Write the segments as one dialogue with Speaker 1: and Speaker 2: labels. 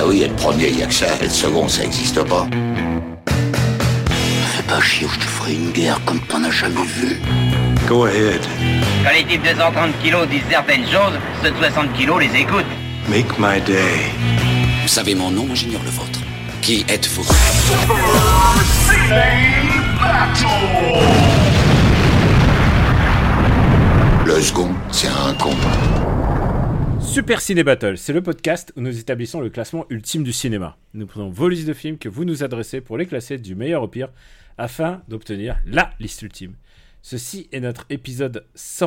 Speaker 1: oui, et le premier, il y a que ça, et le second, ça existe pas. Fais pas chier ou je te ferai une guerre comme t'en as jamais vu.
Speaker 2: Go ahead.
Speaker 3: Quand les types de 130 kilos disent certaines choses, ceux de 60 kilos les écoutent.
Speaker 2: Make my day.
Speaker 1: Vous savez mon nom, j'ignore le vôtre. Qui êtes-vous? Le second, c'est un con.
Speaker 4: Super Ciné Battle, c'est le podcast où nous établissons le classement ultime du cinéma. Nous prenons vos listes de films que vous nous adressez pour les classer du meilleur au pire, afin d'obtenir la liste ultime. Ceci est notre épisode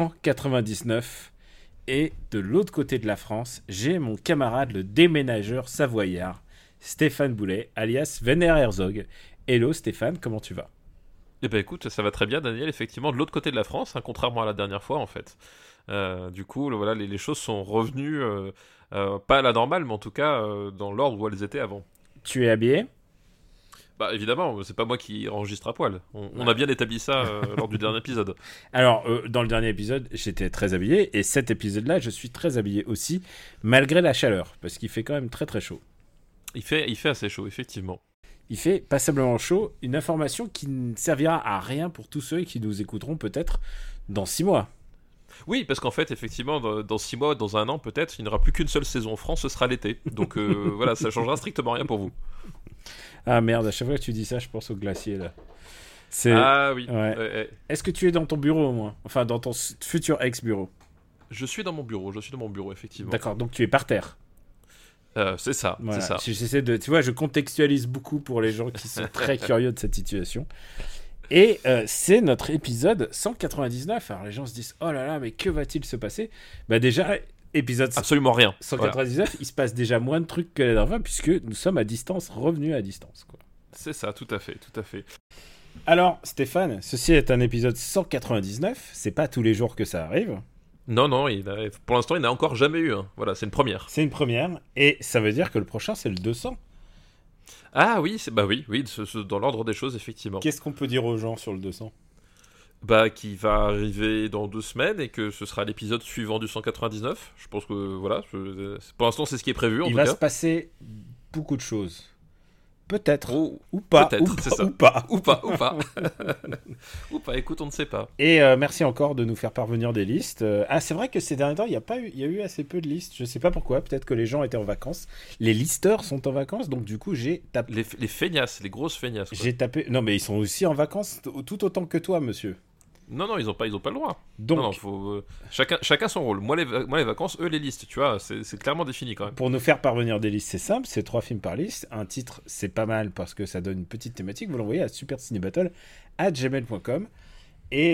Speaker 4: 199, et de l'autre côté de la France, j'ai mon camarade le déménageur savoyard, Stéphane Boulet, alias Werner Herzog. Hello Stéphane, comment tu vas ?
Speaker 5: Eh ben écoute, ça va très bien Daniel, effectivement de l'autre côté de la France, hein, contrairement à la dernière fois en fait. Du coup, voilà, les choses sont revenues, pas à la normale, mais en tout cas dans l'ordre où elles étaient avant.
Speaker 4: Tu es habillé ?
Speaker 5: Bah évidemment, c'est pas moi qui enregistre à poil. On a bien établi ça lors du dernier épisode.
Speaker 4: Alors, dans le dernier épisode, j'étais très habillé, et cet épisode-là, je suis très habillé aussi, malgré la chaleur, parce qu'il fait quand même très très chaud.
Speaker 5: Il fait assez chaud, effectivement.
Speaker 4: Il fait passablement chaud, une information qui ne servira à rien pour tous ceux qui nous écouteront peut-être dans 6 mois.
Speaker 5: Oui, parce qu'en fait, effectivement, dans 6 mois, dans un an peut-être, il n'y aura plus qu'une seule saison en France, ce sera l'été. Donc voilà, ça changera strictement rien pour vous.
Speaker 4: Ah merde, à chaque fois que tu dis ça, je pense au glacier là.
Speaker 5: Ah oui.
Speaker 4: Ouais. Est-ce que tu es dans ton bureau au moins ? Enfin, dans ton futur ex-bureau ?
Speaker 5: Je suis dans mon bureau, effectivement.
Speaker 4: D'accord, donc tu es par terre.
Speaker 5: C'est ça,
Speaker 4: voilà.
Speaker 5: c'est ça.
Speaker 4: J'essaie de, tu vois, je contextualise beaucoup pour les gens qui sont très curieux de cette situation. Et c'est notre épisode 199. Alors les gens se disent, oh là là, mais que va-t-il se passer ? Bah déjà, épisode
Speaker 5: absolument rien.
Speaker 4: 199, voilà. Il se passe déjà moins de trucs que la dernière fois, puisque nous sommes à distance, revenus à distance, quoi.
Speaker 5: C'est ça, tout à fait.
Speaker 4: Alors Stéphane, ceci est un épisode 199. C'est pas tous les jours que ça arrive.
Speaker 5: Non, pour l'instant, il n'a encore jamais eu. Voilà, c'est une première.
Speaker 4: C'est une première, et ça veut dire que le prochain, c'est le 200.
Speaker 5: Ah oui, oui, dans l'ordre des choses, effectivement.
Speaker 4: Qu'est-ce qu'on peut dire aux gens sur le 200 ?
Speaker 5: Bah, qui va arriver dans 2 semaines, et que ce sera l'épisode suivant du 199. Je pense que, voilà, pour l'instant, c'est ce qui est prévu, en tout cas.
Speaker 4: Il va se passer beaucoup de choses. Peut-être, ou pas,
Speaker 5: peut-être, c'est ça. Ou pas. Ou pas, écoute, on ne sait pas.
Speaker 4: Et merci encore de nous faire parvenir des listes. C'est vrai que ces derniers temps, il y a eu assez peu de listes. Je ne sais pas pourquoi, peut-être que les gens étaient en vacances. Les listeurs sont en vacances, donc du coup, j'ai tapé...
Speaker 5: Les feignasses, les grosses feignasses. Quoi.
Speaker 4: J'ai tapé... Non, mais ils sont aussi en vacances tout autant que toi, monsieur.
Speaker 5: Non, ils ont pas le droit.
Speaker 4: Donc,
Speaker 5: non, faut chacun son rôle. Moi les vacances, eux les listes, tu vois, c'est clairement défini quand même.
Speaker 4: Pour nous faire parvenir des listes, c'est simple, c'est 3 films par liste. Un titre, c'est pas mal parce que ça donne une petite thématique. Vous l'envoyez à supercinébattle@gmail.com. Et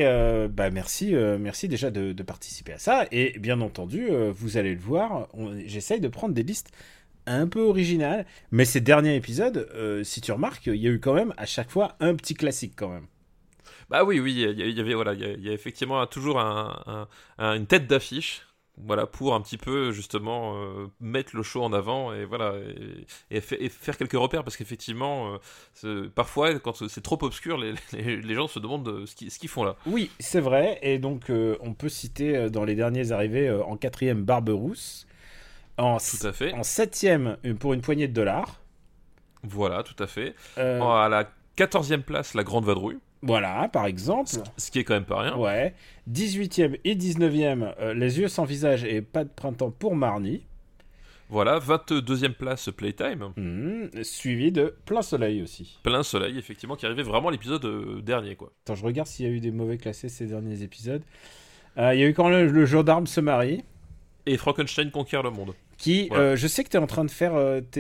Speaker 4: merci déjà de participer à ça. Et bien entendu, vous allez le voir, j'essaye de prendre des listes un peu originales. Mais ces derniers épisodes, si tu remarques, il y a eu quand même à chaque fois un petit classique quand même.
Speaker 5: Bah oui, il y a effectivement toujours une tête d'affiche, voilà, pour un petit peu justement mettre le show en avant et voilà et faire quelques repères, parce qu'effectivement parfois quand c'est trop obscur, les gens se demandent ce qu'ils font là.
Speaker 4: Oui, c'est vrai, et donc on peut citer dans les derniers arrivés en 4e Barberousse,
Speaker 5: tout à fait.
Speaker 4: En 7e pour une poignée de dollars.
Speaker 5: Voilà, tout à fait. À la 14e place, La Grande Vadrouille.
Speaker 4: Voilà, par exemple.
Speaker 5: Ce qui est quand même pas rien.
Speaker 4: Ouais. 18e et 19e, Les Yeux sans visage et Pas de printemps pour Marnie.
Speaker 5: Voilà, 22e place, Playtime.
Speaker 4: Suivi de Plein Soleil aussi.
Speaker 5: Plein Soleil, effectivement, qui arrivait vraiment à l'épisode dernier, quoi.
Speaker 4: Attends, je regarde s'il y a eu des mauvais classés ces derniers épisodes. Il y a eu quand même Le Gendarme se marie.
Speaker 5: Et Frankenstein conquiert le monde.
Speaker 4: Qui, voilà. Je sais que tu es en train de faire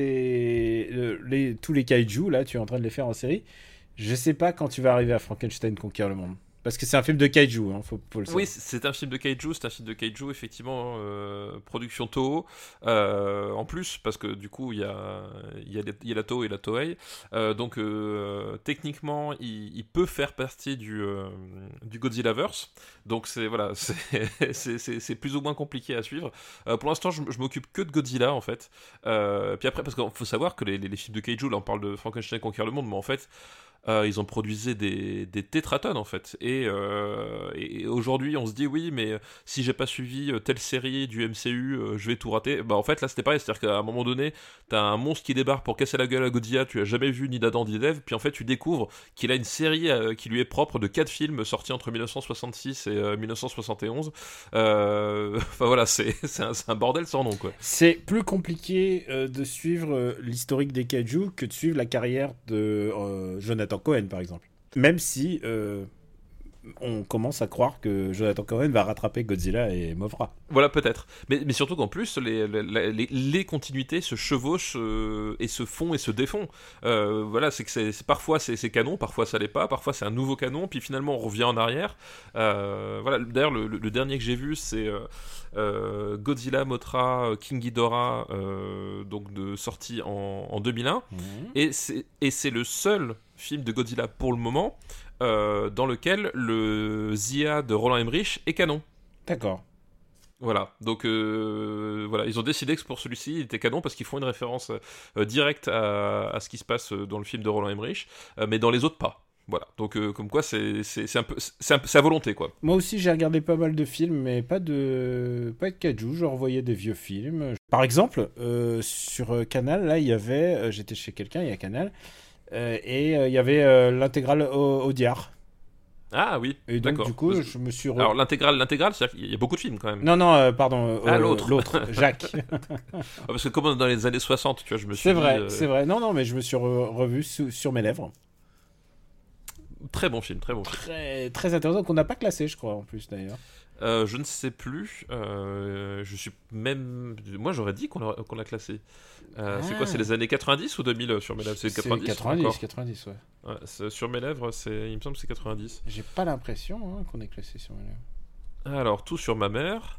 Speaker 4: tous les kaiju, là, tu es en train de les faire en série. Je sais pas quand tu vas arriver à Frankenstein conquiert le monde. Parce que c'est un film de kaiju, hein, faut le savoir.
Speaker 5: Oui, c'est un film de kaiju, effectivement, production Toho. En plus, parce que du coup, il y a la Toho et la Toei. Donc, techniquement, il peut faire partie du Godzillaverse. Donc, c'est plus ou moins compliqué à suivre. Pour l'instant, je m'occupe que de Godzilla, en fait. Puis après, parce qu'il faut savoir que les films de kaiju, là, on parle de Frankenstein conquiert le monde, mais en fait... ils ont produisé des tétratones en fait. Et aujourd'hui, on se dit oui, mais si j'ai pas suivi telle série du MCU, je vais tout rater. Bah en fait, là, c'était pareil. C'est-à-dire qu'à un moment donné, t'as un monstre qui débarque pour casser la gueule à Godzilla. Tu as jamais vu ni d'Adam ni d'Ève. Puis en fait, tu découvres qu'il a une série qui lui est propre de 4 films sortis entre 1966 et 1971. Enfin voilà, c'est un bordel sans nom quoi.
Speaker 4: C'est plus compliqué de suivre l'historique des kaiju que de suivre la carrière de Jonathan Cohen par exemple. Même si on commence à croire que Jonathan Cohen va rattraper Godzilla et Mothra.
Speaker 5: Voilà, peut-être. Mais surtout qu'en plus, les continuités se chevauchent et se font et se défont. Voilà, c'est que parfois c'est canon, parfois ça l'est pas, parfois c'est un nouveau canon, puis finalement on revient en arrière. Voilà, d'ailleurs, le dernier que j'ai vu, c'est Godzilla, Mothra, King Ghidorah, donc sorti en 2001. Et c'est le seul film de Godzilla pour le moment dans lequel le Zia de Roland Emmerich est canon.
Speaker 4: D'accord.
Speaker 5: Voilà, donc voilà, ils ont décidé que pour celui-ci il était canon parce qu'ils font une référence directe à ce qui se passe dans le film de Roland Emmerich, mais dans les autres pas. Voilà, donc comme quoi c'est à volonté quoi.
Speaker 4: Moi aussi j'ai regardé pas mal de films, mais pas de kaiju. Je revoyais des vieux films. Par exemple, sur Canal, là il y avait, j'étais chez quelqu'un, il y a Canal. Et il y avait l'intégrale Audiard.
Speaker 5: Ah oui,
Speaker 4: et donc
Speaker 5: d'accord.
Speaker 4: Du coup, je me suis...
Speaker 5: Alors l'intégrale, c'est-à-dire qu'il y a beaucoup de films quand même.
Speaker 4: Non, pardon. L'autre, Jacques.
Speaker 5: Parce que comme dans les années 60, tu vois, je me suis
Speaker 4: C'est vrai. Non, mais je me suis revu sur mes lèvres.
Speaker 5: Très bon film.
Speaker 4: Très, très intéressant, qu'on n'a pas classé, je crois, en plus, d'ailleurs.
Speaker 5: Je ne sais plus. Je suis même... Moi, j'aurais dit qu'on l'a classé. C'est quoi, c'est les années 90 ou 2000 sur mes lèvres? C'est 90.
Speaker 4: 90, ouais.
Speaker 5: Sur mes lèvres, il me semble que c'est 90.
Speaker 4: J'ai pas l'impression qu'on ait classé sur mes lèvres.
Speaker 5: Alors, tout sur ma mère.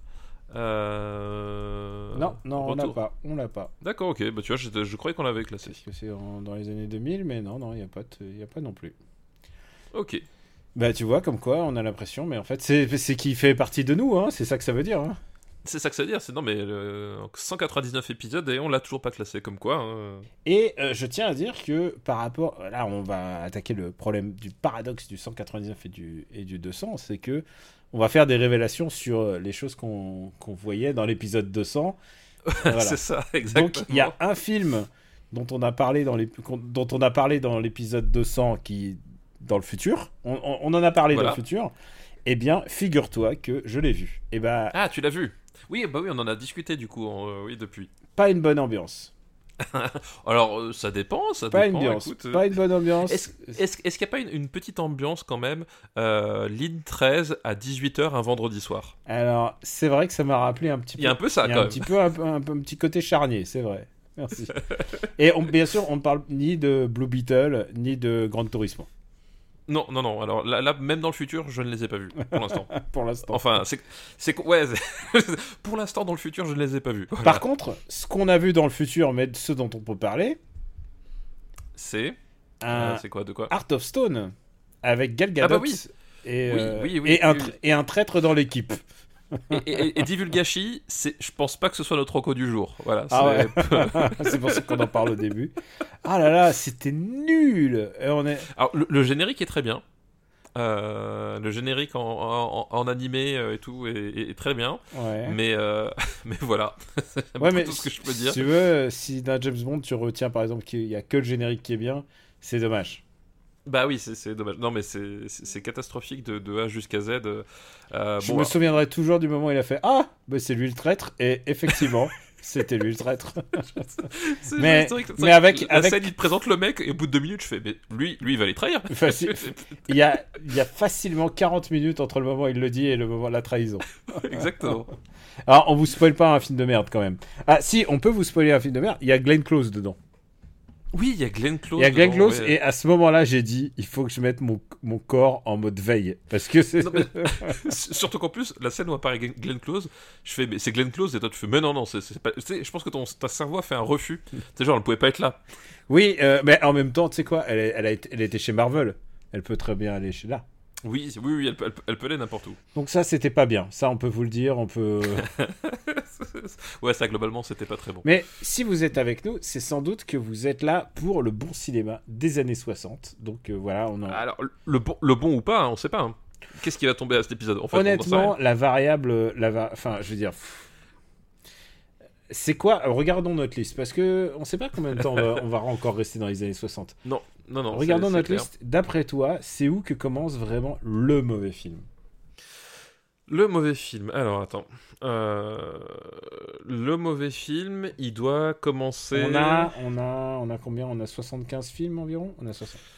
Speaker 4: Non, on l'a pas.
Speaker 5: D'accord, ok. Bah, tu vois, je croyais qu'on l'avait classé.
Speaker 4: Parce que c'est dans les années 2000, mais non, il n'y a pas non plus.
Speaker 5: Ok.
Speaker 4: Bah, tu vois, comme quoi, on a l'impression, mais en fait, c'est qui fait partie de nous, hein. C'est ça que ça veut dire, hein.
Speaker 5: C'est ça que ça veut dire, 199 épisodes et on l'a toujours pas classé, comme quoi. Hein.
Speaker 4: Et je tiens à dire que par rapport... Là, on va attaquer le problème du paradoxe du 199 et du 200, c'est que on va faire des révélations sur les choses qu'on voyait dans l'épisode 200. Voilà.
Speaker 5: C'est ça, exactement.
Speaker 4: Donc, il y a un film dont on a parlé dans l'épisode 200 qui... dans le futur. On en a parlé dans le futur. Eh bien, figure-toi que je l'ai vu. Et bah...
Speaker 5: Ah, tu l'as vu? Oui, bah oui, on en a discuté du coup, oui, depuis.
Speaker 4: Pas une bonne ambiance.
Speaker 5: Alors, ça dépend,
Speaker 4: pas une bonne ambiance.
Speaker 5: Est-ce qu'il n'y a pas une petite ambiance quand même, ligne 13 à 18h un vendredi soir?
Speaker 4: Alors, c'est vrai que ça m'a rappelé un petit peu...
Speaker 5: Il y a un peu ça, quand même.
Speaker 4: Un petit côté charnier, c'est vrai. Merci. Et bien sûr, on ne parle ni de Blue Beetle, ni de Gran Turismo.
Speaker 5: Non. Alors là, même dans le futur, je ne les ai pas vus pour l'instant.
Speaker 4: Pour l'instant.
Speaker 5: Enfin, pour l'instant, dans le futur, je ne les ai pas vus. Voilà.
Speaker 4: Par contre, ce qu'on a vu dans le futur, mais ce dont on peut parler,
Speaker 5: c'est quoi, de quoi?
Speaker 4: Art of Stone avec Gal Gadot et un traître dans l'équipe.
Speaker 5: Et Divulgachi, je pense pas que ce soit notre reco du jour. Voilà.
Speaker 4: Ouais. C'est pour ça qu'on en parle au début. Ah là là, c'était nul.
Speaker 5: Alors le générique est très bien. Le générique en animé et tout est très bien. Ouais. Mais voilà. C'est tout ce que je peux dire.
Speaker 4: Si tu veux, si dans James Bond tu retiens par exemple qu'il y a que le générique qui est bien, c'est dommage.
Speaker 5: Bah oui, c'est dommage. Non, mais c'est catastrophique de A jusqu'à Z.
Speaker 4: Je me souviendrai toujours du moment où il a fait Ah, bah c'est lui le traître. Et effectivement, c'était lui le traître. mais avec
Speaker 5: la scène, il te présente le mec et au bout de 2 minutes, je fais mais lui, il va les trahir.
Speaker 4: Il y a facilement 40 minutes entre le moment où il le dit et le moment de la trahison.
Speaker 5: Exactement.
Speaker 4: Alors, on vous spoil pas un film de merde quand même. Ah, si, on peut vous spoiler un film de merde. Il y a Glenn Close dedans.
Speaker 5: Oui, il y a Glenn Close.
Speaker 4: Ouais. Et à ce moment-là, j'ai dit, il faut que je mette mon corps en mode veille. Parce que c'est...
Speaker 5: Surtout qu'en plus, la scène où apparaît Glenn Close, je fais, mais c'est Glenn Close, et toi tu fais, mais non, c'est pas... je pense que ta cerveau a fait un refus. C'est genre, elle pouvait pas être là.
Speaker 4: Oui, mais en même temps, tu sais quoi, elle était chez Marvel. Elle peut très bien aller chez là.
Speaker 5: Oui, elle peut aller n'importe où.
Speaker 4: Donc ça, c'était pas bien. Ça, on peut vous le dire, on peut...
Speaker 5: Ouais, ça, globalement, c'était pas très bon.
Speaker 4: Mais si vous êtes avec nous, c'est sans doute que vous êtes là pour le bon cinéma des années 60. Donc voilà, on en...
Speaker 5: Alors, le bon ou pas, on sait pas. Hein. Qu'est-ce qui va tomber à cet épisode en fait,
Speaker 4: Honnêtement, la variable... Enfin, je veux dire... C'est quoi? Regardons notre liste, parce que on sait pas combien de temps on va encore rester dans les années 60.
Speaker 5: Non.
Speaker 4: Regardons notre
Speaker 5: clair.
Speaker 4: liste. D'après toi, c'est où que commence vraiment le mauvais film?
Speaker 5: Le mauvais film. Alors, attends. Le mauvais film, il doit commencer...
Speaker 4: On a combien? On a 75 films environ? On a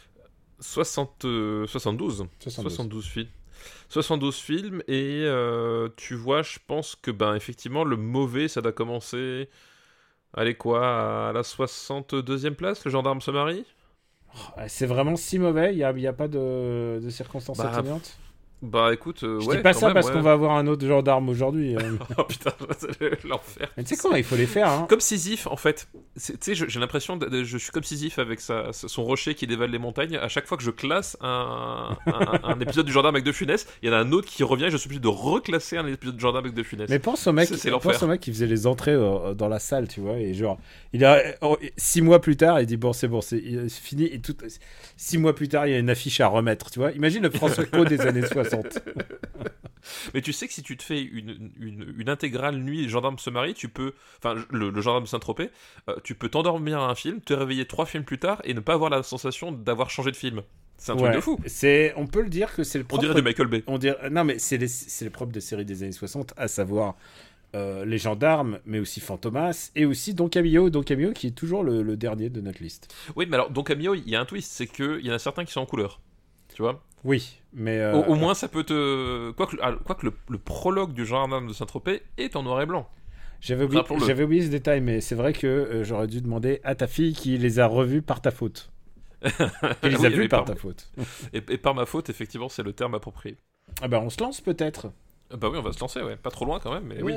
Speaker 5: 72 films. 72 films, et tu vois, je pense que, effectivement, le mauvais, ça doit commencer... Allez, quoi, à la 62e place, le gendarme se marie?
Speaker 4: C'est vraiment si mauvais? Il y a pas de circonstances atténuantes?
Speaker 5: Écoute,
Speaker 4: je dis pas ça parce qu'on va avoir un autre gendarme aujourd'hui.
Speaker 5: Oh putain, l'enfer.
Speaker 4: Mais tu sais quoi, il faut les faire. Hein.
Speaker 5: Comme Sisyphe, en fait. Tu sais, j'ai l'impression, je suis comme Sisyphe avec son rocher qui dévale les montagnes. À chaque fois que je classe un épisode du gendarme avec De Funès, il y en a un autre qui revient et je suis obligé de reclasser un épisode du gendarme avec De Funès.
Speaker 4: Mais pense au mec qui faisait les entrées dans la salle, tu vois, et genre, 6 mois plus tard, il dit bon, c'est fini, et 6 mois plus tard, il y a une affiche à remettre, tu vois. Imagine le François Co des années 60.
Speaker 5: Mais tu sais que si tu te fais une intégrale nuit gendarme se marie, tu peux, enfin le gendarme de Saint-Tropez, tu peux t'endormir à un film, te réveiller 3 films plus tard et ne pas avoir la sensation d'avoir changé de film. C'est un truc de fou.
Speaker 4: On peut le dire que c'est le propre...
Speaker 5: On dirait du Michael Bay.
Speaker 4: Non mais c'est le propre des séries des années 60, à savoir les gendarmes, mais aussi Fantomas, et aussi Don Camillo qui est toujours le dernier de notre liste.
Speaker 5: Oui, mais alors Don Camillo, il y a un twist, c'est qu'il y en a certains qui sont en couleur. Tu vois?
Speaker 4: Oui, mais...
Speaker 5: Au moins, ça peut te... Quoique le prologue du gendarme de Saint-Tropez est en noir et blanc.
Speaker 4: J'avais oublié ce détail, mais c'est vrai que j'aurais dû demander à ta fille qui les a revus par ta faute. Qui les a vus par ta faute.
Speaker 5: Et par ma faute, effectivement, c'est le terme approprié.
Speaker 4: Ah bah on se lance peut-être.
Speaker 5: Bah oui, on va se lancer, ouais. Pas trop loin quand même, mais oui.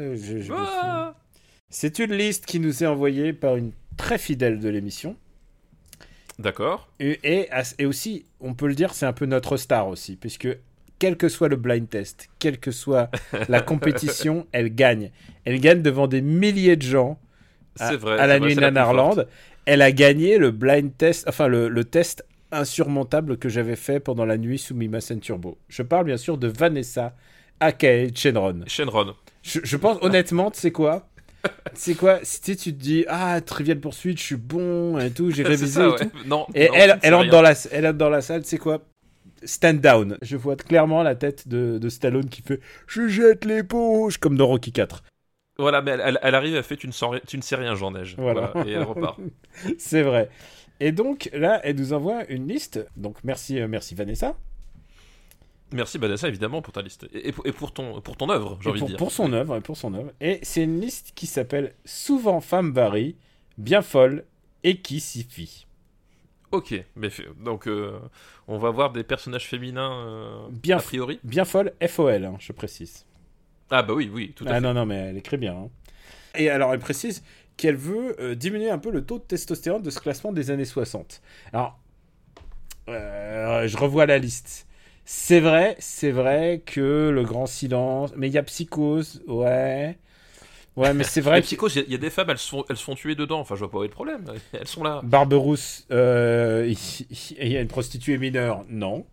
Speaker 4: C'est une liste qui nous est envoyée par une très fidèle de l'émission.
Speaker 5: D'accord.
Speaker 4: Et aussi, on peut le dire, c'est un peu notre star aussi, puisque quel que soit le blind test, quelle que soit la compétition, elle gagne. Elle gagne devant des milliers de gens à la nuit Nanarland. Elle a gagné le blind test, enfin le test insurmontable que j'avais fait pendant la nuit sous Mimasen Turbo. Je parle bien sûr de Vanessa aka Shenron. Je pense honnêtement, tu sais quoi? C'est quoi? Si tu te dis Trivial Pursuit, je suis bon et tout, j'ai révisé
Speaker 5: ça,
Speaker 4: et
Speaker 5: ouais.
Speaker 4: tout.
Speaker 5: Non,
Speaker 4: elle entre dans la salle, c'est quoi? Stand down. Je vois clairement la tête de Stallone qui fait je jette l'éponge comme dans Rocky 4.
Speaker 5: Voilà, mais elle arrive, elle fait tu ne sais rien, Jean Neige. Voilà, et elle repart.
Speaker 4: C'est vrai. Et donc là, elle nous envoie une liste. Donc merci Vanessa.
Speaker 5: Merci Vanessa, évidemment, pour ta liste. Et pour ton œuvre, j'ai envie de dire.
Speaker 4: Pour son œuvre. Et c'est une liste qui s'appelle Souvent femme varie, bien folle et qui s'y fie.
Speaker 5: Ok, mais donc on va voir des personnages féminins a priori.
Speaker 4: Bien folle, FOL, hein, je précise.
Speaker 5: Ah bah oui, tout à fait.
Speaker 4: Non, mais elle écrit bien. Hein. Et alors elle précise qu'elle veut diminuer un peu le taux de testostérone de ce classement des années 60. Alors, je revois la liste. C'est vrai que le grand silence, mais il y a Psychose, ouais, mais c'est vrai.
Speaker 5: Psychose, il y a des femmes, elles se font tuer dedans. Enfin, je vois pas où est le problème. Elles sont là.
Speaker 4: Barberousse, il y a une prostituée mineure, non.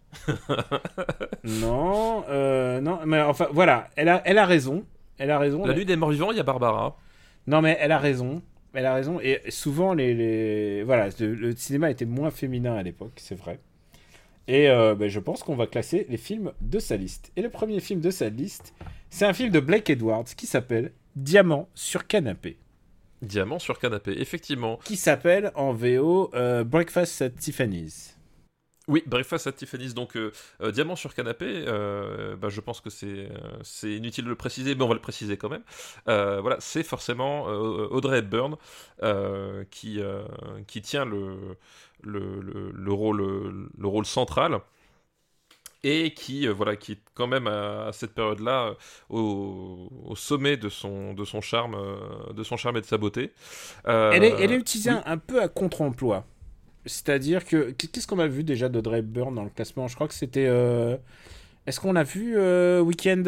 Speaker 4: non, mais enfin voilà, elle a raison.
Speaker 5: La nuit des morts vivants, il y a Barbara.
Speaker 4: Non, mais elle a raison. Et souvent voilà, le cinéma était moins féminin à l'époque, c'est vrai. Et je pense qu'on va classer les films de sa liste. Et le premier film de sa liste, c'est un film de Blake Edwards qui s'appelle Diamant sur canapé.
Speaker 5: Diamant sur canapé, effectivement.
Speaker 4: Qui s'appelle en VO Breakfast at Tiffany's.
Speaker 5: Oui, Breakfast at Tiffany's. Donc, Diamant sur canapé, je pense que c'est inutile de le préciser, mais on va le préciser quand même. Voilà, c'est forcément Audrey Hepburn qui tient le rôle central et qui est quand même à cette période-là au sommet de son charme et de sa beauté.
Speaker 4: Elle est utilisée un peu à contre-emploi. C'est-à-dire que qu'est-ce qu'on a vu déjà d'Audrey Hepburn dans le classement? Je crois que c'était. Est-ce qu'on a vu Week-end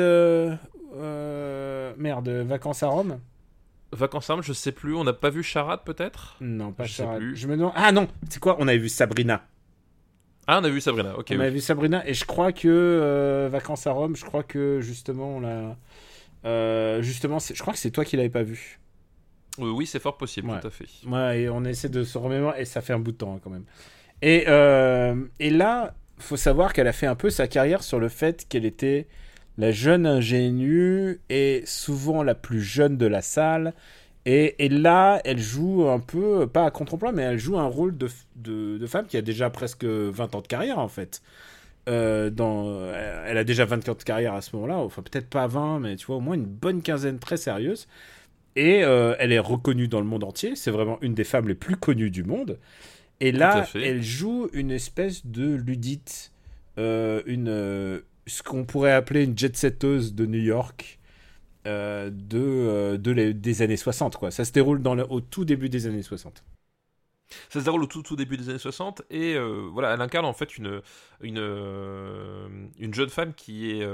Speaker 4: merde, Vacances à Rome?
Speaker 5: Vacances à Rome, je sais plus. On n'a pas vu Charade peut-être?
Speaker 4: Non, pas
Speaker 5: Je sais
Speaker 4: Charade.
Speaker 5: plus.
Speaker 4: Je me demande. Ah non, c'est quoi? On avait vu Sabrina.
Speaker 5: Ah, on a vu Sabrina. Ok.
Speaker 4: On
Speaker 5: Oui.
Speaker 4: avait vu Sabrina et je crois que Vacances à Rome, je crois que justement on l'a. Justement, je crois que c'est toi qui l'avais pas vu.
Speaker 5: Oui, c'est fort possible,
Speaker 4: Ouais.
Speaker 5: tout à fait.
Speaker 4: Ouais, et on essaie de se remémorer et ça fait un bout de temps hein, quand même. Et là, faut savoir qu'elle a fait un peu sa carrière sur le fait qu'elle était la jeune ingénue et souvent la plus jeune de la salle. Et là, elle joue un peu, pas à contre-emploi, mais elle joue un rôle de femme qui a déjà presque 20 ans de carrière en fait. Elle a déjà 24 de carrière à ce moment-là, enfin peut-être pas 20, mais tu vois, au moins une bonne quinzaine très sérieuse. Et elle est reconnue dans le monde entier, c'est vraiment une des femmes les plus connues du monde. Et
Speaker 5: Tout à
Speaker 4: là,
Speaker 5: fait.
Speaker 4: elle joue une espèce de ludite, ce qu'on pourrait appeler une jet-setteuse de New York des années 60, quoi. Ça se déroule au tout début des années 60.
Speaker 5: Ça se déroule au tout début des années 60 et voilà, elle incarne en fait une jeune femme qui est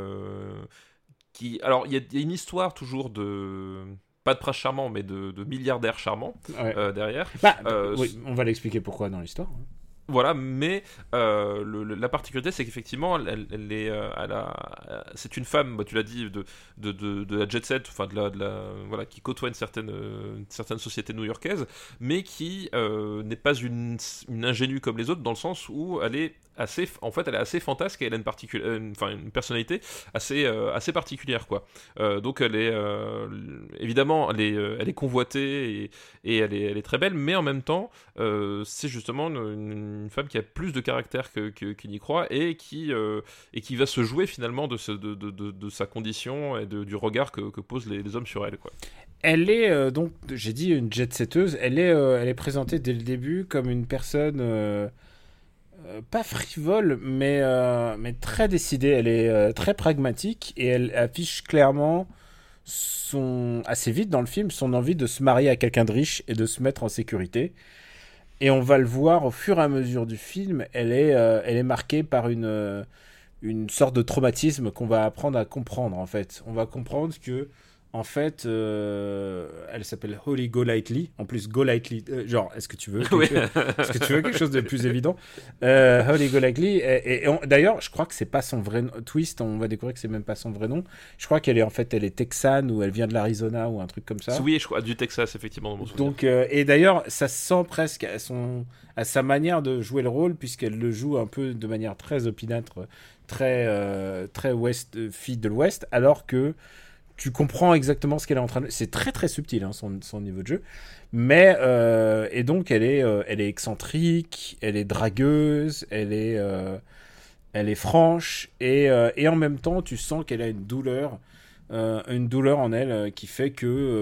Speaker 5: alors il y a une histoire toujours de pas de prince charmant mais de milliardaire charmant
Speaker 4: Ouais.
Speaker 5: derrière.
Speaker 4: Bah,
Speaker 5: Euh,
Speaker 4: oui, on va l'expliquer pourquoi dans l'histoire.
Speaker 5: Voilà, mais la particularité, c'est qu'effectivement, c'est une femme, bah, tu l'as dit, de la jet set, enfin voilà, qui côtoie une certaine société new-yorkaise, mais qui n'est pas une ingénue comme les autres, dans le sens où elle est assez fantasque et elle a une personnalité assez particulière, quoi. Donc elle est évidemment, elle est convoitée et elle est très belle, mais en même temps, c'est justement une femme qui a plus de caractère qu'il n'y croit et qui va se jouer finalement de sa condition et du regard que posent les hommes sur elle, quoi.
Speaker 4: Elle est donc, j'ai dit une jet-setteuse, elle est présentée dès le début comme une personne pas frivole, mais très décidée. Elle est très pragmatique et elle affiche clairement assez vite dans le film son envie de se marier à quelqu'un de riche et de se mettre en sécurité. Et on va le voir au fur et à mesure du film, elle est marquée par une sorte de traumatisme qu'on va apprendre à comprendre en fait. On va comprendre que en fait, elle s'appelle Holly Golightly. En plus, Golightly, genre, est-ce que tu veux
Speaker 5: Oui.
Speaker 4: est-ce que tu veux quelque chose de plus évident? Holly Golightly. D'ailleurs, je crois que c'est pas son vrai twist. On va découvrir que c'est même pas son vrai nom. Je crois qu'elle est texane ou elle vient de l'Arizona ou un truc comme ça.
Speaker 5: Oui, je crois du Texas, effectivement, dans mon souvenir.
Speaker 4: Donc, et d'ailleurs, ça se sent presque à sa manière de jouer le rôle, puisqu'elle le joue un peu de manière très opiniâtre, très fille de l'Ouest, alors que tu comprends exactement ce qu'elle est en train de... C'est très très subtil, hein, son niveau de jeu. Mais, et donc, elle est excentrique, elle est dragueuse, elle est franche, et en même temps, tu sens qu'elle a une douleur en elle qui fait que...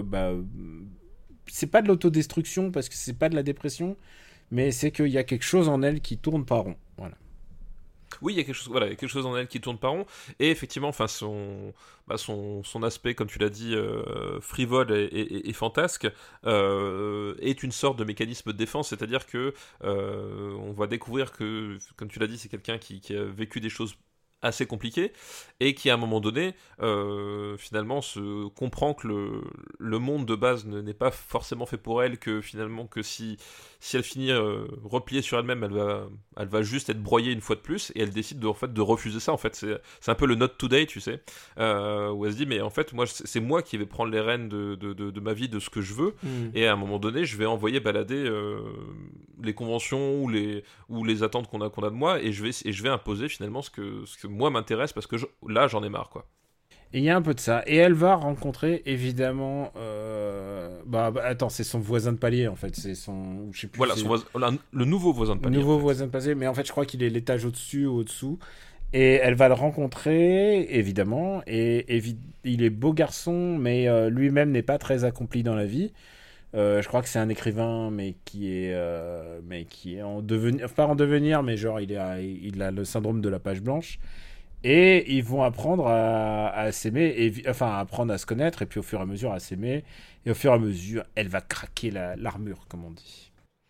Speaker 4: c'est pas de l'autodestruction, parce que c'est pas de la dépression, mais c'est qu'il y a quelque chose en elle qui tourne pas rond. Voilà.
Speaker 5: Oui, il y a quelque chose en elle qui tourne pas rond, et effectivement, enfin son aspect, comme tu l'as dit, frivole et fantasque, est une sorte de mécanisme de défense, c'est-à-dire que on va découvrir que, comme tu l'as dit, c'est quelqu'un qui a vécu des choses assez compliquées et qui à un moment donné finalement se comprend que le monde de base n'est pas forcément fait pour elle, que finalement que si elle finit repliée sur elle-même, elle va juste être broyée une fois de plus, et elle décide de refuser ça. En fait, c'est un peu le not today, tu sais, où elle se dit mais en fait moi c'est moi qui vais prendre les rênes de ma vie, de ce que je veux, et à un moment donné je vais envoyer balader les conventions ou les attentes qu'on a de moi, et je vais imposer finalement ce que moi m'intéresse, parce que là j'en ai marre, quoi.
Speaker 4: Et il y a un peu de ça. Et elle va rencontrer, évidemment... attends, c'est son voisin de palier, en fait. C'est son... Je sais plus,
Speaker 5: Voilà, le nouveau voisin de palier.
Speaker 4: Voisin de palier, mais en fait, je crois qu'il est l'étage au-dessus ou au-dessous. Et elle va le rencontrer, évidemment. Et il est beau garçon, mais lui-même n'est pas très accompli dans la vie. Je crois que c'est un écrivain, mais qui est en devenir... Pas en devenir, mais genre, il a le syndrome de la page blanche. Et ils vont apprendre à s'aimer, enfin apprendre à se connaître, et puis au fur et à mesure à s'aimer. Et au fur et à mesure, elle va craquer l'armure, comme on dit.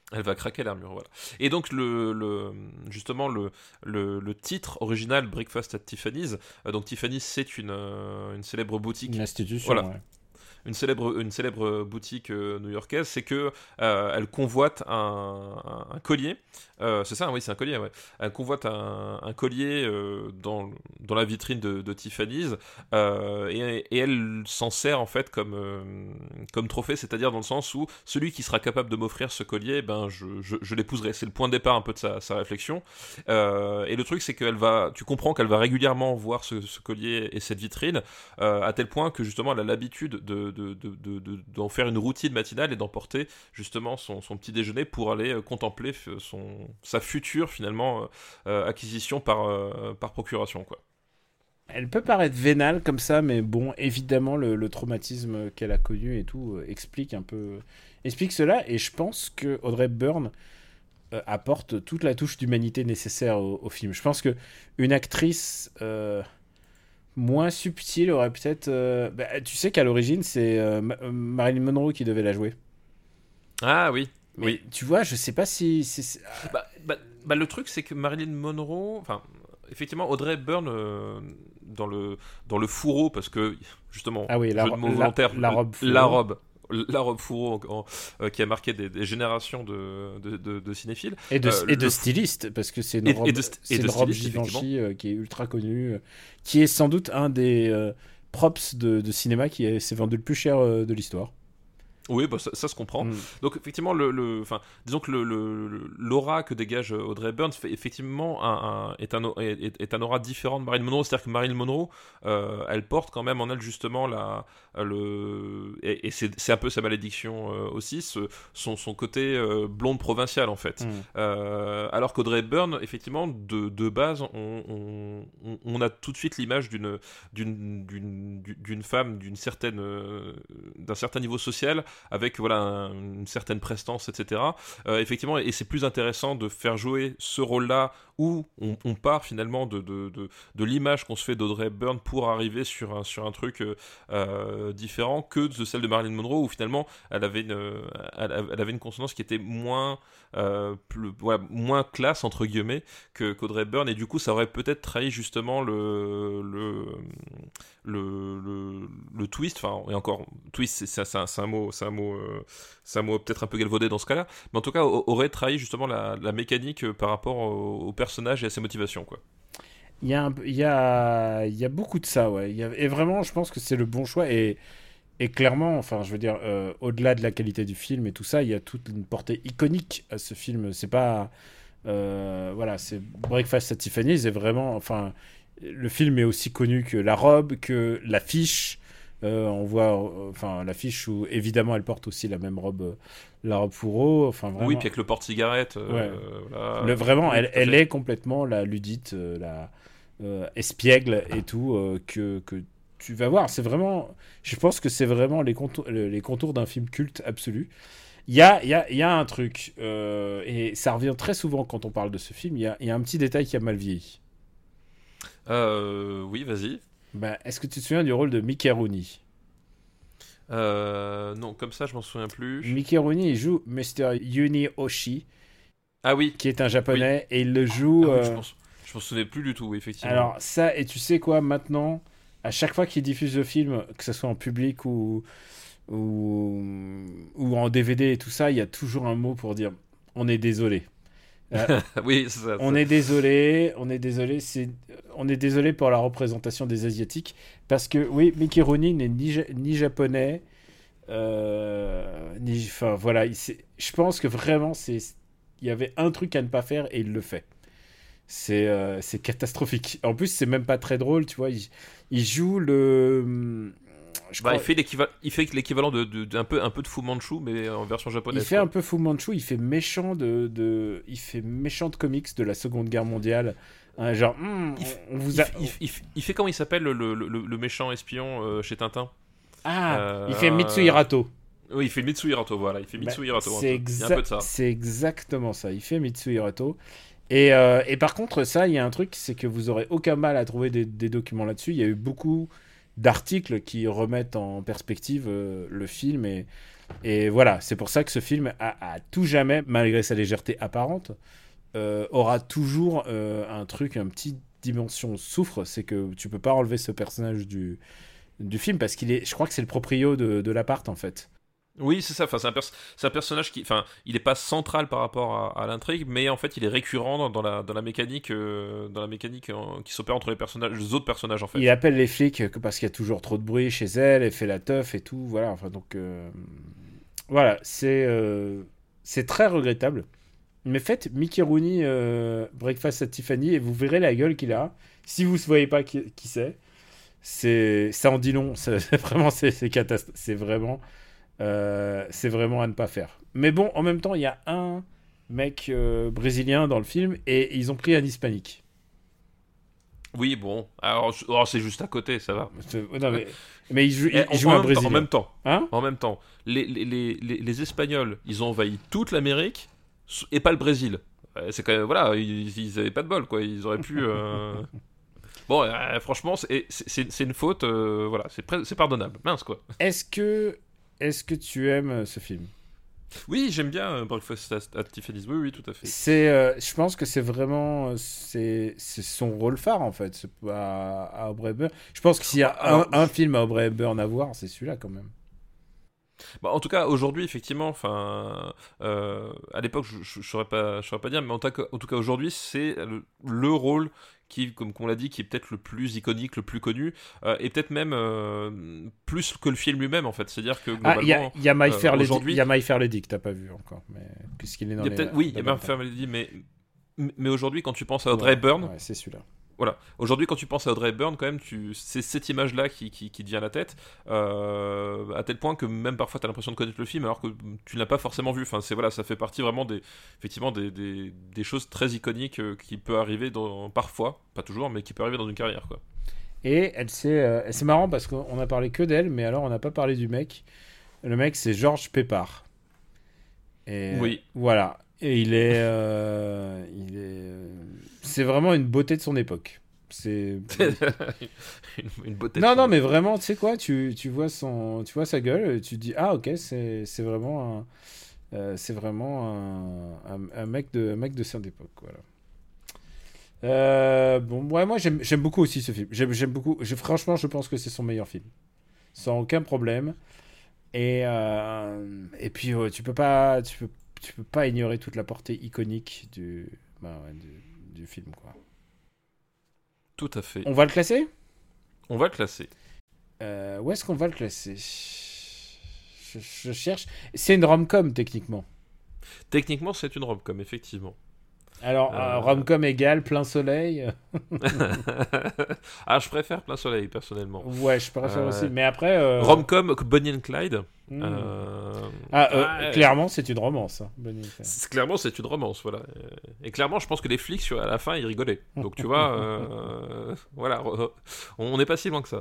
Speaker 5: Elle va craquer l'armure, voilà. Et donc, justement, le titre original, Breakfast at Tiffany's, donc Tiffany's, c'est une célèbre boutique.
Speaker 4: Une institution,
Speaker 5: voilà.
Speaker 4: Ouais.
Speaker 5: Une célèbre boutique new-yorkaise, c'est que elle convoite un collier. C'est ça, oui, c'est un collier. Ouais. Elle convoite un collier dans la vitrine de Tiffany's et elle s'en sert en fait comme trophée, c'est-à-dire dans le sens où celui qui sera capable de m'offrir ce collier, ben je l'épouserai. C'est le point de départ un peu de sa réflexion. Et le truc, c'est tu comprends qu'elle va régulièrement voir ce collier et cette vitrine à tel point que justement elle a l'habitude d'en faire une routine matinale et d'emporter justement son petit déjeuner pour aller contempler sa future finalement acquisition par procuration, quoi.
Speaker 4: Elle peut paraître vénale comme ça, mais bon, évidemment, le traumatisme qu'elle a connu et tout explique cela. Et je pense que Audrey Hepburn apporte toute la touche d'humanité nécessaire au film. Je pense que une actrice moins subtile aurait peut-être... tu sais qu'à l'origine, c'est Marilyn Monroe qui devait la jouer.
Speaker 5: Ah oui.
Speaker 4: Mais
Speaker 5: oui.
Speaker 4: tu vois, je sais pas si...
Speaker 5: Le truc, c'est que Marilyn Monroe... Enfin, effectivement, Audrey Hepburn, dans le fourreau, parce que, justement,
Speaker 4: ah oui,
Speaker 5: jeu de mots volontaire,
Speaker 4: la robe
Speaker 5: la robe fourreau qui a marqué des générations de cinéphiles.
Speaker 4: Et de stylistes, parce que c'est une robe Givenchy qui est ultra connue, qui est sans doute un des props de cinéma qui s'est vendu le plus cher de l'histoire.
Speaker 5: Oui, bah ça se comprend. Donc effectivement, disons que l'aura que dégage Audrey Hepburn est un aura différent de Marilyn Monroe. C'est-à-dire que Marilyn Monroe, elle porte quand même en elle justement et c'est un peu sa malédiction aussi, son côté blonde provinciale en fait. Alors qu'Audrey Hepburn, effectivement, de base, on a tout de suite l'image d'une femme d'un certain niveau social, avec voilà une certaine prestance, etc. Effectivement, et c'est plus intéressant de faire jouer ce rôle-là où on part finalement de l'image qu'on se fait d'Audrey Hepburn pour arriver sur un truc différent que de celle de Marilyn Monroe, où finalement elle avait une consonance qui était moins classe entre guillemets qu'Audrey Hepburn, et du coup ça aurait peut-être trahi justement le twist. Enfin, et encore, twist, c'est un mot peut-être un peu galvaudé dans ce cas-là, mais en tout cas aurait trahi justement la mécanique par rapport au personnage et à ses motivations, quoi.
Speaker 4: Il y a beaucoup de ça, ouais. Et vraiment, je pense que c'est le bon choix. Et clairement, enfin, je veux dire, au-delà de la qualité du film et tout ça, il y a toute une portée iconique à ce film. C'est pas... c'est Breakfast at Tiffany's, est vraiment... Enfin, le film est aussi connu que la robe, que l'affiche. On voit l'affiche où, évidemment, elle porte aussi la même robe, la robe fourreau. Enfin, vraiment...
Speaker 5: Oui, puis avec le porte-cigarette.
Speaker 4: Ouais.
Speaker 5: Voilà.
Speaker 4: Vraiment, elle est complètement la ludite, la espiègle et tout, que tu vas voir. C'est vraiment... Je pense que c'est vraiment les contours d'un film culte absolu. Il y a un truc, et ça revient très souvent quand on parle de ce film, il y a un petit détail qui a mal vieilli.
Speaker 5: Oui, vas-y.
Speaker 4: Est-ce que tu te souviens du rôle de Mickey Rooney ?
Speaker 5: Non, comme ça, je m'en souviens plus.
Speaker 4: Mickey Rooney, il joue Mr. Yuni Oshi.
Speaker 5: Ah oui.
Speaker 4: Qui est un japonais, oui. Et il le joue...
Speaker 5: Ah, oui, je m'en souvenais plus du tout, effectivement.
Speaker 4: Alors, ça, et tu sais quoi, maintenant, à chaque fois qu'il diffuse le film, que ce soit en public ou en DVD et tout ça, il y a toujours un mot pour dire « on est désolé ».
Speaker 5: Oui, c'est ça.
Speaker 4: On est désolé pour la représentation des Asiatiques, parce que oui, Mickey Rooney n'est ni japonais, enfin voilà, je pense que vraiment il y avait un truc à ne pas faire et il le fait. C'est catastrophique. En plus, c'est même pas très drôle, tu vois. Il joue le...
Speaker 5: il fait l'équivalent d'un peu de Fu Manchu, mais en version japonaise.
Speaker 4: Il fait un peu Fu Manchu, il fait méchant il fait méchant de comics de la Seconde Guerre mondiale. Genre,
Speaker 5: il fait comment il s'appelle le méchant espion chez Tintin.
Speaker 4: Il fait Mitsu Hirato.
Speaker 5: Oui, il fait Mitsu Hirato, voilà. Il fait Mitsu Hirato. Il y a un peu de ça.
Speaker 4: C'est exactement ça. Il fait Mitsu Hirato. Et par contre, ça, il y a un truc, c'est que vous aurez aucun mal à trouver des documents là-dessus. Il y a eu beaucoup d'articles qui remettent en perspective le film, et Et voilà, c'est pour ça que ce film, à tout jamais, malgré sa légèreté apparente, aura toujours un petite dimension souffre, c'est que tu peux pas enlever ce personnage du film, parce je crois que c'est le proprio de l'appart, en fait.
Speaker 5: Oui, c'est ça. Enfin, c'est un personnage qui, enfin, il est pas central par rapport à l'intrigue, mais en fait, il est récurrent dans la mécanique, qui s'opère entre les autres personnages en fait.
Speaker 4: Il appelle les flics parce qu'il y a toujours trop de bruit chez elle, elle fait la teuf et tout, voilà. Enfin, donc, voilà, c'est très regrettable. Mais faites Mickey Rooney Breakfast at Tiffany et vous verrez la gueule qu'il a. Si vous ne voyez pas qui ça en dit long. C'est vraiment, c'est catastrophe. C'est vraiment à ne pas faire. Mais bon, en même temps, il y a un mec brésilien dans le film et ils ont pris un hispanique.
Speaker 5: Oui, bon. Alors, c'est juste à côté, ça va.
Speaker 4: Non, mais il joue un brésilien.
Speaker 5: En même temps, les Espagnols, ils ont envahi toute l'Amérique et pas le Brésil. C'est quand même, voilà, ils avaient pas de bol, quoi. Ils auraient pu. Bon, franchement, c'est une faute. Voilà, c'est pardonnable. Mince, quoi.
Speaker 4: Est-ce que tu aimes ce film?
Speaker 5: Oui, j'aime bien Breakfast at Tiffany's. Oui, tout à fait.
Speaker 4: Je pense que c'est vraiment c'est son rôle phare en fait. C'est pas à Aubrey Hepburn. Je pense que s'il y a un film à Aubrey Hepburn à voir, c'est celui-là quand même.
Speaker 5: Bah, en tout cas, aujourd'hui, effectivement, enfin, à l'époque, je saurais pas dire, mais en tout cas, aujourd'hui, c'est le rôle qui, comme on l'a dit, qui est peut-être le plus iconique, le plus connu, et peut-être même plus que le film lui-même, en fait. C'est-à-dire que globalement,
Speaker 4: il y a My Fair Lady que t'as pas vu encore, mais puisqu'il est dans les.
Speaker 5: Oui, il y a My Fair Lady, mais aujourd'hui, quand tu tu penses à Audrey Hepburn,
Speaker 4: ouais, c'est celui-là.
Speaker 5: Voilà. Aujourd'hui, quand tu penses à Audrey Hepburn, quand même, c'est cette image-là qui te vient à la tête, à tel point que même parfois tu as l'impression de connaître le film alors que tu ne l'as pas forcément vu. Enfin, ça fait partie vraiment effectivement des choses très iconiques qui peut arriver parfois, pas toujours, mais qui peut arriver dans une carrière, quoi.
Speaker 4: Et c'est marrant parce qu'on a parlé que d'elle, mais alors on n'a pas parlé du mec. Le mec, c'est Georges Peppard. Et
Speaker 5: oui.
Speaker 4: Voilà. Et c'est vraiment une beauté de son époque. C'est
Speaker 5: une beauté.
Speaker 4: Non, mais vraiment, tu sais quoi, tu vois sa gueule, tu te dis ah ok, c'est vraiment un mec de cette époque, voilà. Bon, ouais, moi j'aime beaucoup aussi ce film. J'aime beaucoup. Franchement, je pense que c'est son meilleur film, sans aucun problème. Et puis tu peux pas ignorer toute la portée iconique du film, quoi.
Speaker 5: Tout à fait.
Speaker 4: On va le classer ?
Speaker 5: On va le classer.
Speaker 4: Où est-ce qu'on va le classer ? Je cherche. C'est une rom-com, techniquement.
Speaker 5: Techniquement, c'est une rom-com, effectivement.
Speaker 4: Alors, rom-com égale plein soleil.
Speaker 5: Ah, je préfère Plein Soleil, personnellement.
Speaker 4: Ouais, je préfère aussi. Mais après.
Speaker 5: Rom-com, Bonnie and Clyde.
Speaker 4: Clairement, c'est une romance. Hein,
Speaker 5: clairement, c'est une romance, voilà. Et clairement, je pense que les flics, à la fin, ils rigolaient. Donc, tu vois, voilà, on n'est pas si loin que ça.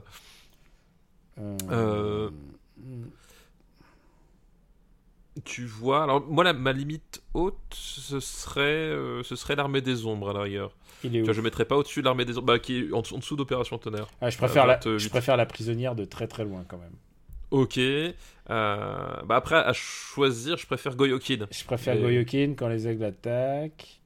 Speaker 5: Tu vois, alors moi ma limite haute ce serait l'Armée des Ombres à la rigueur. Tu vois, je mettrais pas au-dessus de l'Armée des Ombres, qui est en dessous d'Opération Tonnerre.
Speaker 4: Je préfère la prisonnière de très très loin quand même.
Speaker 5: Ok. Après à choisir, je préfère Goyokin.
Speaker 4: Je préfère Goyokin quand les aigles attaquent.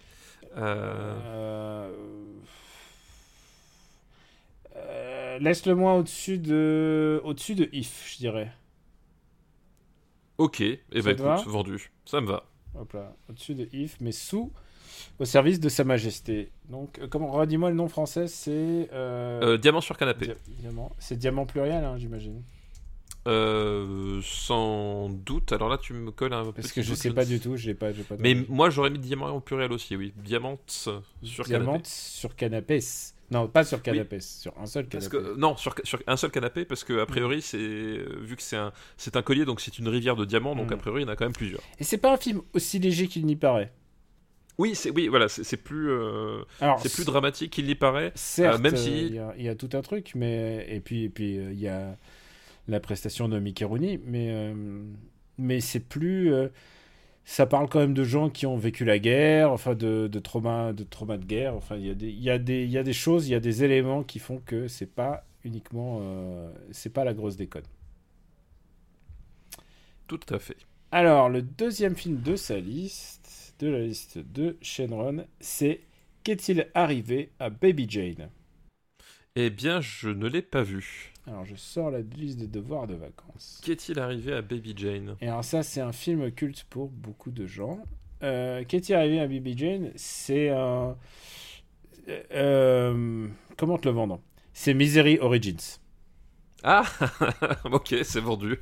Speaker 4: Laisse-le moins au-dessus de If, je dirais.
Speaker 5: Ok, et écoute, vendu, ça me va.
Speaker 4: Hop là, au-dessus de If, mais au service de Sa Majesté. Donc, redis-moi le nom français, c'est...
Speaker 5: Diamant sur canapé.
Speaker 4: Diamant. C'est diamant pluriel, hein, j'imagine.
Speaker 5: Sans doute, alors là tu me colles un peu.
Speaker 4: Parce que je sais pas du tout, j'ai pas
Speaker 5: mais moi j'aurais mis diamant en pluriel aussi, oui. Diamant sur canapé.
Speaker 4: Sur canapé. Non, pas sur canapé, sur un seul canapé.
Speaker 5: Sur un seul canapé, parce que a priori, vu que c'est un collier, donc c'est une rivière de diamants, donc a priori il y en a quand même plusieurs.
Speaker 4: Et c'est pas un film aussi léger qu'il n'y paraît.
Speaker 5: Oui, c'est plus dramatique qu'il n'y paraît.
Speaker 4: Certes,
Speaker 5: même si
Speaker 4: il y a tout un truc, mais et puis il y a la prestation de Mickey Rooney, mais c'est plus ça parle quand même de gens qui ont vécu la guerre, enfin de trauma de guerre. Enfin, il y a des choses, il y a des éléments qui font que c'est pas uniquement, c'est pas la grosse déconne.
Speaker 5: Tout à fait.
Speaker 4: Alors, le deuxième film de la liste de Shenron, c'est Qu'est-il arrivé à Baby Jane?
Speaker 5: Eh bien, je ne l'ai pas vu.
Speaker 4: Alors, je sors la liste des devoirs de vacances.
Speaker 5: Qu'est-il arrivé à Baby Jane?
Speaker 4: Et alors ça, c'est un film culte pour beaucoup de gens. Qu'est-il arrivé à Baby Jane? C'est un... comment te le vendre? C'est Misery Origins.
Speaker 5: Ah, ok, c'est vendu.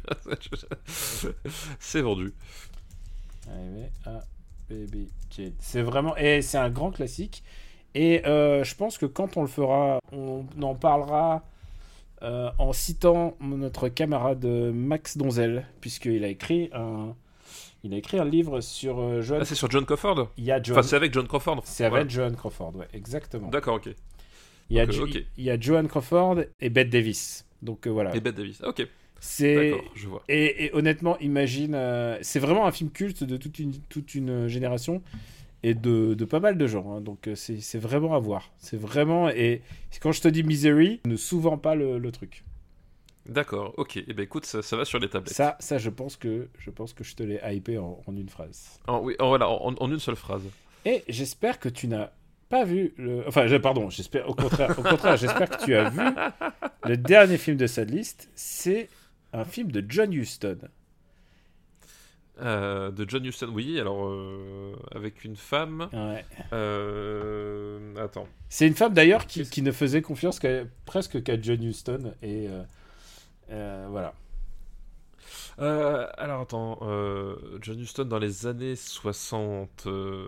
Speaker 5: C'est vendu.
Speaker 4: Arrivé à Baby Jane. C'est vraiment... Et c'est un grand classique. Et je pense que quand on le fera, on en parlera en citant notre camarade Max Donzel, puisqu'il a écrit un livre sur Joan...
Speaker 5: Ah, c'est sur John Crawford?
Speaker 4: Il y a Joan...
Speaker 5: Enfin, c'est avec John Crawford.
Speaker 4: C'est avec Joan Crawford, ouais, exactement.
Speaker 5: D'accord, ok.
Speaker 4: Il y a,
Speaker 5: Ok.
Speaker 4: il y a Joan Crawford et Bette Davis. Donc voilà.
Speaker 5: Et Bette Davis, ok.
Speaker 4: C'est...
Speaker 5: D'accord, je vois.
Speaker 4: Et honnêtement, imagine... c'est vraiment un film culte de toute une génération et de pas mal de gens. Hein. Donc c'est vraiment à voir. C'est vraiment... Et quand je te dis Misery, ne sous-vends pas le truc.
Speaker 5: D'accord, ok. Eh ben écoute, ça va sur les tablettes.
Speaker 4: Ça je pense que je te l'ai hypé en une phrase.
Speaker 5: En une seule phrase.
Speaker 4: Et j'espère que tu n'as pas vu le... Enfin, pardon, j'espère au contraire, j'espère que tu as vu le dernier film de cette liste. C'est un film de John Huston.
Speaker 5: De John Huston, oui, alors avec une femme.
Speaker 4: Ouais.
Speaker 5: Attends.
Speaker 4: C'est une femme d'ailleurs qui ne faisait confiance presque qu'à John Huston. Et voilà.
Speaker 5: Alors attends, John Huston dans les années 60.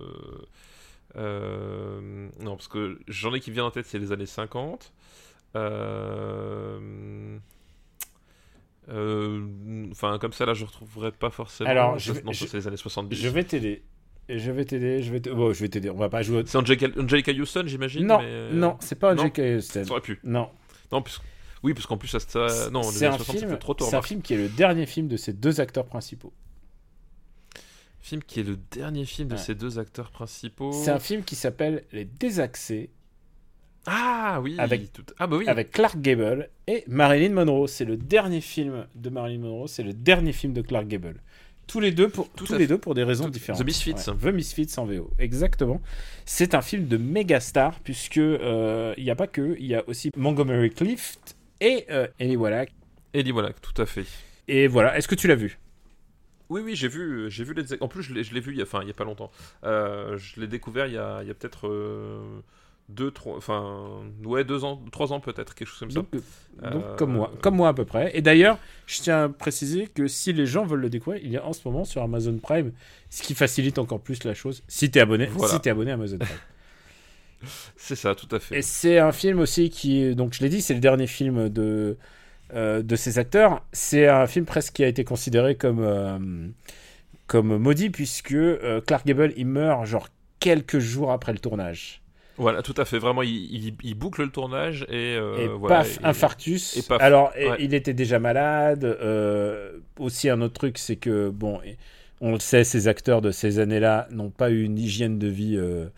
Speaker 5: Non, parce que j'en ai qui me viennent en tête, c'est les années 50. Enfin, comme ça, là, je retrouverai pas forcément.
Speaker 4: Alors,
Speaker 5: c'est les années 70.
Speaker 4: Je vais t'aider. Bon, je vais t'aider. On va pas jouer.
Speaker 5: C'est Angelica Houston, j'imagine.
Speaker 4: Non,
Speaker 5: mais...
Speaker 4: non, c'est pas Angelica Houston.
Speaker 5: Ça aurait pu.
Speaker 4: Non.
Speaker 5: Non, oui, parce qu'en plus, ça. Non, les
Speaker 4: c'est
Speaker 5: années
Speaker 4: un
Speaker 5: 60,
Speaker 4: film.
Speaker 5: ça fait trop tôt.
Speaker 4: C'est un film qui est le dernier film de ces deux acteurs principaux.
Speaker 5: Film qui est le dernier film de ces deux acteurs principaux.
Speaker 4: C'est un film qui s'appelle Les Désaxés.
Speaker 5: Ah oui, oui.
Speaker 4: Avec Clark Gable et Marilyn Monroe. C'est le dernier film de Marilyn Monroe, c'est le dernier film de Clark Gable. Tous les deux pour des raisons différentes.
Speaker 5: The Misfits.
Speaker 4: Ouais, The Misfits en VO, exactement. C'est un film de méga star, puisque il n'y a pas que, il y a aussi Montgomery Clift et Eli Wallach.
Speaker 5: Eli Wallach, tout à fait.
Speaker 4: Et voilà, est-ce que tu l'as vu?
Speaker 5: Oui, j'ai vu les... En plus, je l'ai vu il y a pas longtemps. Je l'ai découvert il y a peut-être 3 ans peut-être, quelque chose comme ça.
Speaker 4: Donc comme moi à peu près. Et d'ailleurs, je tiens à préciser que si les gens veulent le découvrir, il y a en ce moment sur Amazon Prime, ce qui facilite encore plus la chose, si t'es abonné,
Speaker 5: voilà.
Speaker 4: Si t'es abonné à Amazon Prime.
Speaker 5: C'est ça, tout à fait.
Speaker 4: Et c'est un film aussi qui, donc je l'ai dit, c'est le dernier film de ces acteurs. C'est un film presque qui a été considéré comme maudit, puisque Clark Gable, il meurt genre quelques jours après le tournage.
Speaker 5: Voilà, tout à fait. Vraiment, il boucle le tournage et
Speaker 4: voilà, paf, infarctus.
Speaker 5: Et paf.
Speaker 4: Alors,
Speaker 5: ouais.
Speaker 4: Il était déjà malade. Aussi, un autre truc, c'est que, bon, on le sait, ces acteurs de ces années-là n'ont pas eu une hygiène de vie...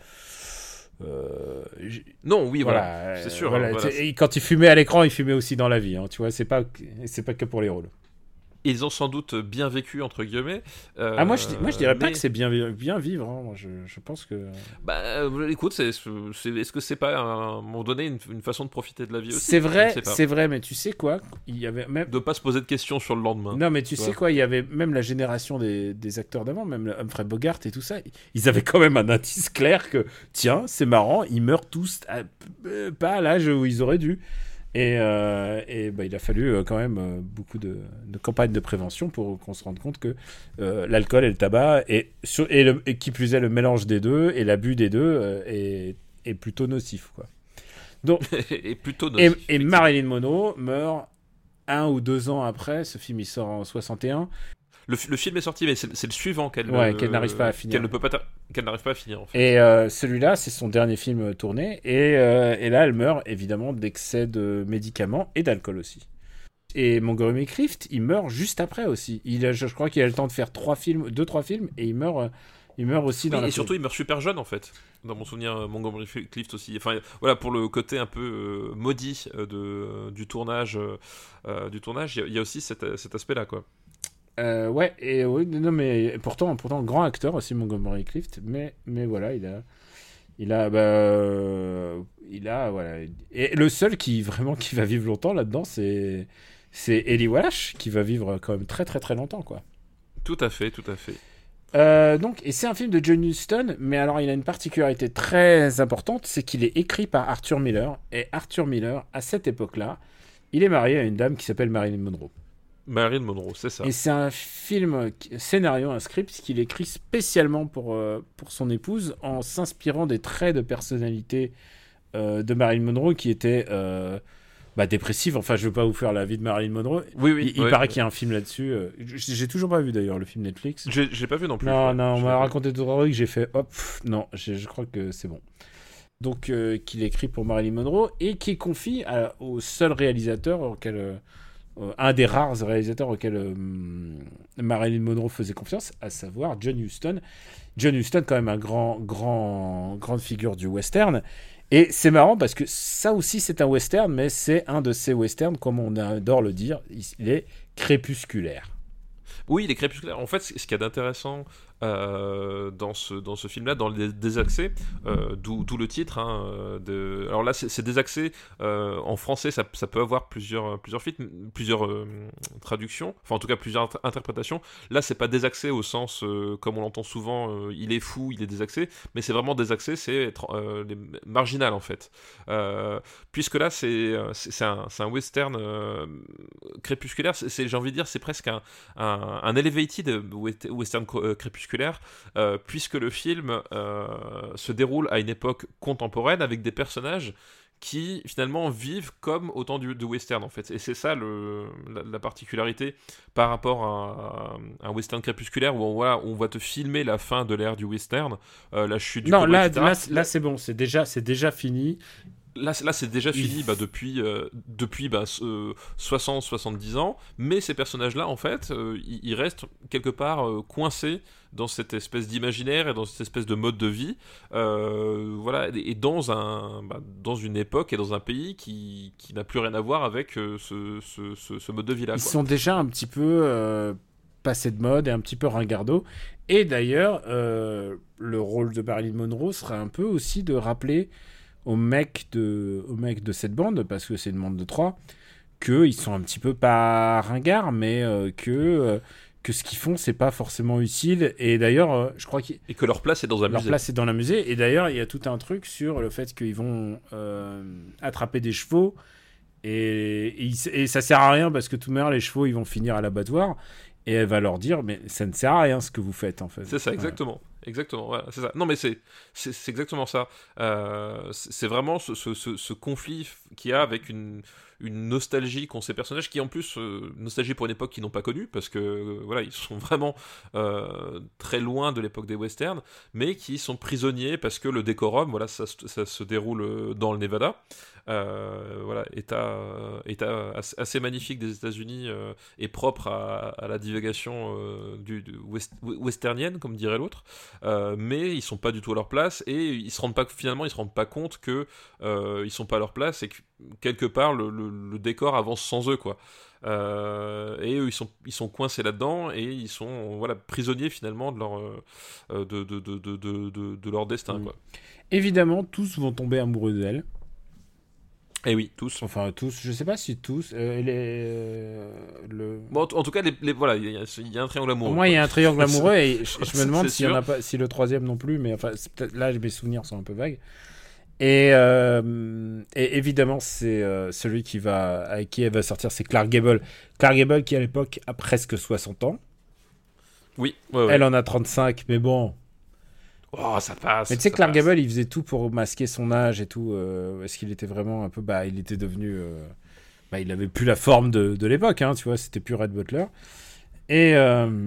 Speaker 5: Non, oui, voilà, c'est sûr.
Speaker 4: Voilà,
Speaker 5: voilà.
Speaker 4: Et quand il fumait à l'écran, il fumait aussi dans la vie. Hein, tu vois, c'est pas que pour les rôles.
Speaker 5: Ils ont sans doute bien vécu, entre guillemets.
Speaker 4: Moi, je dirais pas que c'est bien vivre. Hein. Je pense que...
Speaker 5: écoute, est-ce que c'est pas, à un moment donné, une façon de profiter de la vie aussi?
Speaker 4: C'est vrai, mais tu sais quoi? Il y avait même...
Speaker 5: De pas se poser de questions sur le lendemain.
Speaker 4: Non, mais tu sais quoi? Il y avait même la génération des acteurs d'avant, même Humphrey Bogart et tout ça. Ils avaient quand même un indice clair que, tiens, c'est marrant, ils meurent tous pas à l'âge où ils auraient dû. Et il a fallu quand même beaucoup de campagnes de prévention pour qu'on se rende compte que l'alcool et le tabac, et qui plus est le mélange des deux et l'abus des deux est plutôt nocif, quoi. Donc,
Speaker 5: et plutôt nocif.
Speaker 4: Et Marilyn Monroe meurt 1 ou 2 ans après. Ce film, il sort en 61.
Speaker 5: Le film est sorti, mais c'est le suivant qu'elle
Speaker 4: n'arrive pas à finir.
Speaker 5: Qu'elle n'arrive pas à finir, en fait.
Speaker 4: Et celui-là, c'est son dernier film tourné. Et là, elle meurt évidemment d'excès de médicaments et d'alcool aussi. Et Montgomery Clift, il meurt juste après aussi. Je crois qu'il a le temps de faire 2-3 films, et il meurt aussi dans la...
Speaker 5: Et surtout, il meurt super jeune, en fait. Dans mon souvenir, Montgomery Clift aussi. Enfin, voilà, pour le côté un peu maudit du tournage, il y a aussi cet aspect-là, quoi.
Speaker 4: Ouais, et oui, non, mais pourtant, grand acteur aussi, Montgomery Clift, mais voilà, voilà. Et le seul qui va vivre longtemps là-dedans, c'est Eli Wallach, qui va vivre quand même très très très longtemps, quoi.
Speaker 5: Tout à fait.
Speaker 4: Donc, et c'est un film de John Huston, mais alors il a une particularité très importante, c'est qu'il est écrit par Arthur Miller, et Arthur Miller, à cette époque-là, il est marié à une dame qui s'appelle Marilyn Monroe.
Speaker 5: Marilyn Monroe, c'est ça.
Speaker 4: Et c'est un scénario, un script qu'il écrit spécialement pour son épouse, en s'inspirant des traits de personnalité de Marilyn Monroe, qui étaient dépressive. Enfin, je veux pas vous faire la vie de Marilyn Monroe.
Speaker 5: Oui.
Speaker 4: Il paraît qu'il y a un film là-dessus. J'ai toujours pas vu d'ailleurs le film Netflix.
Speaker 5: J'ai pas vu non plus.
Speaker 4: Non, on m'a raconté tout trucs, j'ai fait hop, non, je crois que c'est bon. Donc, qu'il écrit pour Marilyn Monroe et qui confie au seul réalisateur auquel, un des rares réalisateurs auxquels Marilyn Monroe faisait confiance, à savoir John Huston. John Huston, quand même un grande figure du western. Et c'est marrant parce que ça aussi c'est un western, mais c'est un de ces westerns, comme on adore le dire, il est crépusculaire.
Speaker 5: Oui, il est crépusculaire. En fait, ce qu'il y a d'intéressant dans ce film-là, dans les désaxés, d'où le titre. Alors là, c'est désaxé. En français, ça peut avoir plusieurs traductions. Enfin, en tout cas, plusieurs interprétations. Là, c'est pas désaxé au sens comme on l'entend souvent. Il est fou, il est désaxé. Mais c'est vraiment désaxé, c'est marginal en fait. Puisque là, c'est un western crépusculaire. J'ai envie de dire, c'est presque un elevated western crépusculaire, puisque le film se déroule à une époque contemporaine avec des personnages qui finalement vivent comme au temps du western en fait. Et c'est ça la particularité par rapport à un western crépusculaire où on va te filmer la fin de l'ère du western, la chute du cowboy,
Speaker 4: là c'est bon, c'est déjà fini.
Speaker 5: Là c'est déjà fini depuis 60-70 ans, mais ces personnages-là, en fait, ils restent quelque part coincés dans cette espèce d'imaginaire et dans cette espèce de mode de vie, et dans une époque et dans un pays qui n'a plus rien à voir avec ce mode de vie-là.
Speaker 4: Ils sont déjà un petit peu passés de mode et un petit peu ringardos. Et d'ailleurs, le rôle de Marilyn Monroe serait un peu aussi de rappeler aux mecs de cette bande, parce que c'est une bande de 3, qu'ils sont un petit peu pas ringards, mais que ce qu'ils font, c'est pas forcément utile. Et d'ailleurs, je crois
Speaker 5: et que leur place est dans un musée.
Speaker 4: Leur place est dans un musée. Et d'ailleurs, il y a tout un truc sur le fait qu'ils vont attraper des chevaux, et ça sert à rien, parce que tout de même, les chevaux, ils vont finir à l'abattoir. Et elle va leur dire, mais ça ne sert à rien ce que vous faites, en fait.
Speaker 5: C'est ça, exactement.
Speaker 4: Voilà.
Speaker 5: Exactement, voilà, c'est ça. Non, mais c'est exactement ça. C'est vraiment ce conflit qu'il y a avec une nostalgie qu'ont ces personnages, qui en plus, nostalgie pour une époque qu'ils n'ont pas connue, parce que ils sont vraiment très loin de l'époque des westerns, mais qui sont prisonniers parce que le décorum, ça se déroule dans le Nevada. État assez magnifique des États-Unis et propre à la divagation westernienne, comme dirait l'autre, mais ils sont pas du tout à leur place, et ils se rendent pas compte que ils sont pas à leur place, et que quelque part le décor avance sans eux, quoi. Et eux, ils sont coincés là-dedans, et ils sont prisonniers finalement de leur destin, quoi.
Speaker 4: Évidemment, tous vont tomber amoureux d'elle.
Speaker 5: Eh oui, tous.
Speaker 4: Enfin, tous. Je sais pas si tous.
Speaker 5: Bon, en tout cas, il y a un triangle amoureux.
Speaker 4: Au moins, il y a un triangle amoureux, et je me demande s'il y en a pas, si le troisième non plus, mais enfin, peut-être là, mes souvenirs sont un peu vagues. Et évidemment, c'est celui avec qui elle va sortir, c'est Clark Gable. Clark Gable qui, à l'époque, a presque 60 ans.
Speaker 5: Oui.
Speaker 4: Elle en a 35, mais bon.
Speaker 5: Oh, ça passe.
Speaker 4: Mais tu sais, Clark Gable, il faisait tout pour masquer son âge et tout, parce qu'il était vraiment un peu... il était devenu... il avait plus la forme de l'époque, hein, tu vois, c'était plus Red Butler. Et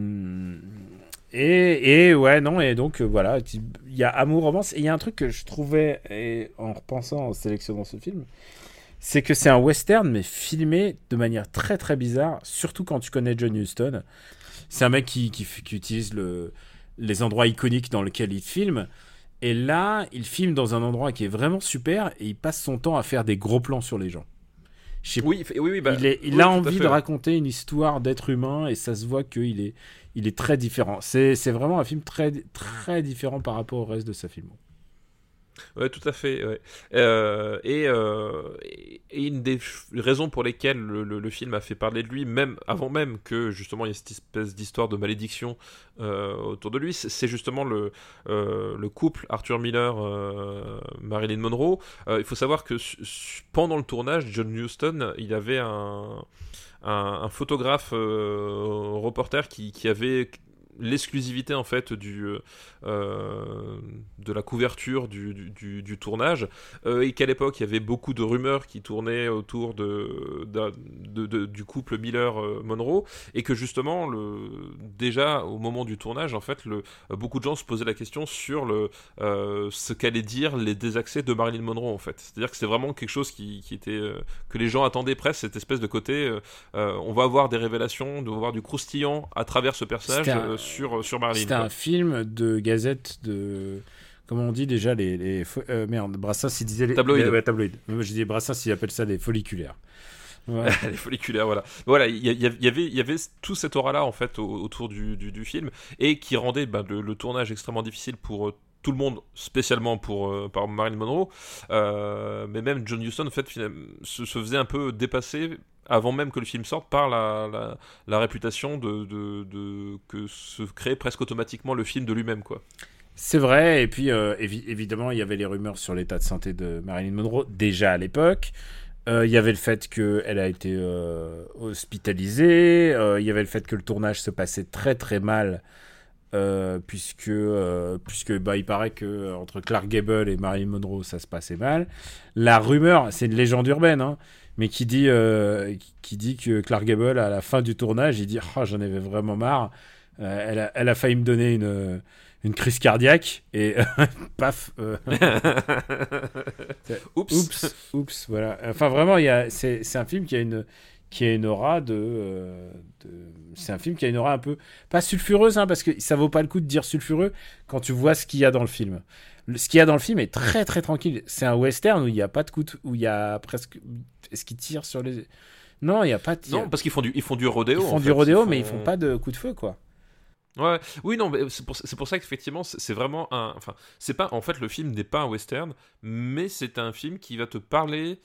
Speaker 4: donc, voilà, il y a amour, romance, et il y a un truc que je trouvais, et en repensant, en sélectionnant ce film, c'est que c'est un western, mais filmé de manière très très bizarre, surtout quand tu connais John Huston. C'est un mec qui utilise les endroits iconiques dans lesquels il filme, et là il filme dans un endroit qui est vraiment super, et il passe son temps à faire des gros plans sur les gens. Il a envie de raconter une histoire d'être humain et ça se voit qu'il est très différent. C'est vraiment un film très, très différent par rapport au reste de sa film.
Speaker 5: Ouais, tout à fait. Ouais. Et une des raisons pour lesquelles le film a fait parler de lui, même avant même que justement il y ait cette espèce d'histoire de malédiction autour de lui, c'est justement le couple Arthur Miller, Marilyn Monroe. Il faut savoir que pendant le tournage, John Huston, il avait un photographe reporter qui avait l'exclusivité en fait de la couverture du tournage, et qu'à l'époque il y avait beaucoup de rumeurs qui tournaient autour du couple Miller-Monroe, et que justement déjà au moment du tournage en fait beaucoup de gens se posaient la question sur ce qu'allaient dire les désaccès de Marilyn Monroe en fait. C'est-à-dire que c'était vraiment quelque chose qui était que les gens attendaient presque, cette espèce de côté on va avoir des révélations, on va avoir du croustillant à travers ce personnage sur Marilyn.
Speaker 4: C'était un film de gazette de... Comment on dit déjà Brassens, il disait les
Speaker 5: tabloïds.
Speaker 4: Tabloïds. Moi, je dis Brassens, il appelle ça les folliculaires.
Speaker 5: Ouais. Les folliculaires, voilà. Voilà, il y avait tout cet aura-là en fait autour du film, et qui rendait le tournage extrêmement difficile pour tout le monde, spécialement par Marilyn Monroe. Mais même John Huston en fait se faisait un peu dépasser avant même que le film sorte par la réputation que se crée presque automatiquement le film de lui-même, quoi.
Speaker 4: C'est vrai, et puis évidemment il y avait les rumeurs sur l'état de santé de Marilyn Monroe déjà à l'époque. Il y avait le fait qu'elle a été hospitalisée, il y avait le fait que le tournage se passait très très mal, puisque il paraît que entre Clark Gable et Marilyn Monroe ça se passait mal. La rumeur, c'est une légende urbaine, hein, mais qui dit que Clark Gable à la fin du tournage il dit j'en avais vraiment marre, elle a failli me donner une crise cardiaque et paf. Oups, voilà. Enfin vraiment, c'est un film qui a une aura c'est un film qui a une aura un peu pas sulfureuse, hein, parce que ça vaut pas le coup de dire sulfureux quand tu vois ce qu'il y a dans le film. Ce qu'il y a dans le film est très très tranquille. C'est un western où il y a pas de coups, où il y a presque, est-ce qu'ils tirent sur les... Non, il y a pas de tir.
Speaker 5: Non, parce qu'ils font du rodéo.
Speaker 4: Ils font du rodéo, mais ils font pas de coups de feu, quoi.
Speaker 5: Ouais, oui, non, mais c'est pour ça qu'effectivement, c'est vraiment c'est pas, en fait, le film n'est pas un western, mais c'est un film qui va te parler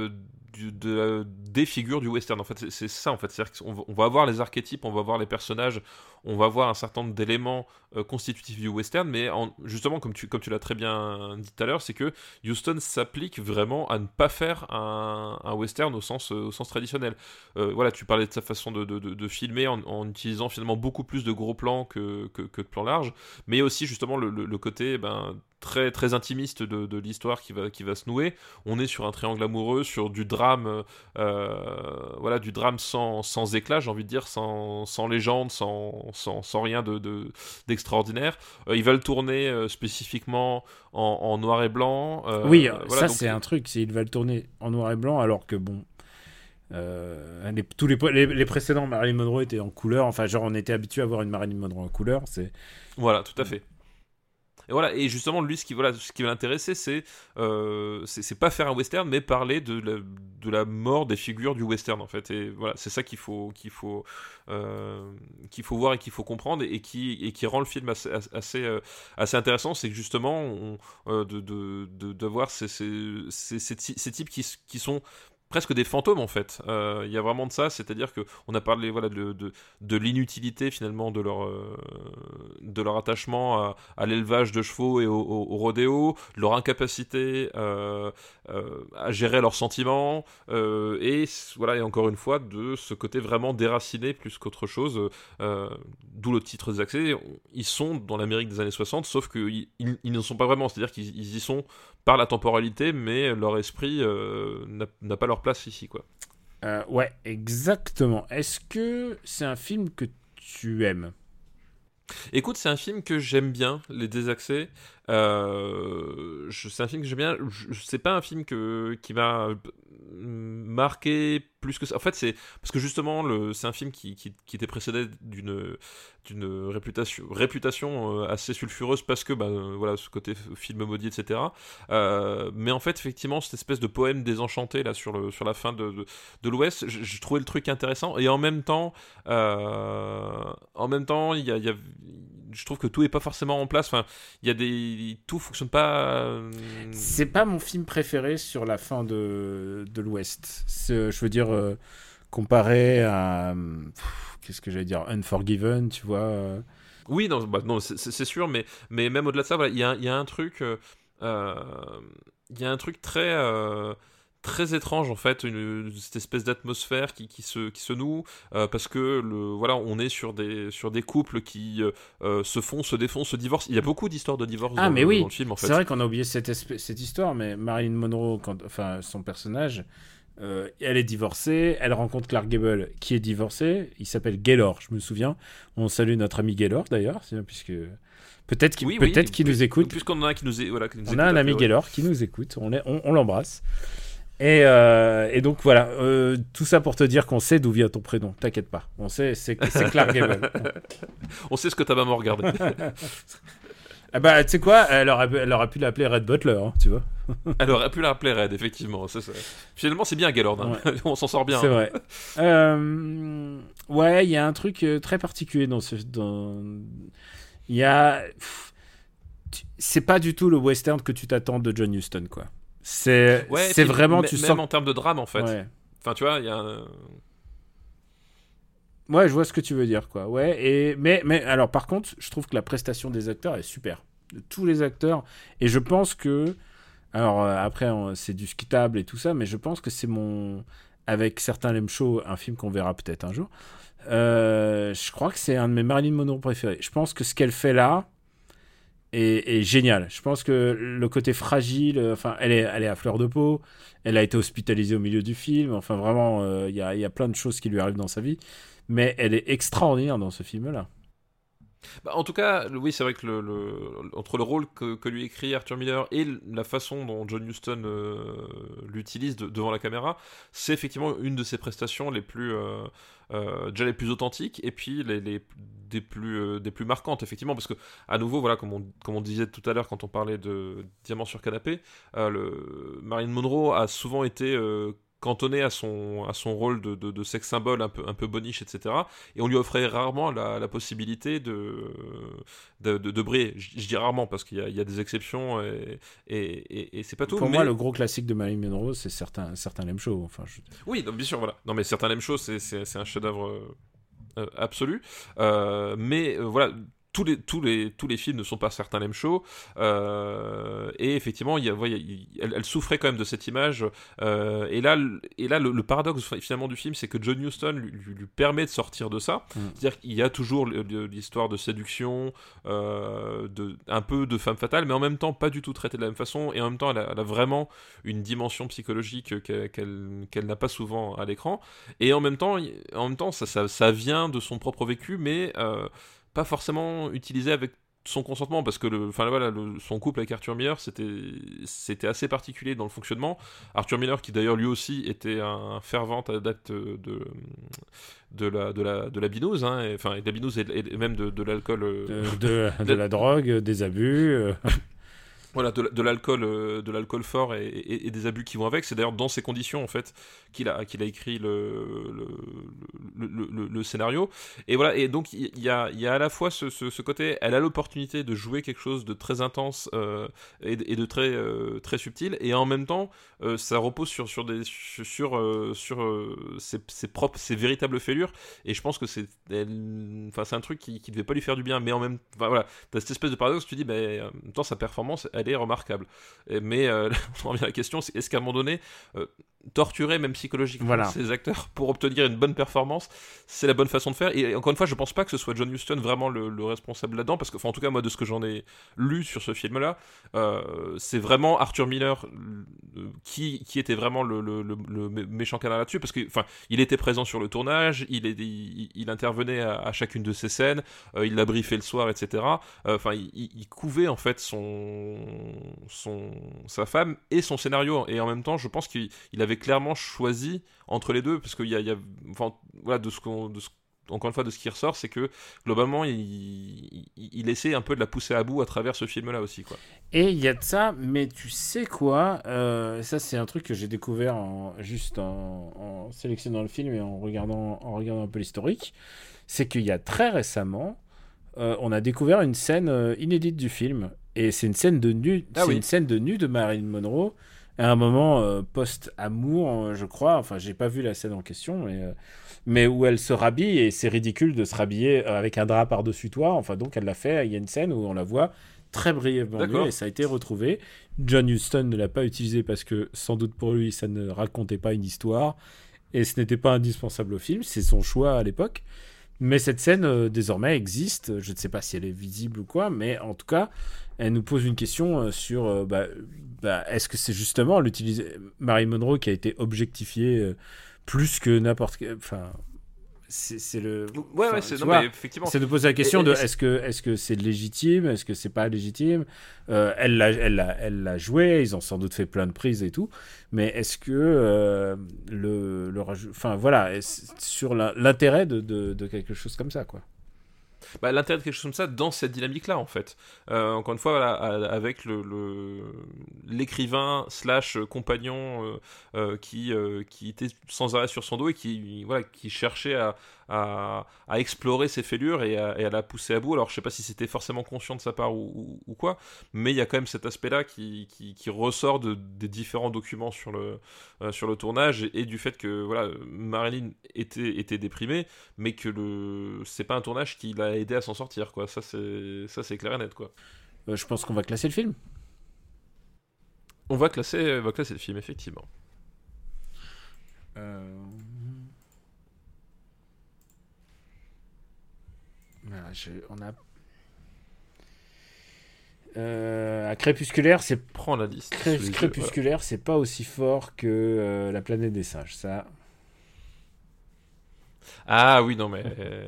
Speaker 5: des figures du western. En fait, c'est ça, en fait. C'est-à-dire qu'on va avoir les archétypes, on va voir les personnages, on va voir un certain nombre d'éléments constitutifs du western, mais justement, comme tu l'as très bien dit tout à l'heure, c'est que Huston s'applique vraiment à ne pas faire un western au sens traditionnel. Voilà, tu parlais de sa façon de filmer en utilisant finalement beaucoup plus de gros plans que de plans larges, mais aussi justement le côté très très intimiste de l'histoire qui va se nouer. On est sur un triangle amoureux, sur du drame, du drame sans éclat, j'ai envie de dire, sans légende, sans rien d'extraordinaire. Il va le tourner spécifiquement en noir et blanc.
Speaker 4: Oui, ça donc, c'est un truc, il va le tourner en noir et blanc, alors que bon, tous les précédents Marilyn Monroe étaient en couleur. Enfin, genre on était habitué à voir une Marilyn Monroe en couleur.
Speaker 5: Voilà, tout à fait. Et voilà, et justement lui ce qui va l'intéresser, c'est pas faire un western, mais parler de la mort des figures du western en fait. Et voilà, c'est ça qu'il faut voir et qu'il faut comprendre, et qui rend le film assez intéressant. C'est que justement de voir ces types qui sont presque des fantômes en fait. Il y a vraiment de ça, c'est-à-dire que on a parlé de l'inutilité finalement de leur attachement à l'élevage de chevaux et au rodéo, leur incapacité à gérer leurs sentiments, et encore une fois de ce côté vraiment déraciné plus qu'autre chose, d'où le titre des accès. Ils sont dans l'Amérique des années 60, sauf qu'ils ne sont pas vraiment, c'est-à-dire qu'ils y sont par la temporalité, mais leur esprit n'a pas leur place ici, quoi.
Speaker 4: Ouais, exactement. Est-ce que c'est un film que tu aimes ?
Speaker 5: Écoute, c'est un film que j'aime bien, Les Désaccès. C'est un film que j'aime bien. C'est pas un film qui m'a marqué plus que ça. En fait, c'est parce que justement, c'est un film qui était précédé d'une réputation assez sulfureuse parce que voilà, ce côté film maudit, etc. Mais en fait, effectivement, cette espèce de poème désenchanté là sur la fin de l'Ouest, j'ai trouvé le truc intéressant, et en même temps, il y a je trouve que tout est pas forcément en place. Enfin, tout fonctionne pas.
Speaker 4: C'est pas mon film préféré sur la fin de l'Ouest. Je veux dire, comparé à qu'est-ce que j'allais dire, Unforgiven, tu vois.
Speaker 5: Oui, non, c'est sûr, mais même au-delà de ça, voilà, il y a un truc, très étrange en fait, cette espèce d'atmosphère qui se noue, parce que voilà, on est sur des couples qui se défont, se divorcent. Il y a beaucoup d'histoires de divorce dans le film, en fait.
Speaker 4: C'est vrai qu'on a oublié cette histoire, mais Marilyn Monroe, son personnage, elle est divorcée, elle rencontre Clark Gable qui est divorcé, il s'appelle Gaylord, je me souviens. On salue notre ami Gaylord d'ailleurs, puisque peut-être qu'il nous écoute.
Speaker 5: Puisqu'on en a un qui nous écoute.
Speaker 4: On a un ami Gaylord qui nous écoute, on l'embrasse. Et donc voilà, tout ça pour te dire qu'on sait d'où vient ton prénom, t'inquiète pas. On sait, c'est Clark Gable.
Speaker 5: On sait ce que ta maman regardait.
Speaker 4: Ah bah, tu sais quoi, elle aurait pu l'appeler Red Butler, hein, tu vois.
Speaker 5: Elle aurait pu l'appeler Red, effectivement. Finalement, c'est bien Gaylord, hein. Ouais. On s'en sort bien.
Speaker 4: C'est vrai. Ouais, il y a un truc très particulier il y a... C'est pas du tout le western que tu t'attends de John Huston, quoi. C'est vraiment... tu
Speaker 5: même
Speaker 4: sens...
Speaker 5: en termes de drame, en fait.
Speaker 4: Ouais.
Speaker 5: Enfin, tu vois, il y a...
Speaker 4: Ouais, je vois ce que tu veux dire, quoi. Ouais, mais alors, par contre, je trouve que la prestation des acteurs est super. De tous les acteurs. Et je pense que... Alors, après, c'est discutable et tout ça, mais je pense que c'est avec certains Lem Show, un film qu'on verra peut-être un jour. Je crois que c'est un de mes Marilyn Monroe préférés. Je pense que ce qu'elle fait là est génial. Je pense que le côté fragile, enfin, elle est à fleur de peau. Elle a été hospitalisée au milieu du film. Enfin, vraiment, il y a plein de choses qui lui arrivent dans sa vie. Mais elle est extraordinaire dans ce film-là.
Speaker 5: En tout cas, oui, c'est vrai que entre le rôle que lui écrit Arthur Miller et la façon dont John Huston l'utilise devant la caméra, c'est effectivement une de ses prestations les plus déjà les plus authentiques, et puis des plus marquantes, effectivement, parce que à nouveau, voilà, comme on disait tout à l'heure quand on parlait de Diamant sur canapé, Marilyn Monroe a souvent été cantonné à son rôle de sex symbole un peu boniche, etc. Et on lui offrait rarement la possibilité de briller. Je dis rarement parce qu'il y a des exceptions, et c'est pas tout.
Speaker 4: Pour moi, le gros classique de Marilyn Monroe, c'est certains Lem Show. Enfin,
Speaker 5: Oui, donc, bien sûr, voilà. Non, mais certains Lem Show, c'est un chef-d'œuvre absolu. Mais voilà. Tous les films ne sont pas certains Lem Show, et effectivement elle souffrait quand même de cette image, et là le paradoxe finalement du film, c'est que John Huston lui permet de sortir de ça. C'est-à-dire qu'il y a toujours l'histoire de séduction, un peu de femme fatale, mais en même temps pas du tout traitée de la même façon, et en même temps elle a vraiment une dimension psychologique qu'elle n'a pas souvent à l'écran, et en même temps ça vient de son propre vécu, mais pas forcément utilisé avec son consentement, parce que son couple avec Arthur Miller, c'était assez particulier dans le fonctionnement. Arthur Miller, qui d'ailleurs lui aussi était un fervent adepte de la binouse, hein, et de la binouse et même de l'alcool,
Speaker 4: de la drogue, des abus.
Speaker 5: Voilà, de l'alcool fort et des abus qui vont avec. C'est d'ailleurs dans ces conditions en fait qu'il a écrit le scénario. Et voilà, et donc il y a à la fois ce côté, elle a l'opportunité de jouer quelque chose de très intense et de très très subtil, et en même temps ça repose sur ses véritables fêlures. Et je pense que c'est un truc qui devait pas lui faire du bien, mais en même, voilà, t'as cette espèce de paradoxe, tu dis, en même temps sa performance elle est remarquable. Mais on revient à la question, c'est est-ce qu'à un moment donné, torturer même psychologiquement ces acteurs pour obtenir une bonne performance, c'est la bonne façon de faire. Et encore une fois, je pense pas que ce soit John Huston vraiment le responsable là-dedans, parce que, en tout cas, moi, de ce que j'en ai lu sur ce film-là, c'est vraiment Arthur Miller qui était vraiment le méchant canard là-dessus, parce que, enfin, il était présent sur le tournage, il intervenait à chacune de ces scènes, il l'a briefé le soir, etc. Enfin, il couvait en fait sa femme et son scénario, et en même temps, je pense qu'il avait clairement choisi entre les deux, parce qu'il y a enfin, voilà, encore une fois, de ce qui ressort, c'est que globalement, il essaie un peu de la pousser à bout à travers ce film-là aussi, quoi.
Speaker 4: Et il y a de ça, mais tu sais quoi, ça c'est un truc que j'ai découvert juste en sélectionnant le film et en regardant un peu l'historique, c'est qu'il y a très récemment, on a découvert une scène inédite du film, et c'est une scène de nu, une scène de nu de Marilyn Monroe. À un moment post-amour, je crois, enfin j'ai pas vu la scène en question, mais où elle se rhabille, et c'est ridicule de se rhabiller avec un drap par-dessus toi, enfin donc elle l'a fait, il y a une scène où on la voit très brièvement nue, et ça a été retrouvé. John Huston ne l'a pas utilisé parce que sans doute pour lui ça ne racontait pas une histoire, et ce n'était pas indispensable au film, c'est son choix à l'époque. Mais cette scène, désormais, existe. Je ne sais pas si elle est visible ou quoi, mais en tout cas, elle nous pose une question sur est-ce que c'est justement Marilyn Monroe qui a été objectifiée plus que n'importe quel... Enfin, c'est le...
Speaker 5: Ouais, c'est... Non, mais effectivement...
Speaker 4: C'est de poser la question de est-ce que c'est légitime, est-ce que c'est pas légitime. Elle l'a joué, ils ont sans doute fait plein de prises et tout, mais est-ce que enfin voilà, sur l'intérêt de quelque chose comme ça, quoi.
Speaker 5: Bah, l'intérêt de quelque chose comme ça dans cette dynamique-là, en fait. Encore une fois, voilà, avec l'écrivain / compagnon qui était sans arrêt sur son dos et qui cherchait à explorer ses fêlures et à la pousser à bout. Alors, je sais pas si c'était forcément conscient de sa part ou quoi, mais il y a quand même cet aspect-là qui ressort des différents documents sur le tournage et du fait que voilà, Marilyn était déprimée, mais que c'est pas un tournage qui l'a aidé à s'en sortir, quoi. Ça c'est clair et net, quoi.
Speaker 4: Je pense qu'on va classer le film.
Speaker 5: On va classer le film, effectivement.
Speaker 4: Voilà, à Crépusculaire, c'est...
Speaker 5: Prends la liste.
Speaker 4: Crépusculaire, voilà. C'est pas aussi fort que La planète des singes, ça.
Speaker 5: Ah oui, non, mais...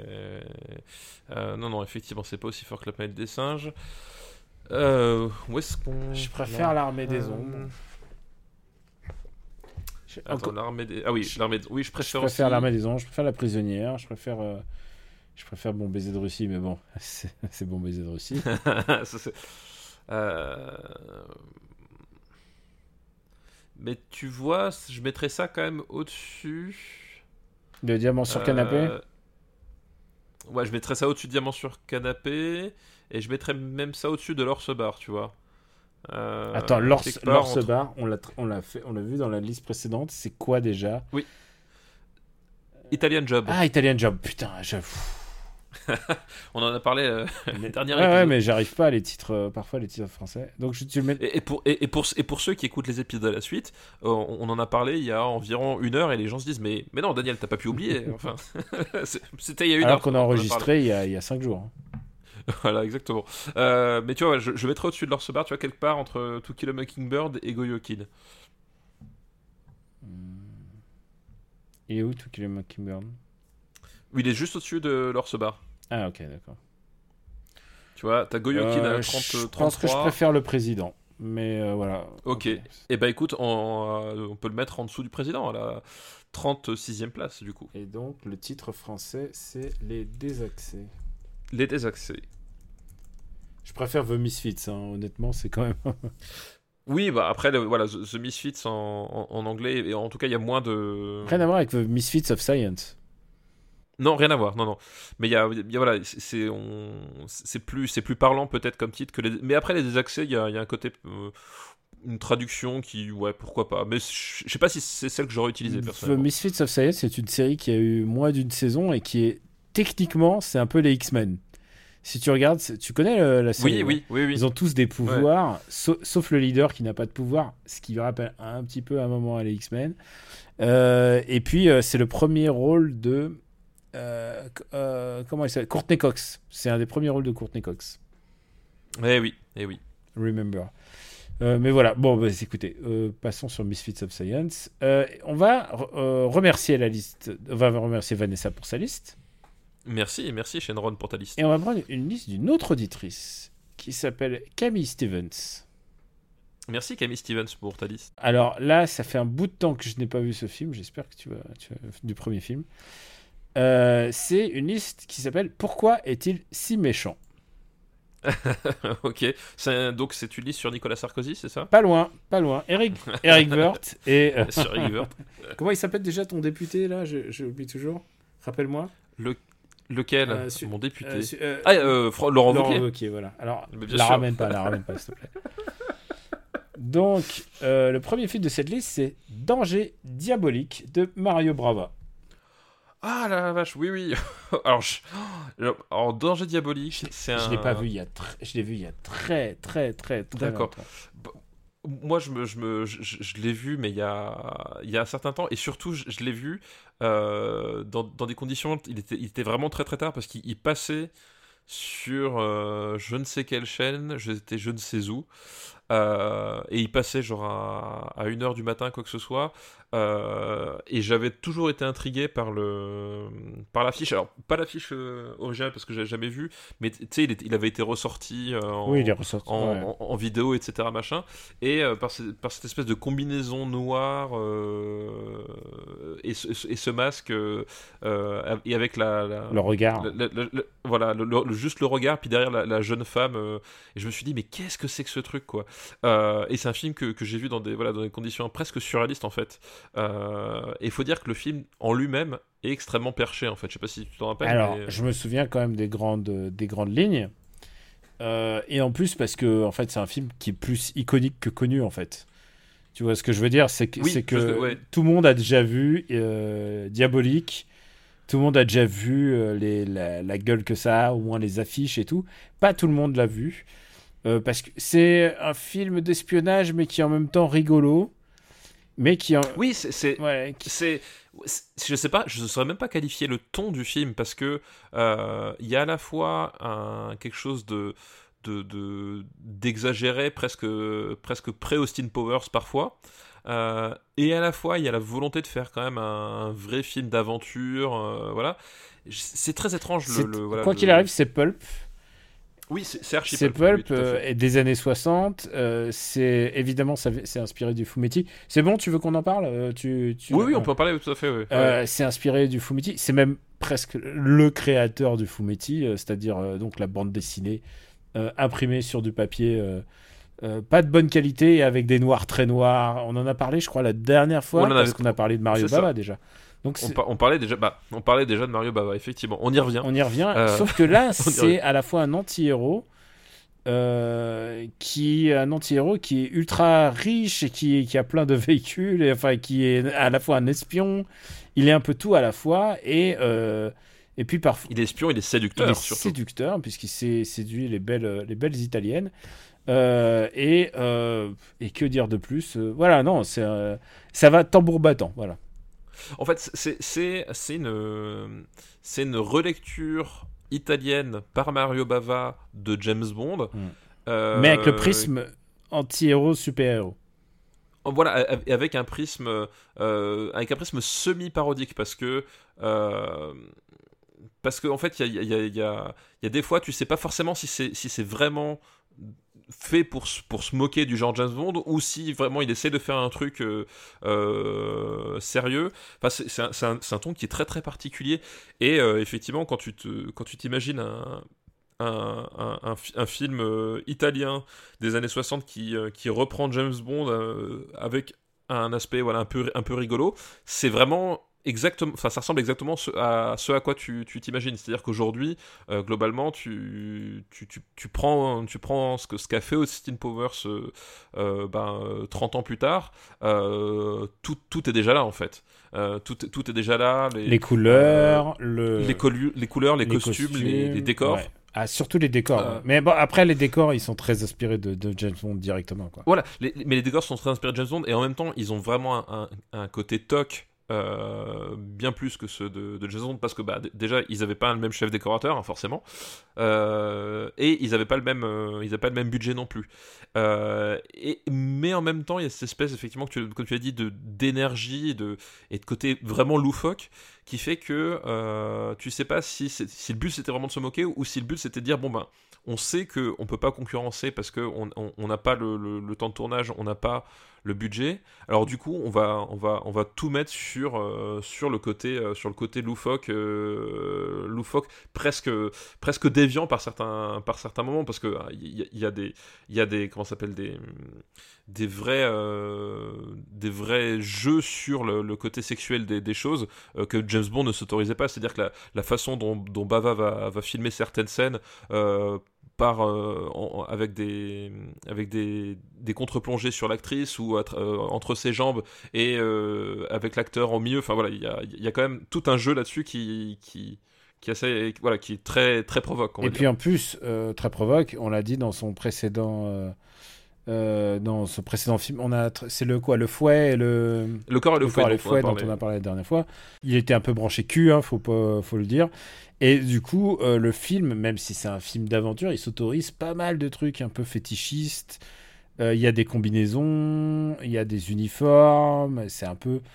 Speaker 5: non, effectivement, c'est pas aussi fort que La planète des singes. Où est-ce qu'on...
Speaker 4: Je préfère L'Armée des ombres.
Speaker 5: Attends, l'Armée des... Ah oui, oui, je préfère aussi...
Speaker 4: L'Armée des ombres, je préfère La prisonnière, je préfère Bon baiser de Russie, mais bon, c'est Bon baiser de Russie.
Speaker 5: Mais tu vois, je mettrais ça quand même au-dessus...
Speaker 4: De Diamant sur canapé.
Speaker 5: Ouais, je mettrais ça au-dessus de Diamant sur canapé, et je mettrais même ça au-dessus de L'Orse Bar, tu vois.
Speaker 4: Attends, L'Orse Bar, on l'a vu dans la liste précédente, c'est quoi déjà?
Speaker 5: Oui. Italian Job.
Speaker 4: Ah, Italian Job, putain, j'avoue.
Speaker 5: On en a parlé dernière épisode.
Speaker 4: Ouais, mais j'arrive pas à les titres, parfois les titres français. Donc tu le mets...
Speaker 5: et pour ceux qui écoutent les épisodes à la suite, on en a parlé il y a environ 1 heure et les gens se disent mais non Daniel, t'as pas pu oublier. Enfin, c'était il y a 1 heure.
Speaker 4: Alors qu'on a enregistré il y a 5 jours.
Speaker 5: Voilà, exactement. Mais tu vois, je mettrais au-dessus de L'Orse Bar, tu vois, quelque part entre To Kill a Mockingbird et Go Your Kid.
Speaker 4: Il est où To Kill a Mockingbird?
Speaker 5: Oui, il est juste au-dessus de L'Orse Bar.
Speaker 4: Ah, ok, d'accord.
Speaker 5: Tu vois, t'as Go Your Kid à 30,
Speaker 4: je
Speaker 5: 33.
Speaker 4: pense que je préfère le président. Mais voilà.
Speaker 5: Ok. Et bah écoute, on peut le mettre en dessous du président, à la 36e place, du coup.
Speaker 4: Et donc, le titre français, c'est Les Désaxés.
Speaker 5: Les Désaxés.
Speaker 4: Je préfère The Misfits, hein. Honnêtement, c'est quand même...
Speaker 5: Oui, bah après, voilà, The Misfits en anglais, et en tout cas, il y a moins de...
Speaker 4: Rien à voir avec The Misfits of Science.
Speaker 5: Non, rien à voir, non. Mais il y a voilà, c'est plus parlant peut-être comme titre que les... Mais après, Les Désaxés, il y a un côté... une traduction qui... Ouais, pourquoi pas. Mais je sais pas si c'est celle que j'aurais utilisée, personnellement.
Speaker 4: The Misfits of Science, c'est une série qui a eu moins d'une saison et qui est... Techniquement, c'est un peu les X-Men. Si tu regardes, tu connais la série?
Speaker 5: Oui.
Speaker 4: Ils ont tous des pouvoirs, sauf le leader qui n'a pas de pouvoir, ce qui rappelle un petit peu à un moment à les X-Men. Et puis, c'est le premier rôle de... comment il s'appelle? Courtney Cox. C'est un des premiers rôles de Courtney Cox.
Speaker 5: Eh oui.
Speaker 4: Remember. Mais voilà, bon, bah, écoutez, passons sur Misfits of Science. On va remercier la liste. On va remercier Vanessa pour sa liste.
Speaker 5: Merci Shenron pour ta liste.
Speaker 4: Et on va prendre une liste d'une autre auditrice qui s'appelle Camille Stevens.
Speaker 5: Merci Camille Stevens pour ta liste.
Speaker 4: Alors là, ça fait un bout de temps que je n'ai pas vu ce film. J'espère que tu vas du premier film. C'est une liste qui s'appelle Pourquoi est-il si méchant?
Speaker 5: Ok, donc c'est une liste sur Nicolas Sarkozy, c'est ça?
Speaker 4: Pas loin. Eric Woerth et...
Speaker 5: Sur Eric Woerth.
Speaker 4: Comment il s'appelle déjà ton député là? J'oublie toujours. Rappelle-moi.
Speaker 5: Lequel? Mon député. Laurent
Speaker 4: Wauquiez, voilà. Alors, ramène pas, s'il te plaît. Donc, le premier film de cette liste, c'est Danger diabolique de Mario Bava.
Speaker 5: Ah la vache, oui. Alors, Danger diabolique, c'est un...
Speaker 4: Je l'ai pas vu je l'ai vu il y a très
Speaker 5: D'accord.
Speaker 4: longtemps.
Speaker 5: Moi, je l'ai vu, mais il y a un certain temps, et surtout, je l'ai vu dans des conditions... Il était vraiment très très tard, parce qu'il passait sur je ne sais quelle chaîne, j'étais je ne sais où, et il passait genre à 1h du matin, quoi que ce soit, et j'avais toujours été intrigué par l'affiche. Alors, pas l'affiche originale, parce que j'avais jamais vu, mais tu sais, il avait été ressorti, en vidéo, etc. machin, et par cette espèce de combinaison noire et ce masque, et avec le regard, voilà, juste le regard, puis derrière la jeune femme, et je me suis dit, mais qu'est-ce que c'est que ce truc, quoi. Et c'est un film que j'ai vu dans des conditions presque surréalistes, en fait. Et il faut dire que le film en lui-même est extrêmement perché, en fait. Je sais pas si tu t'en rappelles.
Speaker 4: Alors, je me souviens quand même des grandes lignes. Et en plus, parce que en fait, c'est un film qui est plus iconique que connu, en fait. Tu vois ce que je veux dire? C'est que tout le monde a déjà vu Diabolique. Tout le monde a déjà vu la gueule que ça a, au moins les affiches et tout. Pas tout le monde l'a vu. Parce que c'est un film d'espionnage, mais qui est en même temps rigolo. Mais qui
Speaker 5: Oui, je sais pas, je ne saurais même pas qualifier le ton du film, parce que il y a à la fois quelque chose d'exagéré, presque pré-Austin Powers parfois, et à la fois il y a la volonté de faire quand même un vrai film d'aventure, voilà. C'est très étrange.
Speaker 4: Quoi qu'il arrive, c'est pulp.
Speaker 5: Oui, c'est archi
Speaker 4: pulp. C'est pulp, et des années 60. Évidemment, c'est inspiré du Fumetti. C'est bon, tu veux qu'on en parle?
Speaker 5: Oui, on peut en parler, tout à fait. Oui.
Speaker 4: C'est inspiré du Fumetti. C'est même presque le créateur du Fumetti, c'est-à-dire donc la bande dessinée imprimée sur du papier pas de bonne qualité et avec des noirs très noirs. On en a parlé, je crois, la dernière fois, parce qu'on a parlé de Mario Bava déjà. Donc
Speaker 5: on parlait déjà de Mario Bava, effectivement. On y revient.
Speaker 4: Sauf que là, c'est à la fois un anti-héros qui est ultra riche et qui a plein de véhicules, et qui est à la fois un espion. Il est un peu tout à la fois, et puis parfois...
Speaker 5: Il est espion, il est séducteur, surtout.
Speaker 4: Séducteur, puisqu'il séduit les belles italiennes. Et que dire de plus? Voilà, non, ça va tambour battant, voilà.
Speaker 5: En fait, c'est une relecture italienne par Mario Bava de James Bond,
Speaker 4: mais avec le prisme anti-héros super-héros.
Speaker 5: Voilà, avec un prisme semi-parodique, parce que en fait, il y a des fois, tu sais pas forcément si c'est vraiment fait pour se moquer du genre James Bond, ou si vraiment il essaie de faire un truc sérieux. Enfin, c'est un ton qui est très très particulier, et effectivement, quand tu t'imagines un film italien des années 60 qui reprend James Bond avec un aspect un peu rigolo, c'est vraiment exactement, enfin ça ressemble exactement à ce à quoi tu t'imagines. C'est-à-dire qu'aujourd'hui, globalement, tu prends ce qu'a fait Austin Powers 30 ans plus tard, tout est déjà là, en fait. Tout est déjà là.
Speaker 4: Les couleurs,
Speaker 5: les couleurs, les costumes, les décors.
Speaker 4: Ah, surtout les décors. Ouais. Mais bon, après, les décors, ils sont très inspirés de James Bond directement, quoi.
Speaker 5: Voilà, mais les décors sont très inspirés de James Bond, et en même temps, ils ont vraiment un côté toc, bien plus que ceux de James Bond, parce que déjà, ils n'avaient pas le même chef décorateur, hein, forcément, et ils n'avaient pas le même budget non plus. Mais en même temps, il y a cette espèce, effectivement, comme tu as dit, d'énergie et de côté vraiment loufoque, qui fait que tu sais pas si le but c'était vraiment de se moquer, ou si le but c'était de dire on sait qu'on peut pas concurrencer parce qu'on n'a pas le temps de tournage, on n'a pas le budget, alors du coup on va tout mettre sur le côté loufoque, presque déviant par certains moments, parce que il y a des comment ça s'appelle, des vrais jeux sur le côté sexuel des choses, que James Bond ne s'autorisait pas. C'est-à-dire que la façon dont Bava va filmer certaines scènes, avec des contre-plongées sur l'actrice, ou entre ses jambes, et avec l'acteur au milieu, enfin voilà, il y a quand même tout un jeu là-dessus qui est très très provoque.
Speaker 4: Et puis en plus, très provoque, on l'a dit dans son précédent film, c'est le fouet et le
Speaker 5: corps et le fouet
Speaker 4: dont on a parlé la dernière fois. Il était un peu branché cul, hein, faut le dire. Et du coup, le film, même si c'est un film d'aventure, il s'autorise pas mal de trucs un peu fétichistes. Il y a des combinaisons, il y a des uniformes, c'est un peu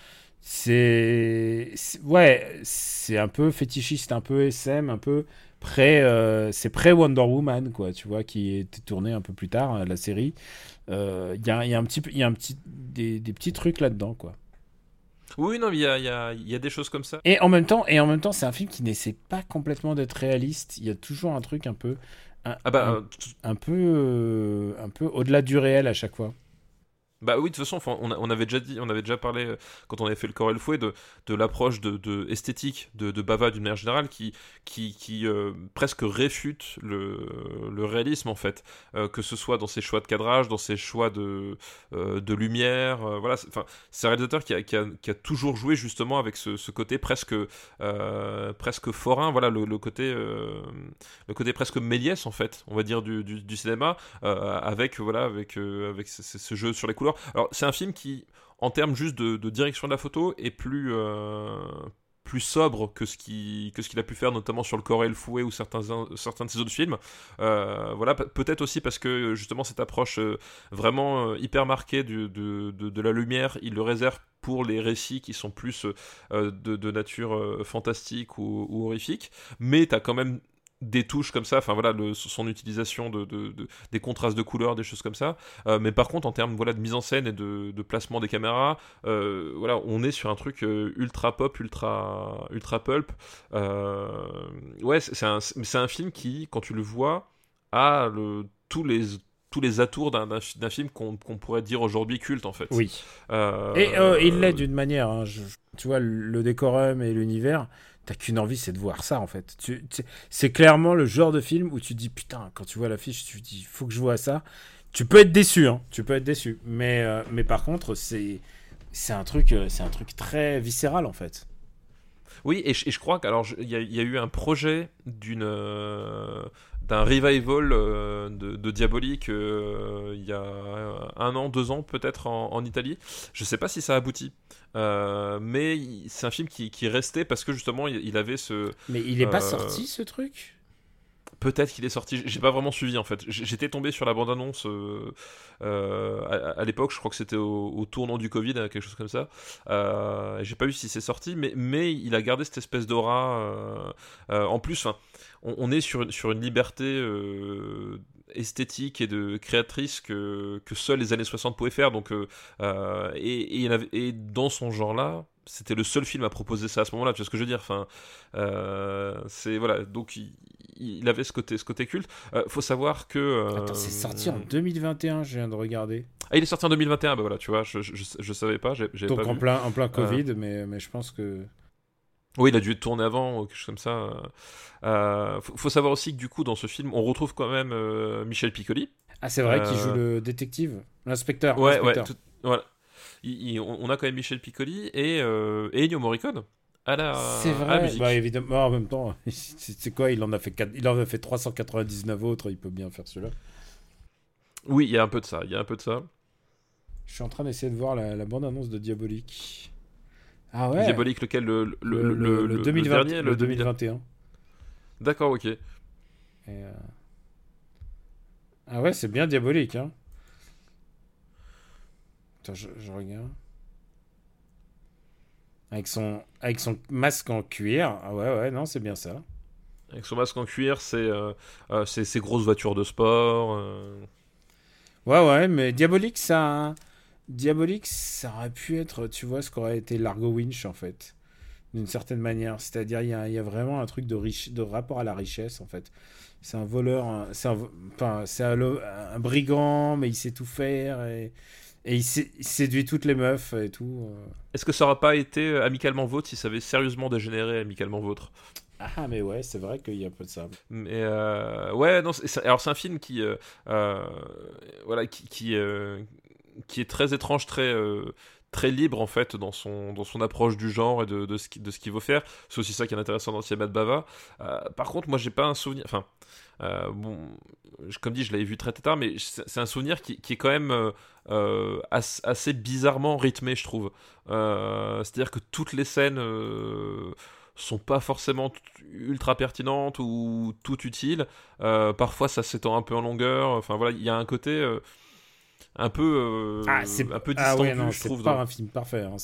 Speaker 4: fétichiste, un peu SM, un peu c'est pré Wonder Woman, quoi, tu vois, qui était tourné un peu plus tard, la série. Il y a des petits trucs là-dedans, quoi.
Speaker 5: Oui, non, il y a des choses comme ça.
Speaker 4: Et en même temps, c'est un film qui n'essaie pas complètement d'être réaliste. Il y a toujours un truc un peu au-delà du réel à chaque fois.
Speaker 5: Bah oui, de toute façon, on avait déjà parlé, quand on avait fait le corps et le fouet, de l'approche de esthétique de Bava d'une manière générale, qui presque réfute le réalisme, en fait, que ce soit dans ses choix de cadrage, dans ses choix de lumière, voilà. Enfin, c'est un réalisateur qui a toujours joué justement avec ce côté presque forain, voilà, le côté presque Méliès, en fait, on va dire, du cinéma, avec ce jeu sur les couleurs. Alors c'est un film qui, en termes juste de direction de la photo, est plus sobre que ce qu'il a pu faire, notamment sur Le Corps et le Fouet ou certains de ses autres films. Voilà, peut-être aussi parce que justement cette approche vraiment hyper marquée de la lumière, il le réserve pour les récits qui sont plus de nature fantastique ou horrifique, mais t'as quand même des touches comme ça, enfin voilà, son utilisation des contrastes de couleurs, des choses comme ça, mais par contre en termes, voilà, de mise en scène et de placement des caméras, voilà, on est sur un truc ultra pop, ultra pulp. Ouais, c'est un film qui, quand tu le vois, a tous les atours d'un film qu'on pourrait dire aujourd'hui culte, en fait.
Speaker 4: Oui. Et il l'est d'une manière, hein. Tu vois, le décorum et l'univers, t'as qu'une envie, c'est de voir ça, en fait. C'est clairement le genre de film où tu te dis, putain, quand tu vois l'affiche, tu te dis, faut que je vois ça. Tu peux être déçu, hein. Mais par contre, c'est un truc très viscéral, en fait.
Speaker 5: Oui, et je crois qu'il y a eu un projet d'un revival de Diabolique il y a 1 an, 2 ans peut-être en Italie. Je sais pas si ça aboutit, mais c'est un film qui restait parce que justement il avait ce...
Speaker 4: Mais il est pas sorti, ce truc ?
Speaker 5: Peut-être qu'il est sorti, j'ai pas vraiment suivi, en fait. J'étais tombé sur la bande-annonce à l'époque, je crois que c'était au tournant du Covid, quelque chose comme ça. J'ai pas vu si c'est sorti, mais il a gardé cette espèce d'aura. En plus, on est sur une liberté esthétique et de créatrice que seuls les années 60 pouvaient faire. Donc, et dans son genre-là, c'était le seul film à proposer ça à ce moment-là, tu vois ce que je veux dire. Enfin, voilà, donc il avait ce côté culte. Faut savoir que...
Speaker 4: Attends, c'est sorti en 2021, je viens de regarder.
Speaker 5: Ah, il est sorti en 2021, bah voilà, tu vois, je savais pas, j'avais
Speaker 4: donc
Speaker 5: pas
Speaker 4: en
Speaker 5: vu.
Speaker 4: plein Covid, mais je pense que...
Speaker 5: Oui, il a dû être tourné avant, ou quelque chose comme ça. Faut savoir aussi que du coup, dans ce film, on retrouve quand même Michel Piccoli.
Speaker 4: Ah, c'est vrai qu'il joue le détective, l'inspecteur.
Speaker 5: Ouais, voilà. On a quand même Michel Piccoli et Ennio Morricone. à la
Speaker 4: C'est
Speaker 5: à la
Speaker 4: vrai.
Speaker 5: musique.
Speaker 4: Bah évidemment, en même temps, c'est quoi? Il en a fait 399 autres. Il peut bien faire celui-là.
Speaker 5: Oui, il y a un peu de ça.
Speaker 4: Je suis en train d'essayer de voir la bande-annonce de Diabolique. Ah ouais.
Speaker 5: Diabolique, lequel
Speaker 4: Le 2020,
Speaker 5: le dernier,
Speaker 4: le 2021.
Speaker 5: D'accord, ok.
Speaker 4: Et, ah ouais, c'est bien Diabolique, hein. Attends, je regarde. Avec son masque en cuir. Ah ouais, non, c'est bien ça.
Speaker 5: Avec son masque en cuir, c'est ces grosses voitures de sport.
Speaker 4: Ouais, mais Diabolique, ça aurait pu être, tu vois, ce qu'aurait été Largo Winch, en fait. D'une certaine manière. C'est-à-dire, il y a vraiment un truc de rapport à la richesse, en fait. C'est un voleur, c'est un brigand, mais il sait tout faire, et il séduit toutes les meufs et tout.
Speaker 5: Est-ce que ça aurait pas été Amicalement Vôtre si ça avait sérieusement dégénéré Amicalement Vôtre?
Speaker 4: Ah, mais ouais, c'est vrai qu'il y a un peu de ça.
Speaker 5: Mais ouais, non, alors c'est un film qui voilà qui est très étrange, très libre en fait dans son approche du genre et de ce qu'il veut faire. C'est aussi ça qui est intéressant dans le cinéma de Bava. Par contre, moi j'ai pas un souvenir, enfin bon, comme dit, je l'avais vu très tard, mais c'est un souvenir qui est quand même assez bizarrement rythmé, je trouve. C'est-à-dire que toutes les scènes sont pas forcément ultra pertinentes ou tout utiles. Parfois, ça s'étend un peu en longueur. Enfin voilà, il y a un côté un peu distendu,
Speaker 4: ouais, non,
Speaker 5: je trouve.
Speaker 4: C'est pas un film parfait. Hein,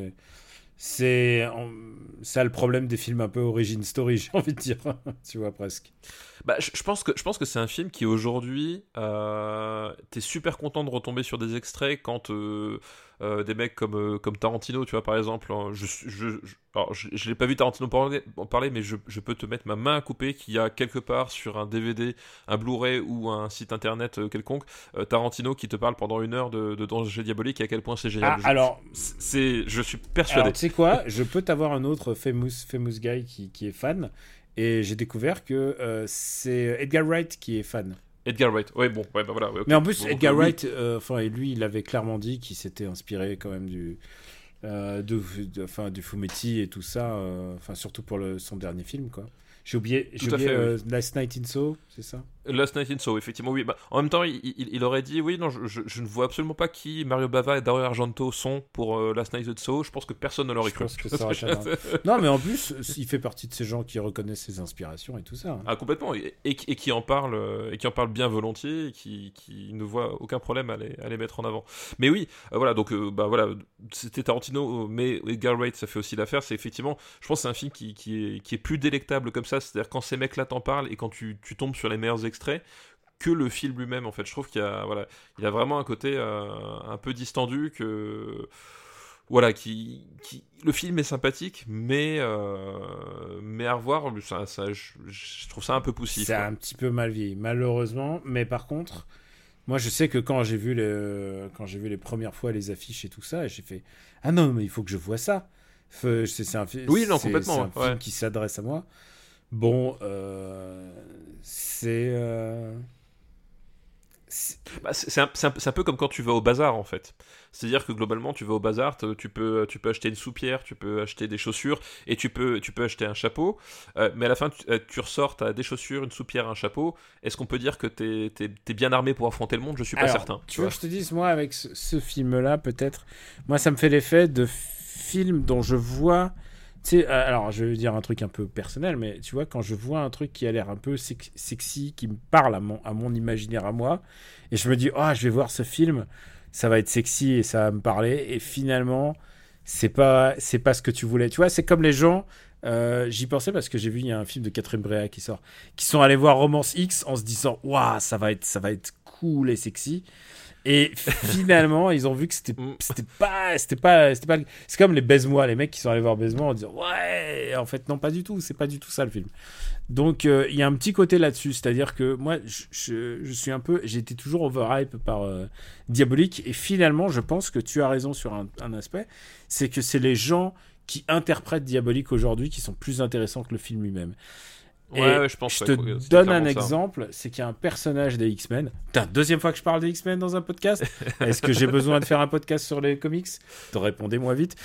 Speaker 4: c'est ça le problème des films un peu origin story, j'ai envie de dire. Tu vois, presque.
Speaker 5: Bah, je pense que c'est un film qui aujourd'hui t'es super content de retomber sur des extraits quand des mecs comme Tarantino, tu vois, par exemple, hein, alors, je l'ai pas vu Tarantino en parler, mais je peux te mettre ma main à couper qu'il y a quelque part sur un DVD, un Blu-ray ou un site internet quelconque, Tarantino qui te parle pendant 1 heure de Danger Diabolique et à quel point c'est génial. Je suis persuadé.
Speaker 4: Alors, tu sais quoi, je peux t'avoir un autre famous guy qui est fan, et j'ai découvert que c'est Edgar Wright qui est fan.
Speaker 5: Edgar Wright, ouais, bon, ouais, bah voilà. Ouais, okay.
Speaker 4: Mais en plus,
Speaker 5: bon,
Speaker 4: Edgar
Speaker 5: oui.
Speaker 4: Wright, lui, il avait clairement dit qu'il s'était inspiré quand même du Fumetti et tout ça, surtout pour son dernier film, quoi. J'ai oublié
Speaker 5: oui.
Speaker 4: Last Night in Soho, c'est ça?
Speaker 5: Last Night in Soho, effectivement, oui. Bah, en même temps, il aurait dit, oui, non, je ne vois absolument pas qui Mario Bava et Dario Argento sont pour Last Night in Soho. Je pense que personne ne l'aurait cru. Non, mais en plus, il fait partie de ces gens qui reconnaissent ses inspirations et tout ça. Hein. Ah, complètement. Et qui en parle bien volontiers, et qui ne voit aucun problème à les mettre en avant. Mais oui, voilà, donc, voilà, c'était Tarantino, mais Edgar Wright, ça fait aussi l'affaire. C'est effectivement, je pense que c'est un film qui est plus délectable comme ça. C'est-à-dire quand ces mecs-là t'en parlent et quand tu tombes sur les meilleurs extraits que le film lui-même, en fait. Je trouve qu'il y a vraiment un côté un peu distendu que voilà, le film est sympathique, mais à revoir, je trouve ça un peu poussif.
Speaker 4: C'est un petit peu mal vieilli, malheureusement. Mais par contre, moi, je sais que quand j'ai vu les premières fois les affiches et tout ça, j'ai fait ah non, mais il faut que je vois ça. C'est un film.
Speaker 5: Oui, non, complètement.
Speaker 4: C'est un film qui s'adresse à moi. Bon, c'est
Speaker 5: un peu comme quand tu vas au bazar, en fait. C'est-à-dire que globalement, tu vas au bazar, tu peux acheter une soupière, tu peux acheter des chaussures et tu peux acheter un chapeau. Mais à la fin, tu ressors, tu as des chaussures, une soupière, un chapeau. Est-ce qu'on peut dire que t'es bien armé pour affronter le monde? Je suis pas certain.
Speaker 4: Tu veux que je te dise, moi, avec ce film-là, peut-être, moi, ça me fait l'effet de film dont je vois. Tu sais, alors, je vais dire un truc un peu personnel, mais tu vois, quand je vois un truc qui a l'air un peu sexy, qui me parle à mon imaginaire à moi, et je me dis, je vais voir ce film, ça va être sexy et ça va me parler, et finalement, c'est pas ce que tu voulais. Tu vois, c'est comme les gens, j'y pensais parce que j'ai vu, il y a un film de Catherine Breillat qui sont allés voir Romance X en se disant, waouh, ça va être cool et sexy. Et finalement, ils ont vu que c'était pas. C'est comme les Baise-moi, les mecs qui sont allés voir Baise-moi en disant ouais, en fait non, pas du tout, c'est pas du tout ça le film. Donc il y a un petit côté là-dessus, c'est-à-dire que moi je suis un peu, j'ai été toujours overhype par Diabolique, et finalement je pense que tu as raison sur un aspect, c'est que c'est les gens qui interprètent Diabolique aujourd'hui qui sont plus intéressants que le film lui-même.
Speaker 5: Ouais, je pense.
Speaker 4: Je te
Speaker 5: c'est
Speaker 4: donne un
Speaker 5: clairement ça.
Speaker 4: exemple, c'est qu'il y a un personnage des X-Men. Putain, deuxième fois que je parle des X-Men dans un podcast. Est-ce que j'ai besoin de faire un podcast sur les comics? Répondez-moi vite.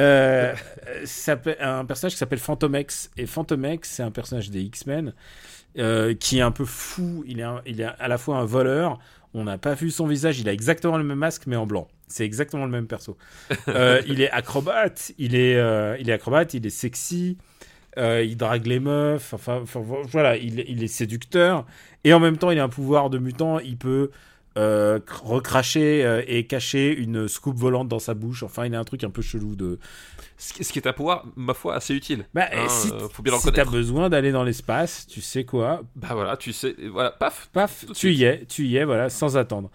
Speaker 4: Un personnage qui s'appelle Phantom X. Et Phantom X, c'est un personnage des X-Men qui est un peu fou. Il est à la fois un voleur. On n'a pas vu son visage. Il a exactement le même masque, mais en blanc. C'est exactement le même perso. Il est acrobate. Il est sexy. Il drague les meufs, voilà, il est séducteur, et en même temps il a un pouvoir de mutant, il peut recracher et cacher une scoop volante dans sa bouche, enfin il a un truc un peu chelou de...
Speaker 5: Ce qui est un pouvoir, ma foi, assez utile.
Speaker 4: Bah,
Speaker 5: faut bien le
Speaker 4: si
Speaker 5: reconnaître.
Speaker 4: t'as besoin d'aller dans l'espace, tu sais quoi,
Speaker 5: Bah voilà, tu sais, voilà, paf,
Speaker 4: paf,
Speaker 5: tout de
Speaker 4: tu y es, voilà, sans attendre.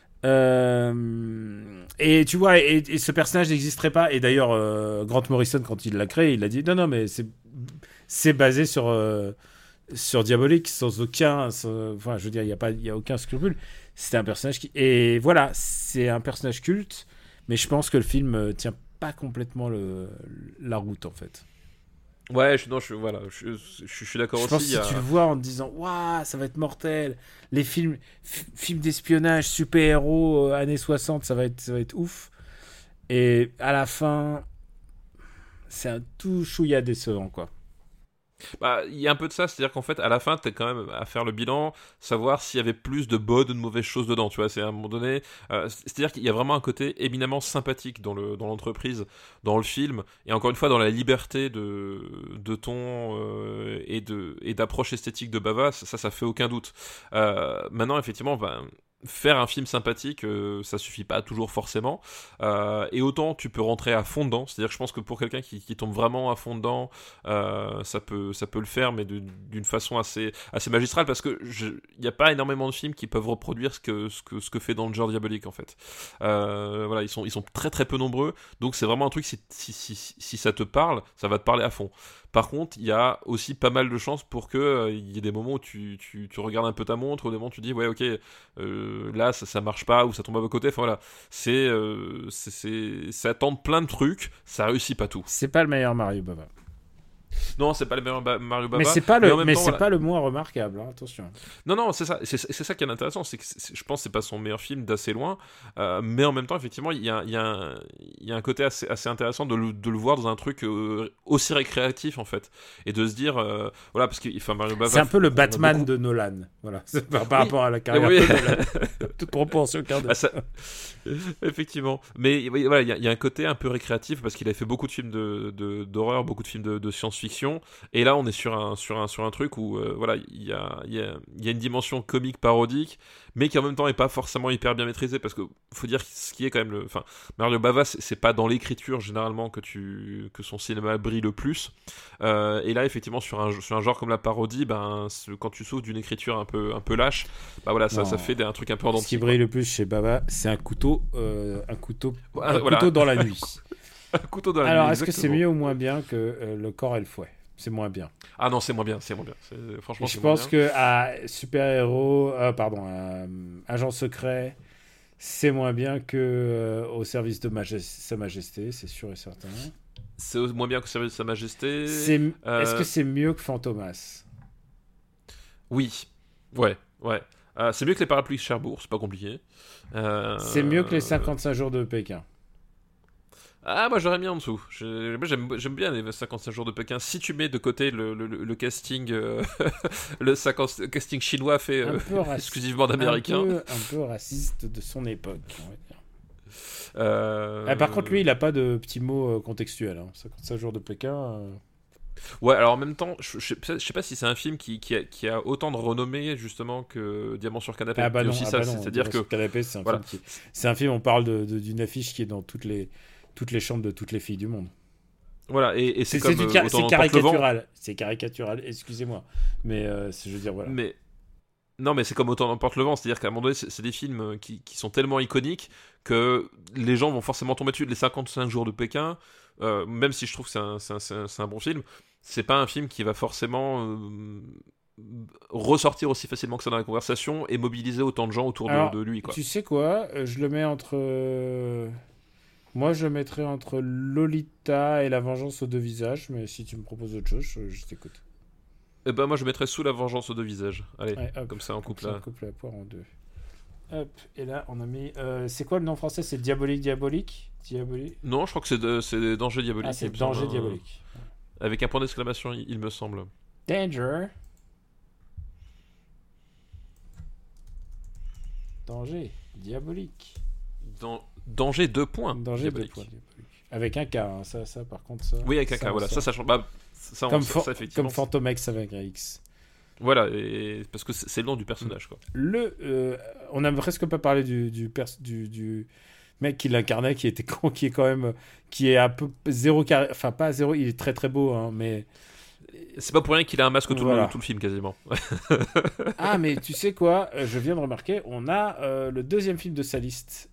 Speaker 4: Et tu vois, et ce personnage n'existerait pas. Et d'ailleurs, Grant Morrison, quand il l'a créé, il a dit non, mais c'est basé sur Diabolique, enfin, je veux dire, il y a aucun scrupule. C'était un personnage qui, et voilà, c'est un personnage culte, mais je pense que le film tient pas complètement la route en fait.
Speaker 5: Ouais, je suis d'accord
Speaker 4: Je
Speaker 5: aussi.
Speaker 4: pense que si tu le vois en te disant waouh, ça va être mortel, les films d'espionnage, super-héros années 60, ça va être ouf. Et à la fin, c'est un tout chouïa décevant quoi.
Speaker 5: Bah, il y a un peu de ça, c'est-à-dire qu'en fait, à la fin, t'es quand même à faire le bilan, savoir s'il y avait plus de bonnes ou de mauvaises choses dedans, tu vois, c'est à un moment donné, c'est-à-dire qu'il y a vraiment un côté éminemment sympathique dans l'entreprise, dans le film, et encore une fois, dans la liberté de ton et d'approche esthétique de Bava, ça fait aucun doute. Maintenant, effectivement, faire un film sympathique, ça suffit pas toujours forcément, et autant tu peux rentrer à fond dedans, c'est-à-dire que je pense que pour quelqu'un qui tombe vraiment à fond dedans, ça peut le faire, mais d'une façon assez magistrale, parce que il n'y a pas énormément de films qui peuvent reproduire ce que fait Danger Diabolique en fait. Voilà, ils sont très très peu nombreux, donc c'est vraiment un truc, si ça te parle, ça va te parler à fond. Par contre, il y a aussi pas mal de chances pour que il y ait des moments où tu regardes un peu ta montre, ou des moments où tu dis ouais ok, là ça marche pas, ou ça tombe à côté. Enfin voilà, ça tente plein de trucs, ça réussit pas tout.
Speaker 4: C'est pas le meilleur Mario Bava.
Speaker 5: Non, c'est pas le meilleur Mario Bava.
Speaker 4: Mais c'est pas
Speaker 5: voilà.
Speaker 4: le moins remarquable, hein, attention.
Speaker 5: Non, c'est ça qui est intéressant, c'est que je pense que c'est pas son meilleur film d'assez loin, mais en même temps, effectivement, il y a un côté assez intéressant de le voir dans un truc aussi récréatif, en fait, et de se dire, voilà, parce que Mario Bava...
Speaker 4: C'est un peu le Batman de Nolan, voilà, par rapport à la carrière de Nolan. Toute proportion gardée.
Speaker 5: Effectivement, mais voilà, il y a un côté un peu récréatif, parce qu'il a fait beaucoup de films d'horreur, beaucoup de films de science-fiction, et là on est sur un truc où voilà, il y a une dimension comique parodique, mais qui en même temps est pas forcément hyper bien maîtrisée, parce que faut dire ce qui est quand même Mario Bava, c'est pas dans l'écriture généralement que son cinéma brille le plus, et là effectivement sur un genre comme la parodie, quand tu souffres d'une écriture un peu lâche, voilà, ça fait un truc un peu en dentille.
Speaker 4: Ce qui brille le plus chez Bava, c'est un couteau dans la nuit.
Speaker 5: Un couteau dans la
Speaker 4: Alors,
Speaker 5: nuit,
Speaker 4: est-ce que c'est mieux ou moins bien que Le corps et le fouet? C'est moins bien.
Speaker 5: Ah non, c'est moins bien. Franchement,
Speaker 4: je pense que à super-héros, agent secret, c'est moins bien que au service de Sa Majesté, c'est sûr et certain.
Speaker 5: C'est moins bien que au service de Sa Majesté.
Speaker 4: Est-ce que c'est mieux que Fantomas?
Speaker 5: Oui. Ouais. C'est mieux que les parapluies de Cherbourg, c'est pas compliqué.
Speaker 4: C'est mieux que les 55 jours de Pékin.
Speaker 5: Ah, moi j'aurais mis en dessous. Moi j'aime bien les 55 jours de Pékin. Si tu mets de côté le casting, le casting chinois fait exclusivement d'américains.
Speaker 4: Un peu raciste de son époque, on va dire. Par contre, lui, il a pas de petits mots contextuels. 55 jours de Pékin.
Speaker 5: Ouais, alors en même temps, je sais pas si c'est un film qui a autant de renommée justement que Diamant sur canapé. C'est-à-dire que
Speaker 4: canapé, c'est un film. On parle d'une affiche qui est dans toutes les chambres de toutes les filles du monde.
Speaker 5: Voilà, et c'est
Speaker 4: caricatural. C'est caricatural, excusez-moi. Mais je veux dire, voilà.
Speaker 5: Non, mais c'est comme Autant n'emporte le vent, c'est-à-dire qu'à un moment donné, c'est des films qui sont tellement iconiques que les gens vont forcément tomber dessus. Les 55 jours de Pékin, même si je trouve que c'est un bon film, c'est pas un film qui va forcément ressortir aussi facilement que ça dans la conversation et mobiliser autant de gens autour de lui, quoi.
Speaker 4: Tu sais quoi, je le mets entre... Moi, je le mettrais entre Lolita et La Vengeance aux deux visages, mais si tu me proposes autre chose, je t'écoute.
Speaker 5: Eh ben moi je mettrais Sous la vengeance aux deux visages. Allez,
Speaker 4: Ouais, hop,
Speaker 5: comme ça on coupe là.
Speaker 4: on coupe la poire en deux. Hop, et là on a mis. C'est quoi le nom français? C'est Diabolique.
Speaker 5: Non, je crois que c'est Danger Diabolique.
Speaker 4: Ah, c'est
Speaker 5: il me semble,
Speaker 4: Danger
Speaker 5: hein.
Speaker 4: Diabolique.
Speaker 5: Avec un point d'exclamation, il me semble.
Speaker 4: Danger. Danger Diabolique.
Speaker 5: Danger 2 points.
Speaker 4: Danger
Speaker 5: diabolique.
Speaker 4: 2 points diabolique. Avec un K, hein, ça par contre ça.
Speaker 5: Oui, avec un K, voilà. Ça change. Bah, ça,
Speaker 4: Comme,
Speaker 5: ça, effectivement.
Speaker 4: comme Phantomex avec un X.
Speaker 5: Voilà, parce que c'est le nom du personnage, quoi.
Speaker 4: On n'a presque pas parlé du mec qui l'incarnait, qui était con, qui est quand même, qui est un peu zéro, enfin pas zéro, il est très très beau, hein, mais
Speaker 5: c'est pas pour rien qu'il a un masque tout
Speaker 4: voilà.
Speaker 5: le film quasiment.
Speaker 4: Ah, mais tu sais quoi, je viens de remarquer, on a le deuxième film de sa liste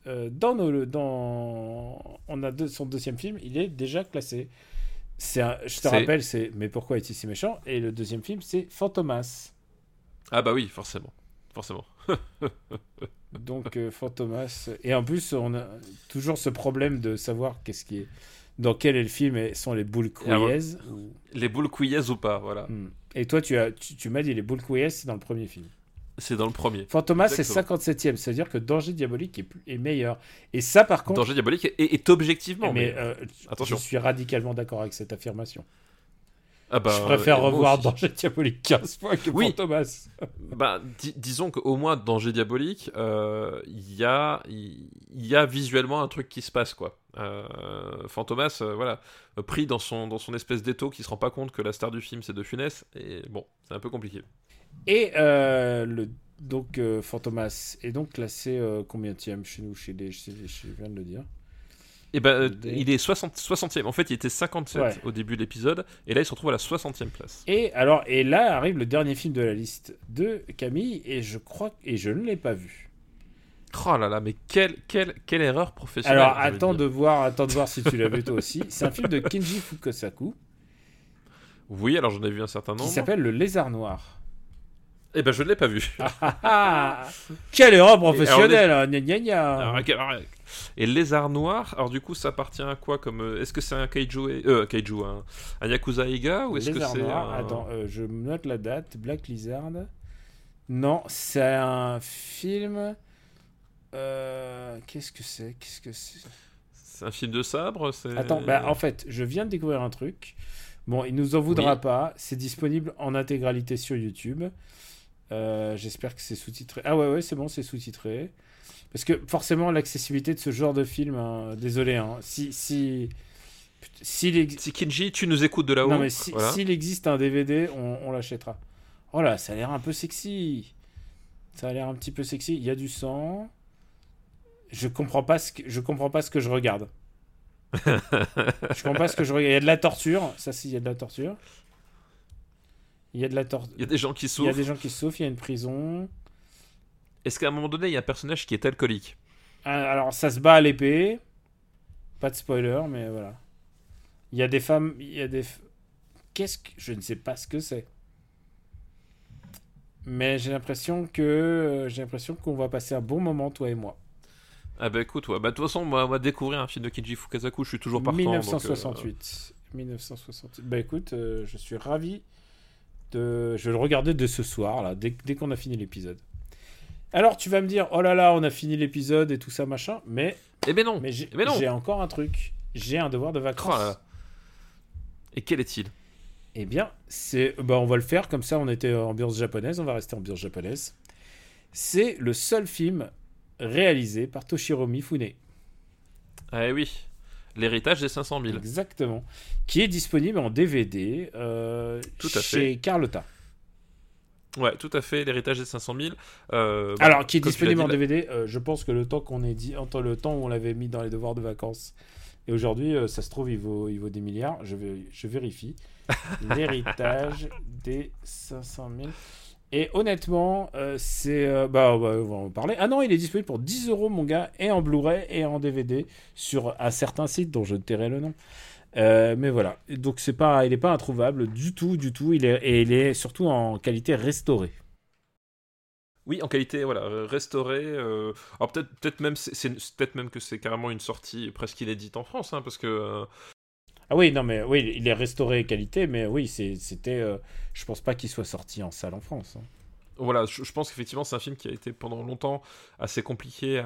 Speaker 4: on a son deuxième film, il est déjà classé. Je te rappelle, c'est Mais pourquoi est-il si méchant? Et le deuxième film, c'est Fantomas.
Speaker 5: Ah bah oui, forcément.
Speaker 4: Donc Fantomas. Et en plus, on a toujours ce problème de savoir dans quel est le film et sont les boules couillaises.
Speaker 5: Les boules couillaises ou pas, voilà.
Speaker 4: Et toi, tu m'as dit les boules couillaises, c'est dans le premier film.
Speaker 5: C'est dans le premier.
Speaker 4: Fantomas, c'est 57ème, c'est-à-dire que Danger Diabolique est meilleur. Et ça, par contre...
Speaker 5: Danger Diabolique est objectivement
Speaker 4: mais
Speaker 5: attention.
Speaker 4: Je suis radicalement d'accord avec cette affirmation.
Speaker 5: Ah bah,
Speaker 4: je préfère revoir Danger Diabolique 15 fois que Fantomas.
Speaker 5: Bah, disons qu'au moins, Danger Diabolique, il y a visuellement un truc qui se passe, quoi. Fantomas, voilà, pris dans son espèce d'étau qui se rend pas compte que la star du film, c'est De Funès, et bon, c'est un peu compliqué.
Speaker 4: Et donc Fantomas est donc classé combienième chez nous, je viens de le dire.
Speaker 5: Et ben il est 60e. En fait, il était 57 au début de l'épisode, et là il se retrouve à la 60e place.
Speaker 4: Et là arrive le dernier film de la liste de Camille, et je ne l'ai pas vu.
Speaker 5: Oh là là, mais quelle erreur professionnelle.
Speaker 4: Alors attends de voir si tu l'as vu toi aussi. C'est un film de Kenji Fukasaku.
Speaker 5: Oui, alors j'en ai vu un certain nombre.
Speaker 4: Qui s'appelle Le Lézard Noir.
Speaker 5: Eh ben je ne l'ai pas vu.
Speaker 4: Quelle erreur professionnelle. Gna gna gna.
Speaker 5: Et Lézard Noir, alors du coup ça appartient à quoi comme est-ce que c'est un kaiju un Yakuza Eiga ou est-ce que c'est
Speaker 4: Noir, attends, je note la date. Black Lizard. Non, c'est un film. Qu'est-ce que c'est
Speaker 5: C'est un film de sabre,
Speaker 4: Attends, en fait, je viens de découvrir un truc. Bon, il nous en voudra pas. C'est disponible en intégralité sur YouTube. J'espère que c'est sous-titré. Ah ouais, c'est bon, c'est sous-titré. Parce que forcément, l'accessibilité de ce genre de film, hein, désolé, hein, si
Speaker 5: Kinji, tu nous écoutes de là-haut.
Speaker 4: Non, mais s'il existe un DVD, on l'achètera. Oh là, ça a l'air un peu sexy. Ça a l'air un petit peu sexy. Il y a du sang. Je comprends pas ce que je regarde. Je comprends pas ce que je regarde. Il y a de la torture. Ça, si, il y a de la torture. Il y a
Speaker 5: des gens qui souffrent.
Speaker 4: Il y a une prison.
Speaker 5: Est-ce qu'à un moment donné, il y a un personnage qui est alcoolique?
Speaker 4: Alors, ça se bat à l'épée. Pas de spoiler, mais voilà. Il y a des femmes... Je ne sais pas ce que c'est. Mais j'ai l'impression qu'on va passer un bon moment, toi et moi.
Speaker 5: Ah bah écoute, ouais. Bah de toute façon, on va découvrir un film de Kenji Fukasaku, je suis toujours partant.
Speaker 4: 1968. 1968. Bah écoute, je suis ravi je vais le regarder dès ce soir, là, dès qu'on a fini l'épisode. Alors tu vas me dire, oh là là, on a fini l'épisode et tout ça, machin, mais...
Speaker 5: Eh ben non.
Speaker 4: Mais j'ai encore un truc. J'ai un devoir de vacances.
Speaker 5: Oh là. Et quel est-il?
Speaker 4: Eh bien, on va le faire, comme ça on était ambiance japonaise, on va rester ambiance japonaise. C'est le seul film réalisé par Toshiro Mifune.
Speaker 5: Ah oui, l'héritage des 500 000.
Speaker 4: Exactement. Qui est disponible en DVD chez Carlotta.
Speaker 5: Ouais, tout à fait, l'héritage des 500 000.
Speaker 4: Alors, qui est disponible en DVD, je pense que le temps qu'on ait dit, entre le temps où on l'avait mis dans les devoirs de vacances et aujourd'hui, ça se trouve, il vaut des milliards. Je vérifie. L'héritage des 500 000. Et honnêtement, on va en parler. Ah non, il est disponible pour 10€, mon gars, et en Blu-ray et en DVD sur un certain site dont je tairai le nom. Mais voilà, donc il n'est pas introuvable du tout. Il est surtout en qualité restaurée.
Speaker 5: Oui, en qualité restaurée. Alors peut-être même que c'est carrément une sortie presque inédite en France, hein, parce que.
Speaker 4: Ah oui, non, mais oui, il est restauré qualité, mais oui, c'était. Je pense pas qu'il soit sorti en salle en France. Hein.
Speaker 5: Voilà, je pense qu'effectivement, c'est un film qui a été pendant longtemps assez compliqué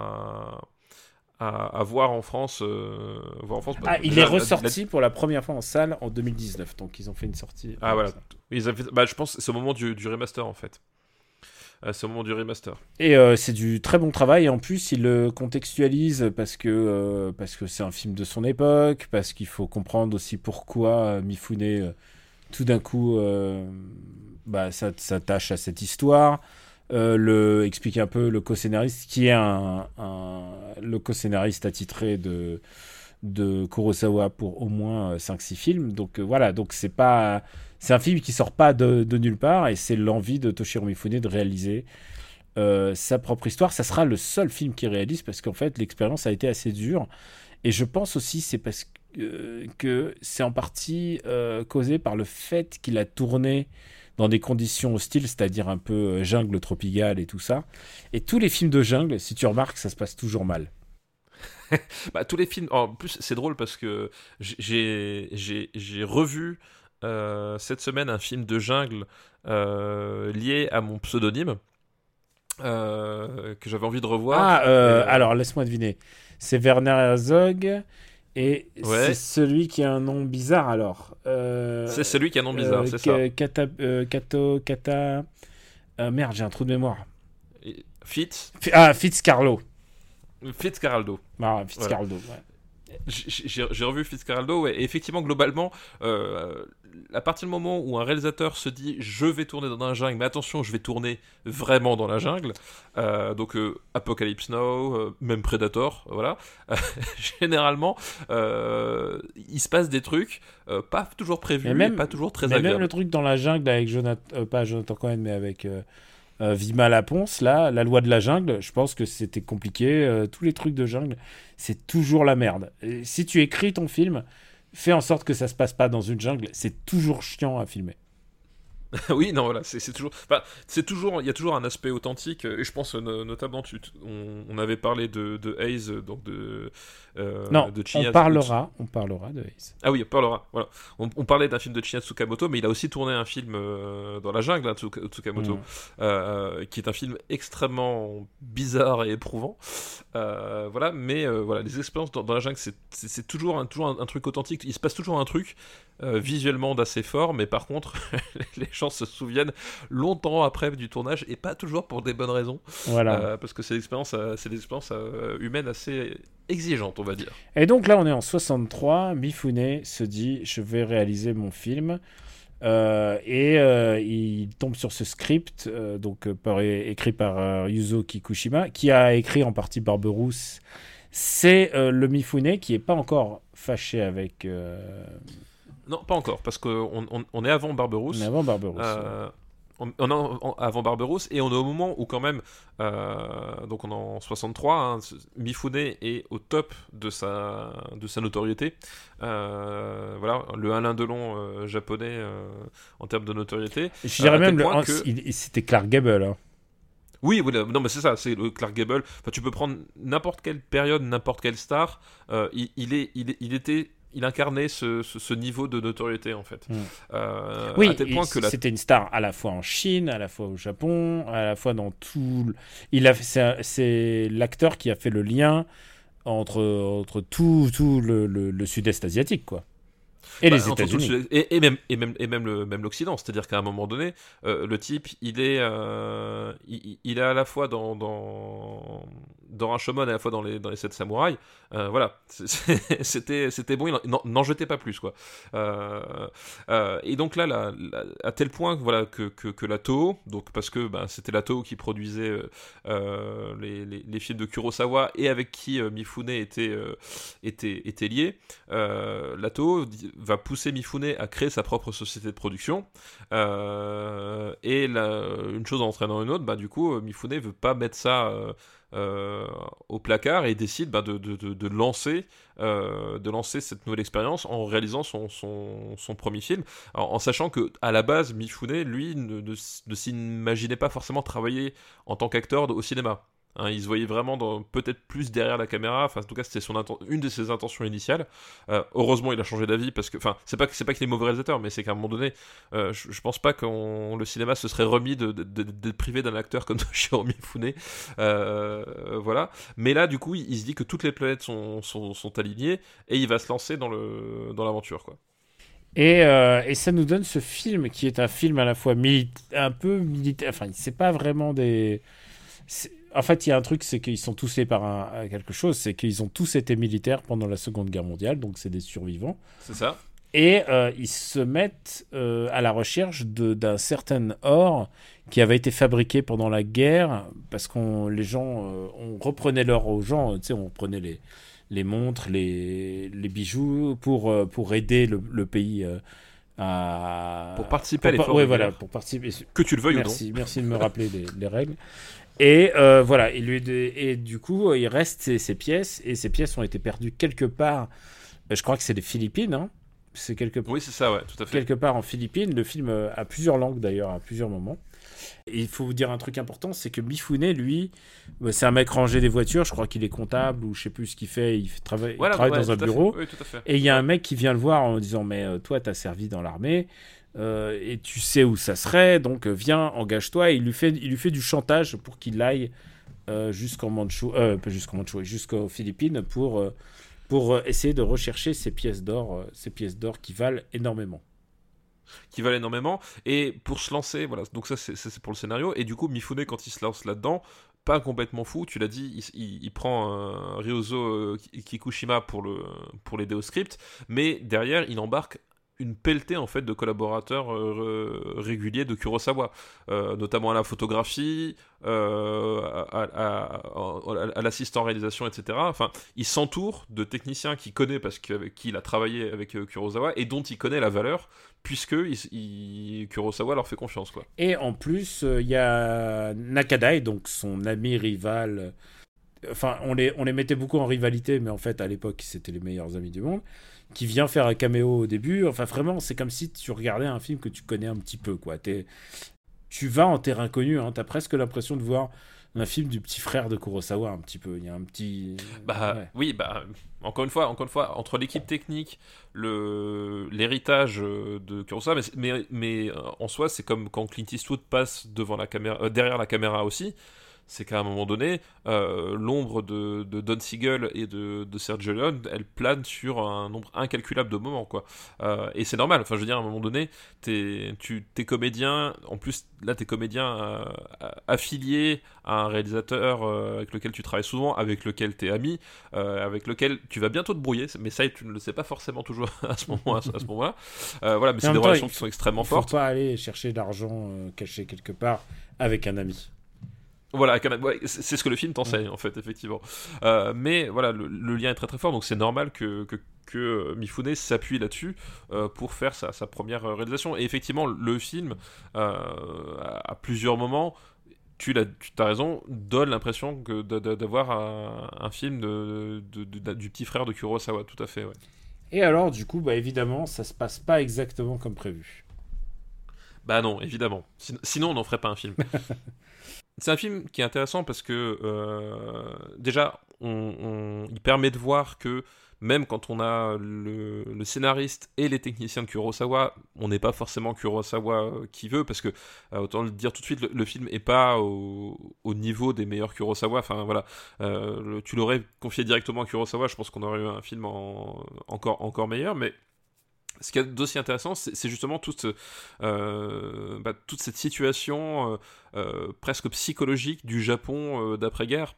Speaker 5: à voir en France.
Speaker 4: Il est ressorti pour la première fois en salle en 2019, donc ils ont fait une sortie.
Speaker 5: Ah voilà. Je pense que c'est au moment du remaster en fait. C'est au moment du remaster.
Speaker 4: Et c'est du très bon travail. Et en plus, il le contextualise parce que c'est un film de son époque, parce qu'il faut comprendre aussi pourquoi Mifune, tout d'un coup, s'attache à cette histoire. Expliquer un peu le co-scénariste, qui est le co-scénariste attitré de Kurosawa pour au moins 5-6 films. Donc voilà, donc c'est un film qui sort pas de nulle part, et c'est l'envie de Toshiro Mifune de réaliser sa propre histoire. Ça sera le seul film qu'il réalise, parce qu'en fait l'expérience a été assez dure, et je pense aussi c'est parce que c'est en partie causé par le fait qu'il a tourné dans des conditions hostiles, c'est-à-dire un peu jungle tropicale et tout ça. Et tous les films de jungle, si tu remarques, ça se passe toujours mal.
Speaker 5: Tous les films. En plus, c'est drôle parce que j'ai revu cette semaine un film de jungle lié à mon pseudonyme que j'avais envie de revoir.
Speaker 4: Alors laisse-moi deviner. C'est Werner Herzog. Et c'est celui qui a un nom bizarre, alors.
Speaker 5: C'est celui qui a un nom bizarre, c'est ça.
Speaker 4: Merde, j'ai un trou de mémoire.
Speaker 5: Fitzcarraldo.
Speaker 4: Fitzcarraldo, voilà. Ouais.
Speaker 5: J'ai revu Fitzcarraldo, ouais, et effectivement, globalement, à partir du moment où un réalisateur se dit je vais tourner dans la jungle, mais attention, je vais tourner vraiment dans la jungle, donc Apocalypse Now, même Predator, voilà, généralement, il se passe des trucs pas toujours prévus, et pas toujours très agréables.
Speaker 4: Même le truc dans la jungle avec pas Jonathan Cohen, mais avec Vima Laponce, là, la loi de la jungle, je pense que c'était compliqué. Tous les trucs de jungle, c'est toujours la merde. Et si tu écris ton film, fais en sorte que ça se passe pas dans une jungle. C'est toujours chiant à filmer.
Speaker 5: Oui, non, voilà, c'est toujours, il y a toujours un aspect authentique, et je pense notamment, on avait parlé de Haze, donc de Shinya.
Speaker 4: On parlera de Haze.
Speaker 5: Ah oui, on parlera, voilà. On parlait d'un film de Shinya Tsukamoto, mais il a aussi tourné un film dans la jungle, Tsukamoto, qui est un film extrêmement bizarre et éprouvant, voilà, mais voilà, les expériences dans la jungle, c'est toujours un truc authentique, il se passe toujours un truc visuellement d'assez fort, mais par contre les gens se souviennent longtemps après du tournage, et pas toujours pour des bonnes raisons, voilà. Parce que c'est des expériences humaines assez exigeantes, on va dire.
Speaker 4: Et donc là on est en 63, Mifune se dit je vais réaliser mon film, il tombe sur ce script écrit par Yuzo Kikushima, qui a écrit en partie Barberousse. C'est le Mifune qui est pas encore fâché avec
Speaker 5: Non, pas encore, parce qu'on est avant Barberousse.
Speaker 4: On est avant Barberousse.
Speaker 5: On est avant Barberousse, et on est au moment où quand même, donc on est en 63, hein, Mifune est au top de sa notoriété. Voilà, le Alain Delon japonais en termes de notoriété.
Speaker 4: Je dirais même c'était Clark Gable. Hein.
Speaker 5: Oui, non, mais c'est ça, c'est le Clark Gable. Enfin, tu peux prendre n'importe quelle période, n'importe quelle star. Il incarnait ce niveau de notoriété, en fait.
Speaker 4: Oui, à tel point que c'était une star à la fois en Chine, à la fois au Japon, à la fois dans tout. C'est l'acteur qui a fait le lien entre tout le sud-est asiatique, quoi. Et les États-Unis.
Speaker 5: Et même l'Occident. C'est-à-dire qu'à un moment donné, le type, il est à la fois dans Rashomon, à la fois dans les 7 samouraïs. Voilà. C'était bon, il n'en jetait pas plus, quoi. Et donc là, à tel point voilà, que la Toho, donc, parce que c'était la Toho qui produisait les films de Kurosawa, et avec qui Mifune était lié, la Toho va pousser Mifune à créer sa propre société de production, et une chose entraînant une autre, du coup Mifune veut pas mettre ça au placard, et décide de lancer cette nouvelle expérience en réalisant son premier film, en sachant que à la base Mifune lui ne s'imaginait pas forcément travailler en tant qu'acteur au cinéma. Hein, il se voyait vraiment peut-être plus derrière la caméra. Enfin, en tout cas, c'était une de ses intentions initiales. Heureusement, il a changé d'avis parce que, enfin, c'est pas qu'il est mauvais réalisateur, mais c'est qu'à un moment donné, je pense pas que le cinéma se serait remis d'être privé d'un acteur comme Toshiro Mifune. Voilà. Mais là, du coup, il se dit que toutes les planètes sont alignées et il va se lancer dans l'aventure, quoi.
Speaker 4: Et ça nous donne ce film qui est un film à la fois un peu militaire. Enfin, c'est pas vraiment des. En fait, il y a un truc, c'est qu'ils sont tous liés par quelque chose, c'est qu'ils ont tous été militaires pendant la Seconde Guerre mondiale, donc c'est des survivants.
Speaker 5: C'est ça.
Speaker 4: Et ils se mettent à la recherche d'un certain or qui avait été fabriqué pendant la guerre, parce les gens, on reprenait l'or aux gens, tu sais, on prenait les montres, les bijoux pour aider le pays
Speaker 5: pour participer à l'effort.
Speaker 4: Oui, voilà, pour participer.
Speaker 5: Que tu le veuilles ou non.
Speaker 4: Merci de me rappeler les règles. Et voilà, et du coup, il reste ces pièces, et ces pièces ont été perdues quelque part. Je crois que c'est les Philippines, hein.
Speaker 5: Oui, c'est ça, ouais, tout à fait.
Speaker 4: Quelque part en Philippines. Le film a plusieurs langues d'ailleurs, à plusieurs moments. Et il faut vous dire un truc important, c'est que Mifune, lui, c'est un mec rangé des voitures. Je crois qu'il est comptable ou je sais plus ce qu'il fait. Il travaille dans un bureau.
Speaker 5: Oui, tout à fait.
Speaker 4: Et il y a un mec qui vient le voir en disant mais toi, t'as servi dans l'armée. Et tu sais où ça serait, donc viens, engage-toi. Et il lui fait du chantage pour qu'il aille jusqu'aux Philippines pour essayer de rechercher ces pièces d'or qui valent énormément.
Speaker 5: Et pour se lancer, voilà, donc ça c'est pour le scénario. Et du coup, Mifune, quand il se lance là-dedans, pas complètement fou, tu l'as dit, il prend Ryozo Kikushima pour l'aider au script, mais derrière, il embarque une pelletée en fait de collaborateurs réguliers de Kurosawa, notamment à la photographie, à l'assistant réalisation, etc. Enfin, il s'entoure de techniciens qu'il connaît parce qu'avec qui il a travaillé avec Kurosawa et dont il connaît la valeur, puisque Kurosawa leur fait confiance, quoi.
Speaker 4: Et en plus, il y a Nakadai, donc son ami rival. Enfin, on les mettait beaucoup en rivalité, mais en fait, à l'époque, c'était les meilleurs amis du monde, qui vient faire un caméo au début. Enfin, vraiment, c'est comme si tu regardais un film que tu connais un petit peu, quoi. Tu vas en terrain connu, hein. T'as presque l'impression de voir un film du petit frère de Kurosawa, un petit peu. Il y a un petit...
Speaker 5: Ouais. Oui, encore une fois, entre l'équipe technique, l'héritage de Kurosawa, mais en soi, c'est comme quand Clint Eastwood passe derrière la caméra aussi. C'est qu'à un moment donné, l'ombre de Don Siegel et de Sergio Leone, elle plane sur un nombre incalculable de moments, quoi. Et c'est normal. Enfin, je veux dire, à un moment donné, t'es comédien. En plus, là, t'es comédien affilié à un réalisateur avec lequel tu travailles souvent, avec lequel t'es ami, avec lequel tu vas bientôt te brouiller. Mais ça, tu ne le sais pas forcément toujours à ce moment-là. Voilà, mais c'est des relations qui sont extrêmement fortes.
Speaker 4: Il ne faut pas aller chercher de l'argent caché quelque part avec un ami.
Speaker 5: Voilà, c'est ce que le film t'enseigne, en fait, effectivement. Mais voilà, le lien est très très fort, donc c'est normal que Mifune s'appuie là-dessus pour faire sa première réalisation. Et effectivement, le film, à plusieurs moments, tu as raison, donne l'impression d'avoir un film du petit frère de Kurosawa, tout à fait, ouais.
Speaker 4: Et alors, du coup, évidemment, ça se passe pas exactement comme prévu.
Speaker 5: Bah non, évidemment. Sinon, on n'en ferait pas un film. C'est un film qui est intéressant parce que déjà, il permet de voir que même quand on a le scénariste et les techniciens de Kurosawa, on n'est pas forcément Kurosawa qui veut, parce que autant le dire tout de suite, le film est pas au niveau des meilleurs Kurosawa. Enfin voilà, tu l'aurais confié directement à Kurosawa, je pense qu'on aurait eu un film encore meilleur, mais ce qui est d'aussi intéressant, c'est justement toute cette situation presque psychologique du Japon d'après-guerre,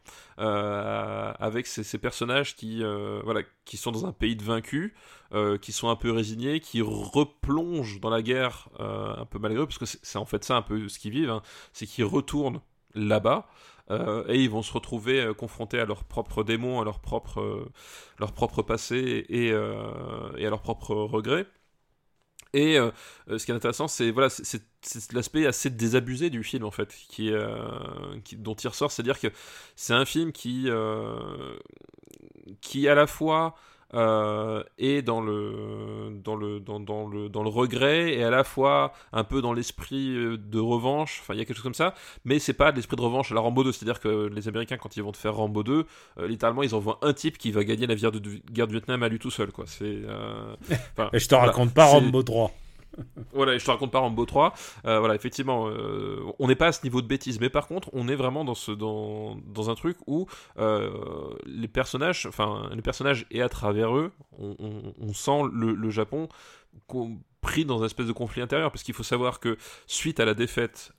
Speaker 5: avec ces personnages qui sont dans un pays de vaincus, qui sont un peu résignés, qui replongent dans la guerre un peu malgré eux, parce que c'est en fait ça un peu ce qu'ils vivent, hein, c'est qu'ils retournent là-bas. Et ils vont se retrouver confrontés à leurs propres démons, à leur propre passé et à leurs propres regrets. Et ce qui est intéressant, c'est l'aspect assez désabusé du film, en fait, dont il ressort. C'est-à-dire que c'est un film qui à la fois et dans le regret, et à la fois un peu dans l'esprit de revanche. Enfin, il y a quelque chose comme ça, mais c'est pas de l'esprit de revanche à la Rambo 2. C'est-à-dire que les Américains, quand ils vont te faire Rambo 2, littéralement ils envoient un type qui va gagner la guerre du Vietnam à lui tout seul, quoi.
Speaker 4: Et je te raconte pas Rambo 3.
Speaker 5: Voilà, et je te raconte pas Rambo 3. Voilà, effectivement, on n'est pas à ce niveau de bêtise, mais par contre, on est vraiment dans un truc où les personnages et à travers eux, on sent le Japon pris dans une espèce de conflit intérieur, parce qu'il faut savoir que suite à la défaite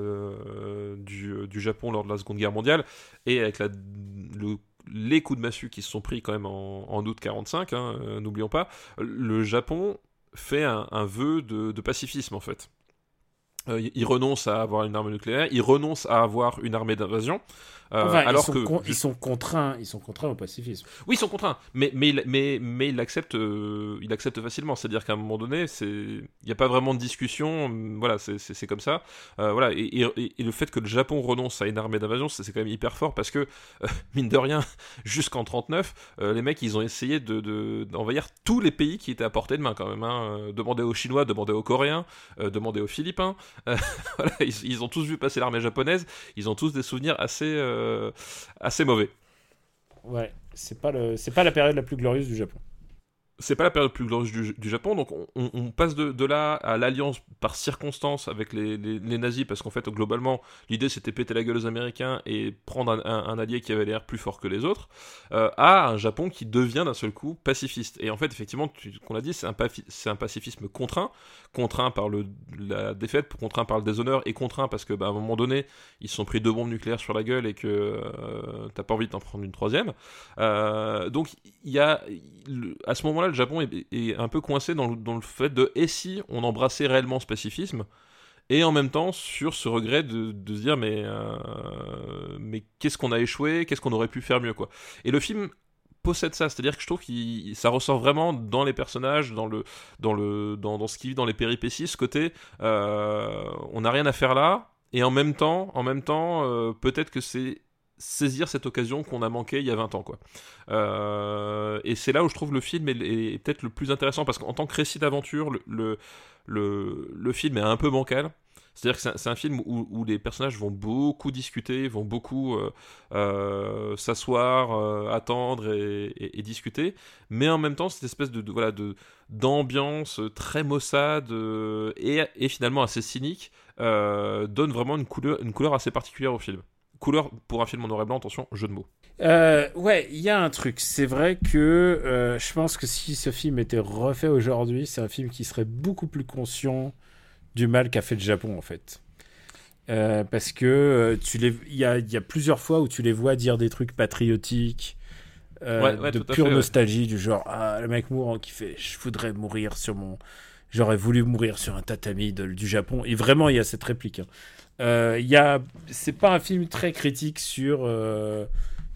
Speaker 5: du Japon lors de la Seconde Guerre mondiale, et avec les coups de massue qui se sont pris quand même en août 45, n'oublions pas, le Japon fait un vœu de pacifisme, en fait. Il renonce à avoir une arme nucléaire, il renonce à avoir une armée d'invasion,
Speaker 4: ils sont contraints au pacifisme.
Speaker 5: Oui, ils sont contraints, mais il l'accepte, il accepte facilement. C'est-à-dire qu'à un moment donné, il n'y a pas vraiment de discussion. Voilà, c'est comme ça. Voilà, et le fait que le Japon renonce à une armée d'invasion, c'est quand même hyper fort, parce que mine de rien, jusqu'en 39, les mecs, ils ont essayé d'envahir tous les pays qui étaient à portée de main, quand même. Demander aux Chinois, demander aux Coréens, demander aux Philippins. Voilà, ils ont tous vu passer l'armée japonaise. Ils ont tous des souvenirs assez mauvais.
Speaker 4: Ouais, c'est pas la période la plus glorieuse du Japon.
Speaker 5: C'est pas la période plus glorieuse du Japon, donc on passe de là à l'alliance par circonstance avec les nazis, parce qu'en fait, globalement, l'idée c'était péter la gueule aux Américains et prendre un allié qui avait l'air plus fort que les autres, à un Japon qui devient d'un seul coup pacifiste. Et en fait, effectivement, qu'on l'a dit, c'est un pacifisme contraint par la défaite, contraint par le déshonneur, et contraint parce que, à un moment donné, ils se sont pris 2 bombes nucléaires sur la gueule et que t'as pas envie d'en prendre une 3e. Donc, il y a à ce moment-là, le Japon est un peu coincé dans le fait de et si on embrassait réellement ce pacifisme, et en même temps sur ce regret de se dire mais qu'est-ce qu'on a échoué, qu'est-ce qu'on aurait pu faire mieux, quoi. Et le film possède ça, c'est-à-dire que je trouve que ça ressort vraiment dans les personnages, dans ce qui vit dans les péripéties, ce côté on n'a rien à faire là, et en même temps peut-être que c'est saisir cette occasion qu'on a manqué il y a 20 ans, quoi. Et c'est là où je trouve le film est peut-être le plus intéressant, parce qu'en tant que récit d'aventure, le film est un peu bancal. C'est-à-dire que c'est un film où les personnages vont beaucoup discuter, vont beaucoup s'asseoir, attendre et discuter, mais en même temps cette espèce d'ambiance très maussade et finalement assez cynique donne vraiment une couleur assez particulière au film. Couleur pour un film en noir et blanc, attention, jeu de mots.
Speaker 4: Ouais, il y a un truc. C'est vrai que je pense que si ce film était refait aujourd'hui, c'est un film qui serait beaucoup plus du mal qu'a fait le Japon, en fait. Parce que il y a plusieurs fois où tu les vois dire des trucs patriotiques, de pure nostalgie, du genre le mec mourant qui fait j'aurais voulu mourir sur un tatami du Japon. Et vraiment, il y a cette réplique. C'est pas un film très critique sur le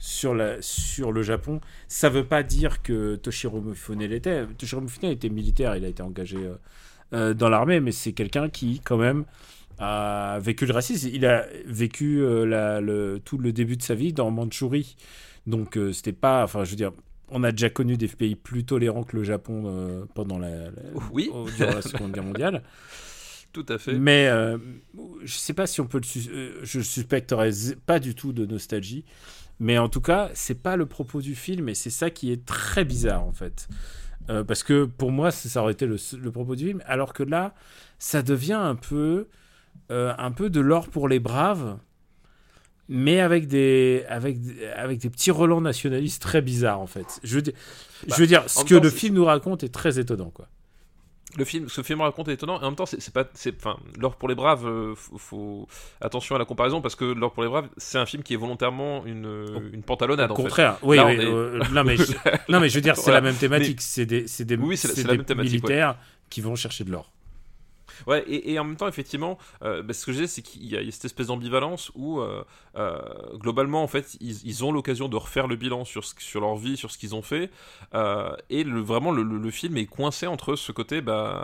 Speaker 4: Japon. Ça veut pas dire que Toshiro Mifune l'était. Toshiro Mifune était militaire, il a été engagé dans l'armée, mais c'est quelqu'un qui quand même a vécu le racisme. Il a vécu tout le début de sa vie dans Mandchourie, donc c'était pas, enfin je veux dire, on a déjà connu des pays plus tolérants que le Japon pendant durant la Seconde Guerre mondiale.
Speaker 5: Tout à fait.
Speaker 4: Mais je sais pas si on peut je suspecterais pas du tout de nostalgie, mais en tout cas c'est pas le propos du film, et c'est ça qui est très bizarre, en fait, parce que pour moi ça aurait été le propos du film, alors que là ça devient un peu de l'or pour les braves, mais avec des petits relents nationalistes très bizarres, en fait. Je veux dire, ce que le film nous raconte est très étonnant, quoi.
Speaker 5: Ce film raconte est étonnant, et en même temps, l'or pour les braves, faut attention à la comparaison, parce que l'or pour les braves, c'est un film qui est volontairement une pantalonnade.
Speaker 4: Au contraire, oui. Non, mais je veux dire, c'est la même thématique. C'est des militaires qui vont chercher de l'or.
Speaker 5: Ouais, et en même temps, effectivement, ce que je disais, c'est qu'il y a cette espèce d'ambivalence où, globalement, en fait, ils ont l'occasion de refaire le bilan sur leur vie, sur ce qu'ils ont fait, et vraiment, le film est coincé entre ce côté,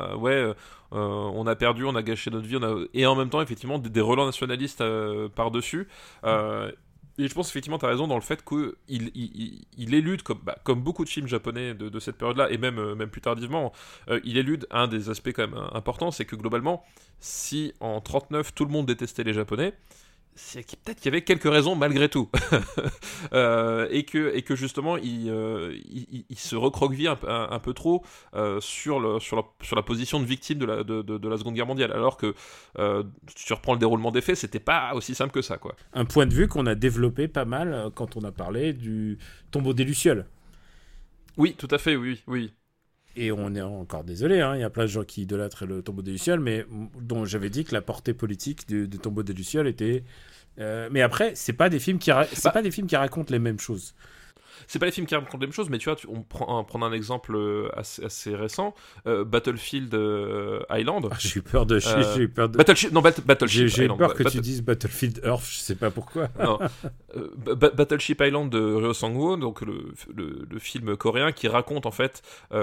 Speaker 5: on a perdu, on a gâché notre vie, et en même temps, effectivement, des relents nationalistes par-dessus. Et je pense effectivement, tu as raison dans le fait qu'il élude, comme beaucoup de films japonais de cette période-là, et même plus tardivement, il élude un des aspects quand même importants, c'est que globalement, si en 39 tout le monde détestait les Japonais, c'est peut-être qu'il y avait quelques raisons malgré tout. et que justement, il se recroqueville un peu trop sur la position de victime de la Seconde Guerre mondiale, alors que si tu reprends le déroulement des faits, c'était pas aussi simple que ça, quoi.
Speaker 4: Un point de vue qu'on a développé pas mal quand on a parlé du tombeau des Lucioles.
Speaker 5: Oui, tout à fait, oui.
Speaker 4: Et on est encore désolé, hein, il y a plein de gens qui idolâtrent le tombeau des Lucioles, mais dont j'avais dit que la portée politique du tombeau des Lucioles était... mais après, c'est pas des films qui racontent les mêmes choses.
Speaker 5: C'est pas les films qui racontent les mêmes choses, mais tu vois, on prend un exemple assez récent, Battlefield Island.
Speaker 4: J'ai eu peur de...
Speaker 5: Battleship
Speaker 4: J'ai
Speaker 5: Island.
Speaker 4: peur que tu dises Battlefield Earth, je sais pas pourquoi.
Speaker 5: Non. Battleship Island de Ryo Sang-woo, donc le film coréen qui raconte en fait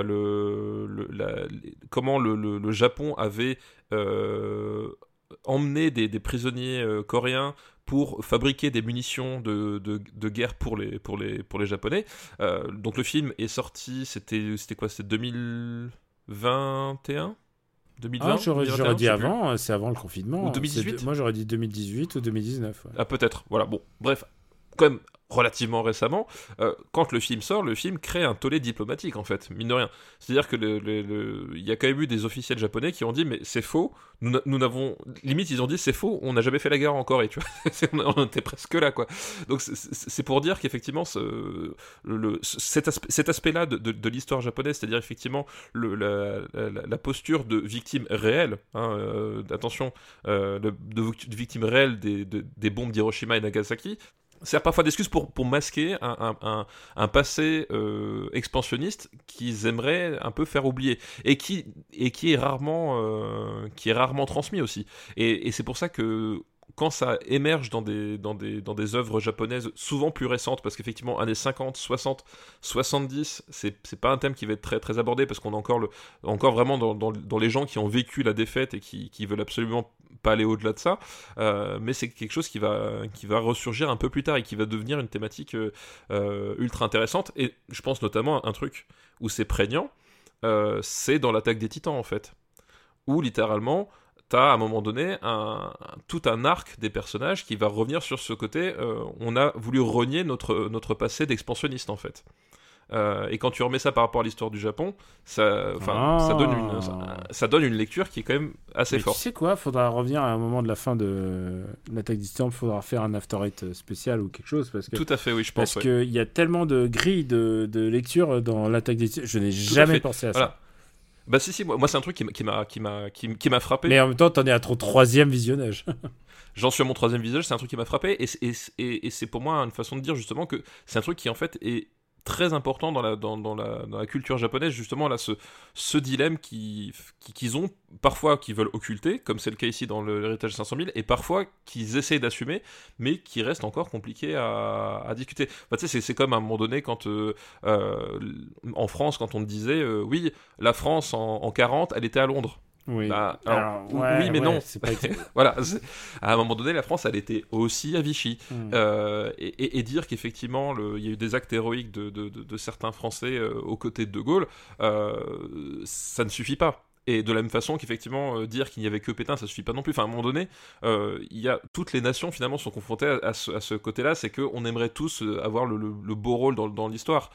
Speaker 5: comment le Japon avait emmené des prisonniers coréens pour fabriquer des munitions de guerre pour les Japonais. Donc le film est sorti, c'était quoi? C'était 2021 2020,
Speaker 4: j'aurais dit avant, c'est avant le confinement.
Speaker 5: Ou 2018
Speaker 4: moi j'aurais dit 2018 ou 2019. Ouais.
Speaker 5: Ah peut-être, voilà, bon, bref, quand même relativement récemment, quand le film sort, le film crée un tollé diplomatique en fait, mine de rien. C'est-à-dire que il y a quand même eu des officiels japonais qui ont dit mais c'est faux, nous n'avons... Limite ils ont dit c'est faux, on n'a jamais fait la guerre en Corée, tu vois. On était presque là quoi. Donc c'est pour dire qu'effectivement cet aspect-là de l'histoire japonaise, c'est-à-dire effectivement la posture de victime réelle, hein, attention, de victime réelle des bombes d'Hiroshima et Nagasaki, sert parfois d'excuse pour masquer un passé expansionniste qu'ils aimeraient un peu faire oublier et qui est rarement transmis aussi. Et c'est pour ça que quand ça émerge dans des œuvres japonaises souvent plus récentes, parce qu'effectivement années 50, 60, 70, c'est pas un thème qui va être très très abordé, parce qu'on est encore vraiment dans les gens qui ont vécu la défaite et qui veulent absolument pas aller au-delà de ça, mais c'est quelque chose qui va ressurgir un peu plus tard et qui va devenir une thématique ultra intéressante. Et je pense notamment à un truc où c'est prégnant, c'est dans l'Attaque des Titans en fait, où littéralement t'as à un moment donné tout un arc des personnages qui va revenir sur ce côté, on a voulu renier notre passé d'expansionniste en fait. Et quand tu remets ça par rapport à l'histoire du Japon, ça donne une lecture qui est quand même assez forte.
Speaker 4: Tu sais quoi, faudra revenir à un moment de la fin de l'Attaque des Titans, faudra faire un After Eight spécial ou quelque chose, parce que
Speaker 5: tout à fait, oui, je pense.
Speaker 4: Parce qu'il y a tellement de grilles de lecture dans l'Attaque des Titans, je n'ai jamais pensé à ça. Voilà.
Speaker 5: Bah si, moi c'est un truc qui m'a frappé.
Speaker 4: Mais en même temps, t'en es à ton 3e visionnage.
Speaker 5: J'en suis à mon 3e visionnage, c'est un truc qui m'a frappé, et c'est pour moi une façon de dire justement que c'est un truc qui en fait est très important dans la culture japonaise, justement là, ce dilemme qu'ils ont parfois, qu'ils veulent occulter, comme c'est le cas ici dans l'héritage 500 000, et parfois qu'ils essayent d'assumer, mais qui reste encore compliqué à discuter. Enfin, tu sais, c'est comme à un moment donné quand en France, quand on te disait oui, la France en 40, elle était à Londres.
Speaker 4: Oui,
Speaker 5: oui, mais non.
Speaker 4: C'est pas...
Speaker 5: Voilà, à un moment donné, la France, elle était aussi à Vichy. Et dire qu'effectivement, il y a eu des actes héroïques de certains Français aux côtés de De Gaulle, ça ne suffit pas. Et de la même façon qu'effectivement, dire qu'il n'y avait que Pétain, ça suffit pas non plus. Enfin, à un moment donné, toutes les nations finalement sont confrontées à ce côté-là, c'est qu'on aimerait tous avoir le beau rôle dans l'histoire.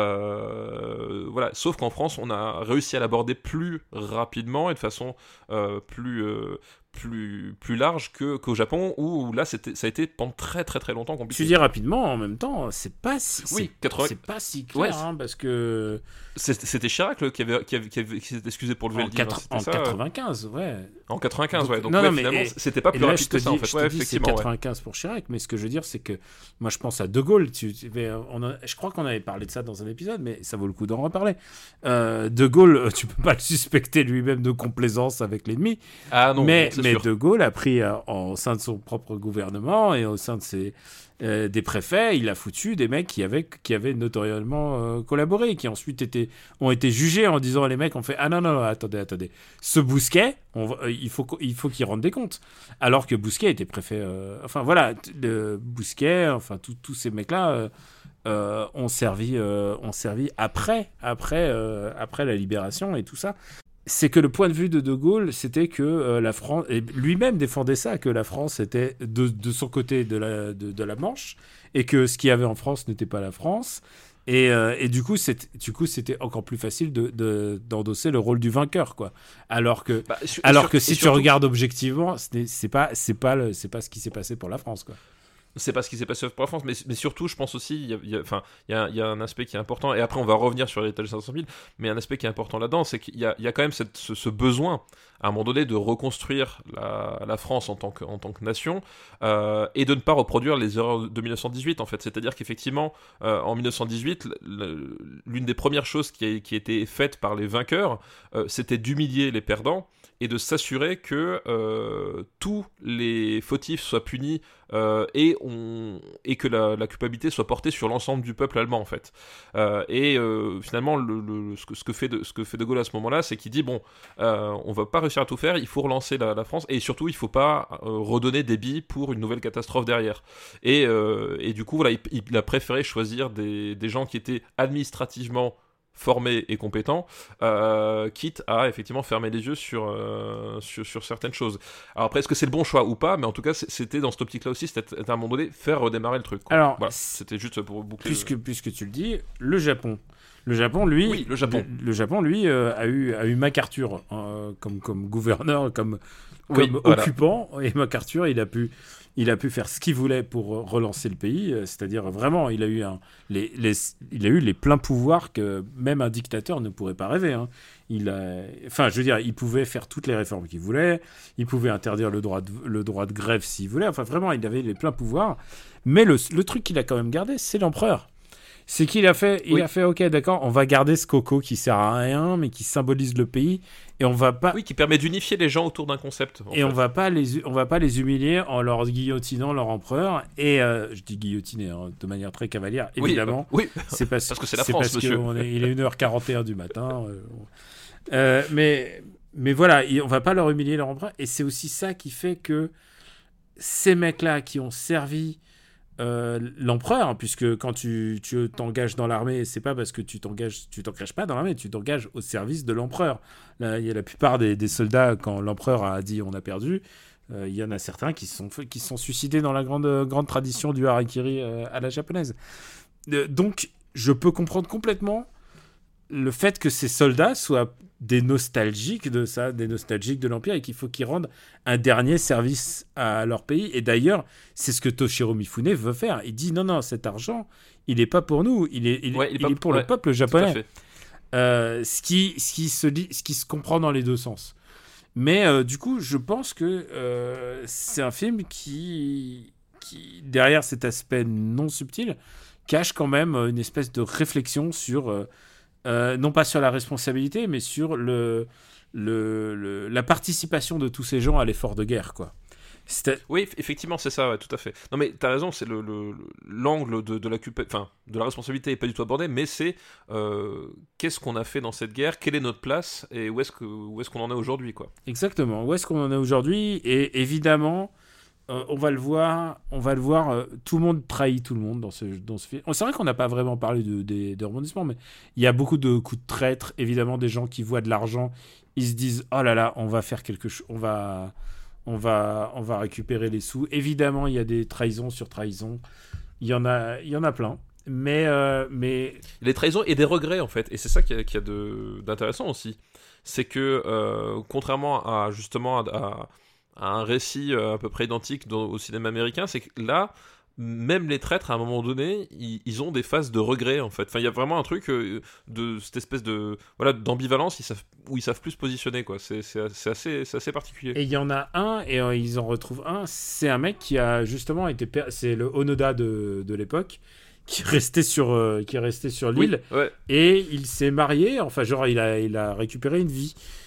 Speaker 5: Voilà. Sauf qu'en France, on a réussi à l'aborder plus rapidement et de façon plus large qu'au Japon, où là ça a été pendant très très très longtemps compliqué.
Speaker 4: Tu dis rapidement, en même temps, c'est pas si c'est pas si clair,
Speaker 5: ouais,
Speaker 4: hein, parce que
Speaker 5: c'était Chirac qui s'est excusé pour lever le dire.
Speaker 4: En 95, ouais.
Speaker 5: En 95, ouais. Donc
Speaker 4: non,
Speaker 5: finalement, c'était pas plus rapide que ça en fait.
Speaker 4: Je te dis, c'est 95 pour Chirac, mais ce que je veux dire, c'est que moi je pense à De Gaulle. Je crois qu'on avait parlé de ça dans un épisode, mais ça vaut le coup d'en reparler. De Gaulle, tu peux pas le suspecter lui-même de complaisance avec l'ennemi.
Speaker 5: Ah non,
Speaker 4: mais De Gaulle a pris au sein de son propre gouvernement et au sein de des préfets, il a foutu des mecs qui avaient notoriellement collaboré, qui ensuite ont été jugés en disant les mecs ont fait ah non attendez, ce Bousquet il faut qu'il rende des comptes, alors que Bousquet était préfet, enfin voilà, Bousquet, enfin tous ces mecs là ont servi après la libération et tout ça. C'est que le point de vue de Gaulle, c'était que la France, et lui-même défendait ça, que la France était de son côté de la Manche, et que ce qu'il y avait en France n'était pas la France. Et du coup, c'était encore plus facile d'endosser le rôle du vainqueur, quoi. Alors que si tu regardes objectivement, c'est pas ce qui s'est passé pour la France, quoi.
Speaker 5: C'est pas ce qui s'est passé pour la France, mais surtout, je pense aussi, il y a un aspect qui est important, et après on va revenir sur l'étage 500 000, mais un aspect qui est important là-dedans, c'est qu'il y a quand même ce besoin, à un moment donné, de reconstruire la France en tant que nation, et de ne pas reproduire les erreurs de 1918, en fait. C'est-à-dire qu'effectivement, en 1918, l'une des premières choses qui a été faite par les vainqueurs, c'était d'humilier les perdants, et de s'assurer que tous les fautifs soient punis et que la culpabilité soit portée sur l'ensemble du peuple allemand, en fait. Finalement, ce que fait De Gaulle à ce moment-là, c'est qu'il dit bon, on va pas réussir à tout faire, il faut relancer la France, et surtout il faut pas redonner des billes pour une nouvelle catastrophe derrière. Et du coup, voilà, il a préféré choisir des gens qui étaient administrativement formés et compétents, quitte à effectivement fermer les yeux sur certaines choses. Alors après, est-ce que c'est le bon choix ou pas? Mais en tout cas, c'était dans cette optique-là aussi, c'était à un moment donné faire redémarrer le truc, quoi.
Speaker 4: Alors,
Speaker 5: voilà, c'était juste pour boucler.
Speaker 4: Puisque tu le dis, le Japon, lui,
Speaker 5: oui,
Speaker 4: le Japon, lui, a eu MacArthur comme gouverneur, comme
Speaker 5: voilà,
Speaker 4: occupant, et MacArthur, il a pu faire ce qu'il voulait pour relancer le pays, c'est-à-dire vraiment, il a eu les pleins pouvoirs que même un dictateur ne pourrait pas rêver, hein. Il pouvait faire toutes les réformes qu'il voulait, il pouvait interdire le droit de grève s'il voulait, enfin vraiment, il avait les pleins pouvoirs, mais le truc qu'il a quand même gardé, c'est l'empereur. C'est qu'il a fait, ok, d'accord, on va garder ce coco qui sert à rien, mais qui symbolise le pays, et on va pas.
Speaker 5: Oui, qui permet d'unifier les gens autour d'un concept.
Speaker 4: On va pas les humilier en leur guillotinant leur empereur. Et je dis guillotiner de manière très cavalière, évidemment.
Speaker 5: Oui,
Speaker 4: c'est parce
Speaker 5: que c'est la France, monsieur.
Speaker 4: Il est 1h41 du matin. Mais voilà, on va pas leur humilier leur empereur. Et c'est aussi ça qui fait que ces mecs-là qui ont servi l'empereur, puisque quand tu t'engages dans l'armée, c'est pas parce que tu t'engages pas dans l'armée, tu t'engages au service de l'empereur. Là, il y a la plupart des soldats, quand l'empereur a dit on a perdu, il y en a certains qui sont suicidés dans la grande tradition du harakiri à la japonaise. Donc je peux comprendre complètement le fait que ces soldats soient des nostalgiques de ça, des nostalgiques de l'Empire, et qu'il faut qu'ils rendent un dernier service à leur pays. Et d'ailleurs, c'est ce que Toshiro Mifune veut faire. Il dit non, cet argent, il n'est pas pour nous, il est pour le peuple japonais. Ce qui se comprend dans les deux sens. Mais du coup, je pense que c'est un film qui, derrière cet aspect non subtil, cache quand même une espèce de réflexion sur... non pas sur la responsabilité, mais sur la participation de tous ces gens à l'effort de guerre, quoi.
Speaker 5: Oui, effectivement, c'est ça, ouais, tout à fait. Non, mais t'as raison, c'est l'angle de la responsabilité n'est pas du tout abordé, mais c'est qu'est-ce qu'on a fait dans cette guerre, quelle est notre place, et où est-ce qu'on en est aujourd'hui, quoi. Exactement,
Speaker 4: où est-ce qu'on en est aujourd'hui, et évidemment... on va le voir, tout le monde trahit tout le monde dans ce film. C'est vrai qu'on n'a pas vraiment parlé des rebondissements, mais il y a beaucoup de coups de traître, évidemment, des gens qui voient de l'argent, ils se disent oh là là, on va faire quelque chose, on va récupérer les sous. Évidemment, il y a des trahisons sur trahisons, il y en a plein, mais
Speaker 5: les trahisons et des regrets, en fait, et c'est ça qu'il y a d'intéressant aussi, c'est que contrairement à justement à un récit à peu près identique au cinéma américain, c'est que là, même les traîtres, à un moment donné, ils ont des phases de regret, en fait. Enfin, il y a vraiment un truc de cette espèce d'ambivalence où ils savent plus se positionner, quoi. C'est assez particulier.
Speaker 4: Et il y en a un, et ils en retrouvent un, c'est un mec qui a justement été... C'est le Onoda de l'époque, qui est resté sur l'île,
Speaker 5: oui, ouais.
Speaker 4: Et il s'est marié, enfin, genre, il a récupéré une vie.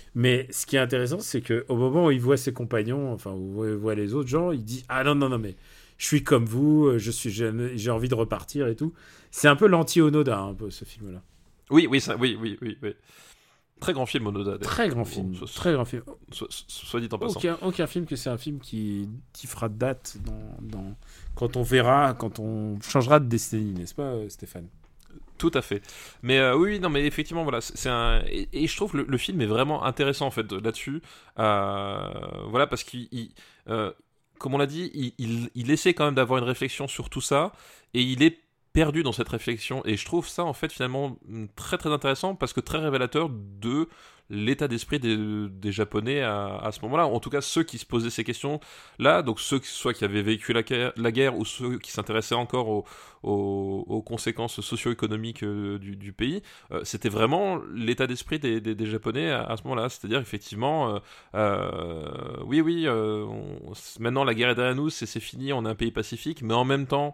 Speaker 4: Mais ce qui est intéressant, c'est qu'au moment où il voit ses compagnons, enfin, où il voit les autres gens, il dit « Ah non, non, non, mais je suis comme vous, j'ai envie de repartir et tout. » C'est un peu l'anti-Onoda, un peu, ce film-là.
Speaker 5: Oui. Très grand film, Onoda.
Speaker 4: Très grand film. Très grand film.
Speaker 5: Soit dit en passant.
Speaker 4: Aucun film que c'est un film qui fera date quand on verra, quand on changera de décennie, n'est-ce pas, Stéphane?
Speaker 5: Tout à fait. Mais oui, non, mais effectivement, voilà, et je trouve le film est vraiment intéressant en fait là-dessus. Voilà, parce comme on l'a dit, il essaie quand même d'avoir une réflexion sur tout ça, et il est perdu dans cette réflexion, et je trouve ça en fait finalement très très intéressant, parce que très révélateur de l'état d'esprit des Japonais à ce moment-là, en tout cas ceux qui se posaient ces questions là, donc ceux soit qui avaient vécu la guerre, ou ceux qui s'intéressaient encore aux conséquences socio-économiques du pays. C'était vraiment l'état d'esprit des Japonais à ce moment-là, c'est-à-dire effectivement oui, maintenant la guerre est derrière nous, c'est fini, on est un pays pacifique, mais en même temps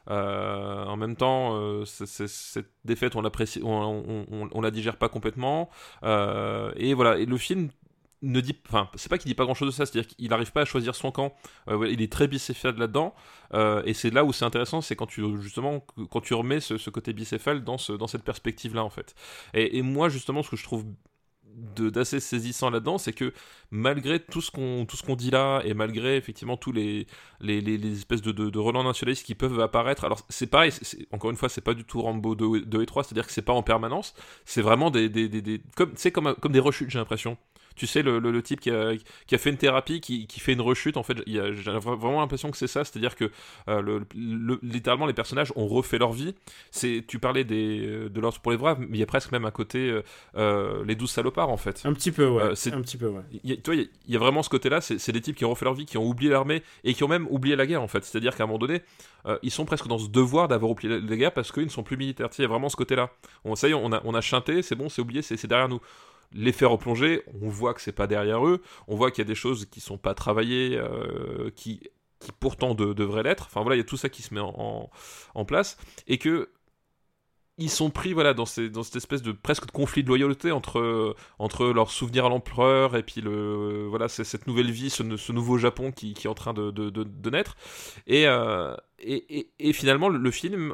Speaker 5: cette défaite on l'apprécie, on la digère pas complètement, et voilà, et le film ne dit, enfin, c'est pas qu'il dit pas grand chose de ça, c'est-à-dire qu'il n'arrive pas à choisir son camp, il est très bicéphale là-dedans, et c'est là où c'est intéressant, c'est quand tu remets ce côté bicéphale dans cette perspective-là en fait. Et moi justement, ce que je trouve d'assez saisissant là-dedans, c'est que malgré tout ce qu'on dit là, et malgré effectivement tous les espèces de relents nationalistes qui peuvent apparaître, alors c'est pareil, encore une fois, c'est pas du tout Rambo 2 et 3, c'est-à-dire que c'est pas en permanence, c'est vraiment comme des rechutes, j'ai l'impression. Tu sais, le type qui a fait une thérapie, qui fait une rechute, en fait, j'ai vraiment l'impression que c'est ça, c'est-à-dire que littéralement les personnages ont refait leur vie. Tu parlais de l'ordre pour les braves, mais il y a presque même un côté les 12 salopards en fait.
Speaker 4: Un petit peu, ouais. Un petit peu, ouais.
Speaker 5: Il y a vraiment ce côté-là, c'est des types qui ont refait leur vie, qui ont oublié l'armée, et qui ont même oublié la guerre en fait. C'est-à-dire qu'à un moment donné, ils sont presque dans ce devoir d'avoir oublié la guerre parce qu'ils ne sont plus militaires. Tu sais, il y a vraiment ce côté-là. Ça y est, on a chanté, c'est bon, c'est oublié, c'est derrière nous. Les faire replonger, on voit que c'est pas derrière eux, on voit qu'il y a des choses qui sont pas travaillées, qui pourtant devraient l'être. Enfin voilà, il y a tout ça qui se met en place, et que ils sont pris voilà dans cette espèce de presque de conflit de loyauté entre leur souvenir à l'empereur et puis voilà, c'est cette nouvelle vie, ce nouveau Japon qui est en train de naître, et finalement le film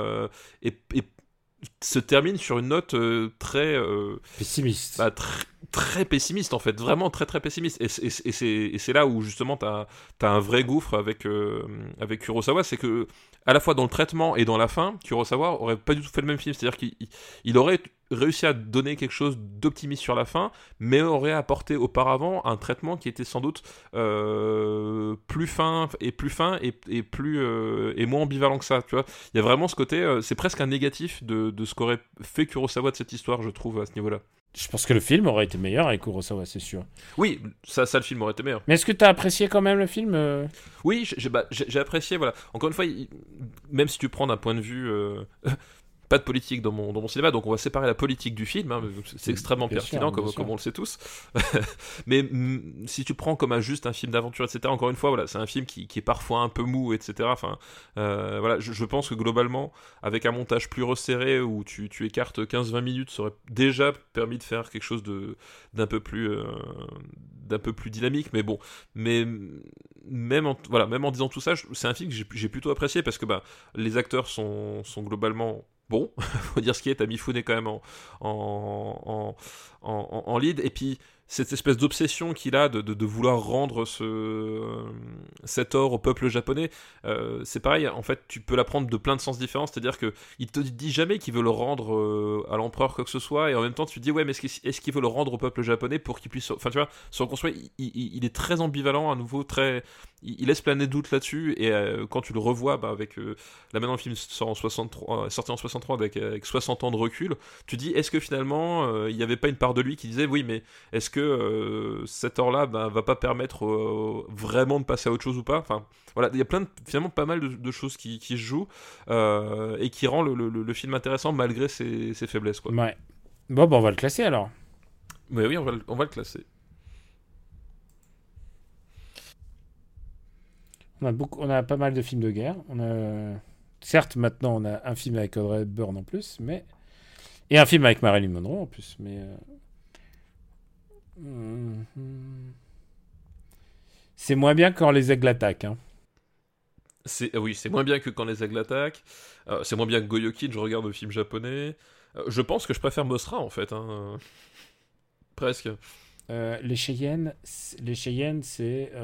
Speaker 5: se termine sur une note très
Speaker 4: pessimiste.
Speaker 5: Très pessimiste en fait, vraiment très très pessimiste, et c'est là où justement t'as un vrai gouffre avec Kurosawa, c'est que à la fois dans le traitement et dans la fin, Kurosawa aurait pas du tout fait le même film, c'est-à-dire qu'il aurait réussi à donner quelque chose d'optimiste sur la fin, mais aurait apporté auparavant un traitement qui était sans doute plus fin et moins ambivalent que ça, tu vois. Il y a vraiment ce côté, c'est presque un négatif de ce qu'aurait fait Kurosawa de cette histoire, je trouve, à ce niveau-là.
Speaker 4: Je pense que le film aurait été meilleur avec Kurosawa, c'est sûr.
Speaker 5: Oui, ça le film aurait été meilleur.
Speaker 4: Mais est-ce que t'as apprécié quand même le film
Speaker 5: Oui, j'ai apprécié, voilà. Encore une fois, même si tu prends d'un point de vue... pas de politique dans mon cinéma, donc on va séparer la politique du film, hein, c'est extrêmement pertinent, comme on le sait tous. Mais si tu prends comme juste un film d'aventure, etc., encore une fois, voilà, c'est un film qui est parfois un peu mou, etc. Enfin, voilà, je pense que globalement, avec un montage plus resserré, où tu écartes 15-20 minutes, ça aurait déjà permis de faire quelque chose d'un peu plus dynamique, mais bon, même en disant tout ça, c'est un film que j'ai plutôt apprécié, parce que les acteurs sont globalement bon, faut dire ce qui est, t'as Mifune quand même en lead, et puis cette espèce d'obsession qu'il a de vouloir rendre cet or au peuple japonais, c'est pareil, en fait, tu peux la prendre de plein de sens différents, c'est-à-dire qu'il te dit jamais qu'il veut le rendre à l'empereur quoi que ce soit, et en même temps tu te dis ouais, mais est-ce qu'il veut le rendre au peuple japonais pour qu'il puisse, enfin tu vois, se reconstruire. Il est très ambivalent à nouveau, il laisse planer de doute là-dessus, et quand tu le revois avec là maintenant le film sorti en 63 avec 60 ans de recul, tu dis est-ce que finalement il n'y avait pas une part de lui qui disait oui, mais est-ce que cet or-là va pas permettre vraiment de passer à autre chose ou pas. Enfin voilà, il y a finalement pas mal de choses qui se jouent, et qui rend le film intéressant malgré ses faiblesses, quoi.
Speaker 4: Ouais. Bon, on va le classer alors.
Speaker 5: Mais oui, on va le classer.
Speaker 4: On a pas mal de films de guerre. Certes, maintenant, on a un film avec Audrey Hepburn en plus, et un film avec Marilyn Monroe en plus. Mais C'est moins bien quand les aigles attaquent. Hein.
Speaker 5: Oui, c'est moins bien que quand les aigles attaquent. C'est moins bien que Goyokin, je regarde le film japonais. Je pense que je préfère Mosra, en fait. Hein. Presque.
Speaker 4: Les Cheyennes, c'est...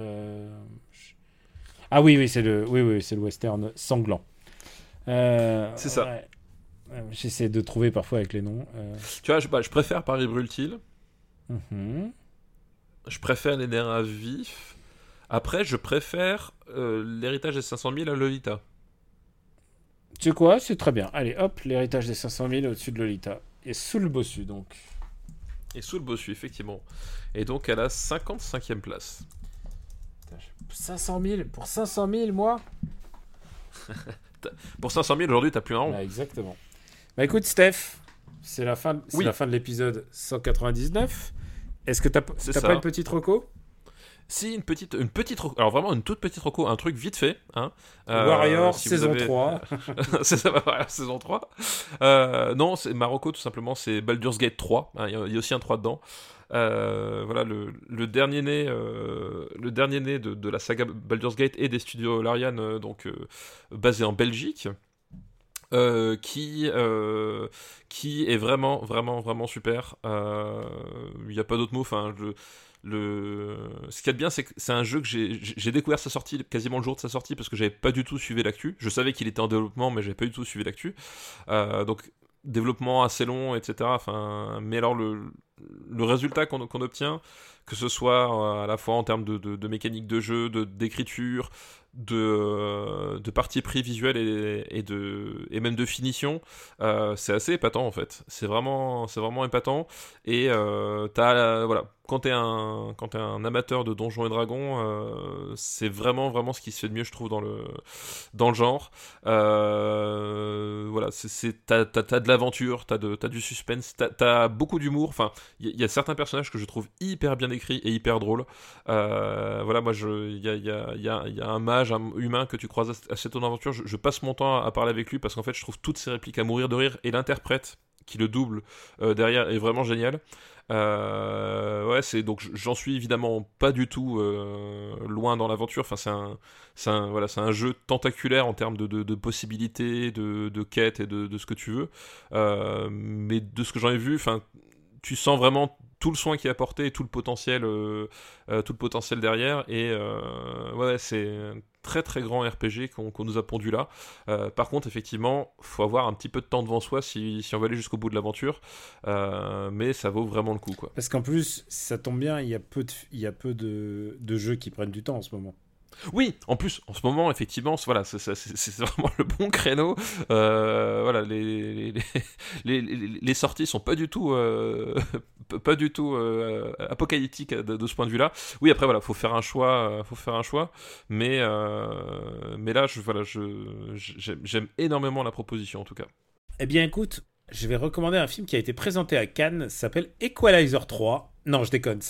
Speaker 4: Ah oui, c'est le western sanglant.
Speaker 5: C'est ça.
Speaker 4: Ouais. J'essaie de trouver parfois avec les noms.
Speaker 5: Tu vois, je préfère Paris Brûle-t-il.
Speaker 4: Mhm.
Speaker 5: Je préfère Les Nerfs à Vif. Après, je préfère L'Héritage des 500 000 à Lolita.
Speaker 4: Tu sais quoi? C'est très bien. Allez, hop, l'héritage des 500 000 au-dessus de Lolita. Et sous le bossu, donc.
Speaker 5: Et sous le bossu, effectivement. Et donc, à la 55e place.
Speaker 4: 500 000 pour 500 000, moi?
Speaker 5: Pour 500 000, aujourd'hui, t'as plus un rond.
Speaker 4: Bah, exactement. Bah écoute, Steph, c'est la fin de l'épisode 199. Est-ce que t'as pas une petite reco?
Speaker 5: Si, une petite alors vraiment une toute petite reco, un truc vite fait. Hein.
Speaker 4: Warrior, saison 3.
Speaker 5: C'est ça, Warrior, saison 3. Non, ma reco, tout simplement, c'est Baldur's Gate 3. Hein, il y a aussi un 3 dedans. Voilà, le dernier né de la saga Baldur's Gate et des studios Larian, basé en Belgique. Qui est vraiment, vraiment, vraiment super. Il n'y a pas d'autre mot. Enfin, ce qu'il y a de bien, c'est que c'est un jeu que j'ai découvert sa sortie quasiment le jour de sa sortie parce que j'avais pas du tout suivi l'actu. Je savais qu'il était en développement, mais j'avais pas du tout suivi l'actu. Donc développement assez long, etc. Enfin, mais alors le résultat qu'on obtient, que ce soit à la fois en termes de mécanique de jeu, d'écriture, de parti pris visuel et même de finition, c'est assez épatant en fait. C'est vraiment épatant. Et voilà, quand t'es un amateur de Donjons et Dragons, c'est vraiment ce qui se fait de mieux, je trouve, dans le genre. Voilà, t'as de l'aventure, t'as du suspense, t'as beaucoup d'humour. Enfin, il y a certains personnages que je trouve hyper bien écrits et hyper drôles. Voilà, moi, il y a un mage, un humain que tu croises à cette aventure. Je passe mon temps à parler avec lui parce qu'en fait, je trouve toutes ses répliques à mourir de rire, et l'interprète qui le double derrière est vraiment génial. Ouais, donc j'en suis évidemment pas du tout loin dans l'aventure. Enfin, c'est un jeu tentaculaire en termes de possibilités, de quêtes et de ce que tu veux. Mais de ce que j'en ai vu, enfin, tu sens vraiment tout le soin qui est apporté et tout le potentiel derrière. Et ouais, c'est un très très grand RPG qu'on nous a pondu là. Par contre, effectivement, faut avoir un petit peu de temps devant soi si on veut aller jusqu'au bout de l'aventure. Mais ça vaut vraiment le coup, quoi.
Speaker 4: Parce qu'en plus, ça tombe bien, il y a peu de jeux qui prennent du temps en ce moment.
Speaker 5: Oui, en plus, en ce moment, effectivement, voilà, c'est vraiment le bon créneau. Voilà, les sorties sont pas du tout apocalyptiques de ce point de vue-là. Oui, après, voilà, faut faire un choix. Mais là, j'aime énormément la proposition, en tout cas.
Speaker 4: Eh bien, écoute, je vais recommander un film qui a été présenté à Cannes, ça s'appelle Equalizer 3. Non, je déconne.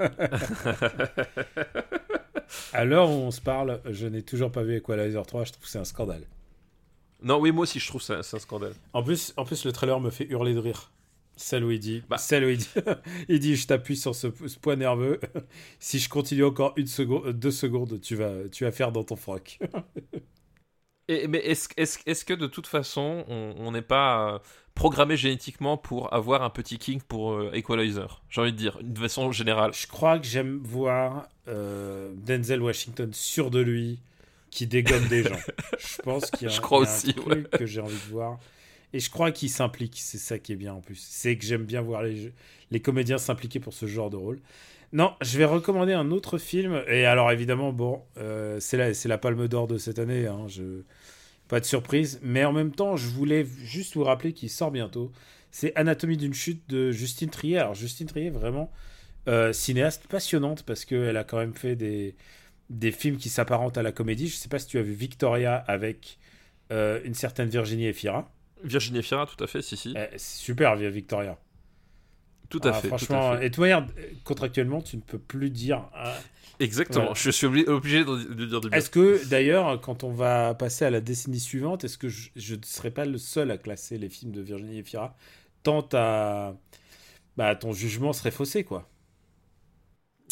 Speaker 4: À l'heure où on se parle, je n'ai toujours pas vu Equalizer 3, je trouve que c'est un scandale.
Speaker 5: Non, oui, moi aussi, je trouve que c'est un scandale.
Speaker 4: En plus, le trailer me fait hurler de rire. Celle où il dit, il dit, je t'appuie sur ce point nerveux. Si je continue encore 2 secondes, tu vas faire dans ton froc.
Speaker 5: Mais est-ce que de toute façon, on n'est pas programmé génétiquement pour avoir un petit kink pour Equalizer? J'ai envie de dire, de façon générale.
Speaker 4: Je crois que j'aime voir Denzel Washington sûr de lui, qui dégomme des gens. Je pense qu'il y a, un truc que j'ai envie de voir. Et je crois qu'il s'implique, c'est ça qui est bien en plus. C'est que j'aime bien voir les comédiens s'impliquer pour ce genre de rôle. Non, je vais recommander un autre film. Et alors évidemment, bon, c'est la Palme d'Or de cette année. Hein, pas de surprise. Mais en même temps, je voulais juste vous rappeler qu'il sort bientôt. C'est Anatomie d'une chute de Justine Triet. Alors Justine Triet, vraiment cinéaste passionnante parce qu'elle a quand même fait des films qui s'apparentent à la comédie. Je ne sais pas si tu as vu Victoria avec une certaine Virginie Efira.
Speaker 5: Virginie Efira, tout à fait, si.
Speaker 4: C'est super, Victoria.
Speaker 5: Tout à fait.
Speaker 4: Franchement,
Speaker 5: tout à fait.
Speaker 4: Et de toute manière, contractuellement, tu ne peux plus dire.
Speaker 5: Exactement, voilà. Je suis obligé de dire du bien.
Speaker 4: Est-ce que, d'ailleurs, quand on va passer à la décennie suivante, est-ce que je ne serai pas le seul à classer les films de Virginie Efira tant ton jugement serait faussé, quoi.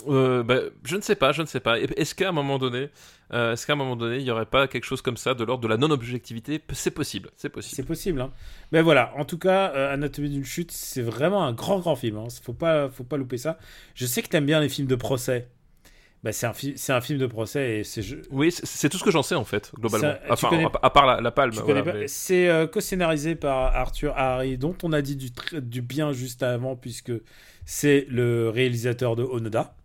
Speaker 5: Je ne sais pas. Est-ce qu'à un moment donné, il n'y aurait pas quelque chose comme ça de l'ordre de la non-objectivité? C'est possible.
Speaker 4: C'est possible, hein. Mais voilà, en tout cas, Anatomie d'une chute, c'est vraiment un grand film, hein. Faut pas louper ça. Je sais que t'aimes bien les films de procès. C'est un film de procès et
Speaker 5: Oui, c'est tout ce que j'en sais en fait, globalement.
Speaker 4: Ça,
Speaker 5: à part la palme.
Speaker 4: Voilà, c'est co-scénarisé par Arthur Harari, dont on a dit du bien juste avant, puisque c'est le réalisateur de Onoda.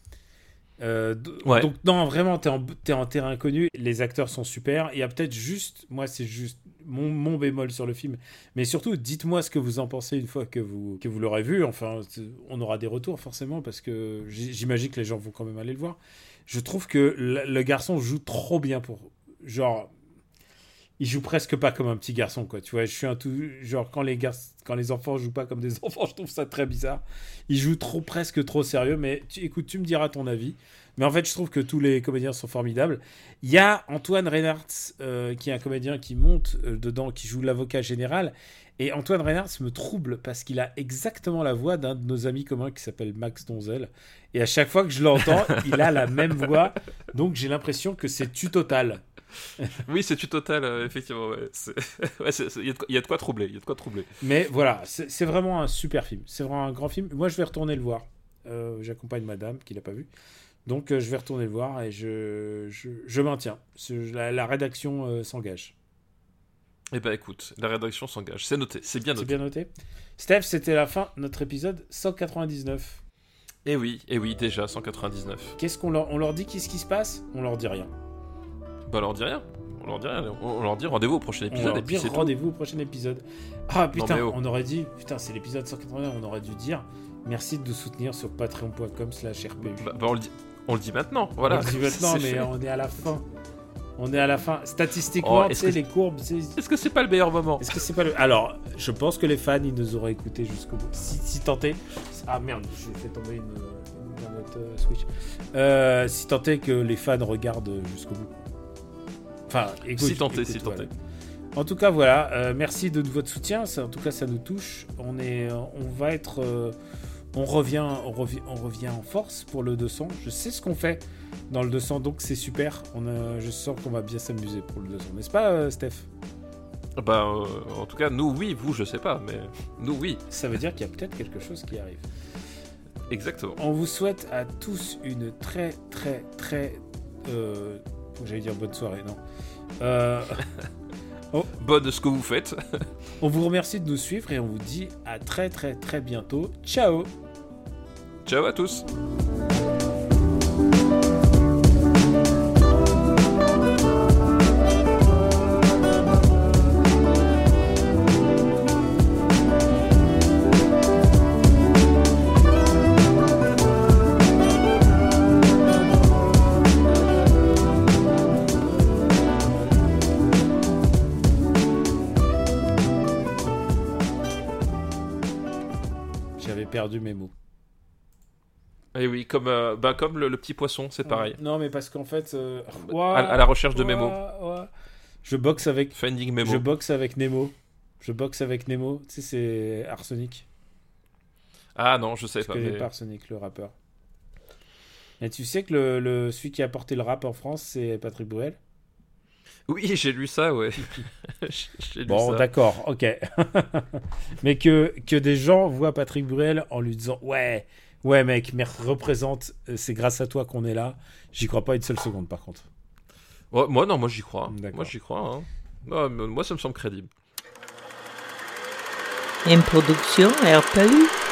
Speaker 5: Ouais.
Speaker 4: Donc non, vraiment, t'es en terrain inconnu. Les acteurs sont super. Il y a peut-être juste, moi c'est juste mon bémol sur le film, mais surtout dites-moi ce que vous en pensez une fois que vous l'aurez vu. Enfin, on aura des retours forcément, parce que j'imagine que les gens vont quand même aller le voir. Je trouve que le garçon joue trop bien genre, il joue presque pas comme un petit garçon, quoi. Tu vois, je suis un tout genre, quand les enfants jouent pas comme des enfants, je trouve ça très bizarre. Il joue presque trop sérieux. Mais écoute, tu me diras ton avis. Mais en fait, je trouve que tous les comédiens sont formidables. Il y a Antoine Reinhardt, qui est un comédien qui monte dedans, qui joue l'avocat général. Et Antoine Reinhardt me trouble parce qu'il a exactement la voix d'un de nos amis communs qui s'appelle Max Donzel. Et à chaque fois que je l'entends, il a la même voix. Donc j'ai l'impression que c'est tu total.
Speaker 5: Oui, c'est tu total, effectivement. Il y a de quoi troubler.
Speaker 4: Mais voilà, c'est vraiment un super film. C'est vraiment un grand film. Moi, je vais retourner le voir. J'accompagne madame qui l'a pas vu. Donc je vais retourner le voir et je maintiens. La rédaction s'engage.
Speaker 5: Eh ben écoute, la rédaction s'engage. C'est noté, c'est bien noté.
Speaker 4: C'est bien noté. Steph, c'était la fin de notre épisode 199.
Speaker 5: Eh oui, déjà 199.
Speaker 4: Qu'est-ce qu'on leur dit? Qu'est-ce qui se passe? On leur dit rien.
Speaker 5: On leur dit rien. On leur dit rendez-vous au prochain épisode.
Speaker 4: On leur dit rendez-vous au prochain épisode. Ah putain,
Speaker 5: non,
Speaker 4: on aurait dit... Putain, c'est l'épisode 199, on aurait dû dire merci de nous soutenir sur patreon.com/rpu.
Speaker 5: On le dit maintenant, voilà.
Speaker 4: On le dit maintenant, mais on est à la fin. On est à la fin. Statistiquement, les courbes...
Speaker 5: Est-ce que c'est pas le meilleur moment?
Speaker 4: Alors, je pense que les fans, ils nous auraient écoutés jusqu'au bout. Si tenté... Ah merde, j'ai fait tomber une autre Switch. Si tenté que les fans regardent jusqu'au bout. Enfin, écoute,
Speaker 5: si tenté.
Speaker 4: Voilà. En tout cas, voilà. Merci de votre soutien. En tout cas, ça nous touche. On revient en force pour le 200. Je sais ce qu'on fait dans le 200, donc c'est super. Je sens qu'on va bien s'amuser pour le 200, n'est-ce pas, Steph?
Speaker 5: En tout cas, nous, oui. Vous, je sais pas, mais nous, oui.
Speaker 4: Ça veut dire qu'il y a peut-être quelque chose qui arrive.
Speaker 5: Exactement.
Speaker 4: On vous souhaite à tous une très, très, très... j'allais dire bonne soirée, non.
Speaker 5: Bonne ce que vous faites.
Speaker 4: On vous remercie de nous suivre et on vous dit à très, très, très bientôt. Ciao.
Speaker 5: Ciao à tous.
Speaker 4: Perdu mes mots.
Speaker 5: Et oui, comme le petit poisson, c'est pareil.
Speaker 4: Non, mais parce qu'en fait,
Speaker 5: à la recherche de Memo.
Speaker 4: Je boxe avec.
Speaker 5: Finding Memo.
Speaker 4: Je boxe avec Nemo. Tu sais, c'est Arsenic.
Speaker 5: Ah non, je sais pas.
Speaker 4: Je connais pas Arsenic, le rappeur. Et tu sais que celui qui a porté le rap en France, c'est Patrick Bruel.
Speaker 5: Oui, j'ai lu ça, ouais.
Speaker 4: Bon, d'accord, ok. Mais que des gens voient Patrick Bruel en lui disant ouais mec, représente, c'est grâce à toi qu'on est là. J'y crois pas une seule seconde, par contre.
Speaker 5: Ouais, moi j'y crois.
Speaker 4: D'accord.
Speaker 5: Moi j'y crois. Hein. Moi ça me semble crédible.
Speaker 6: Une production RPU.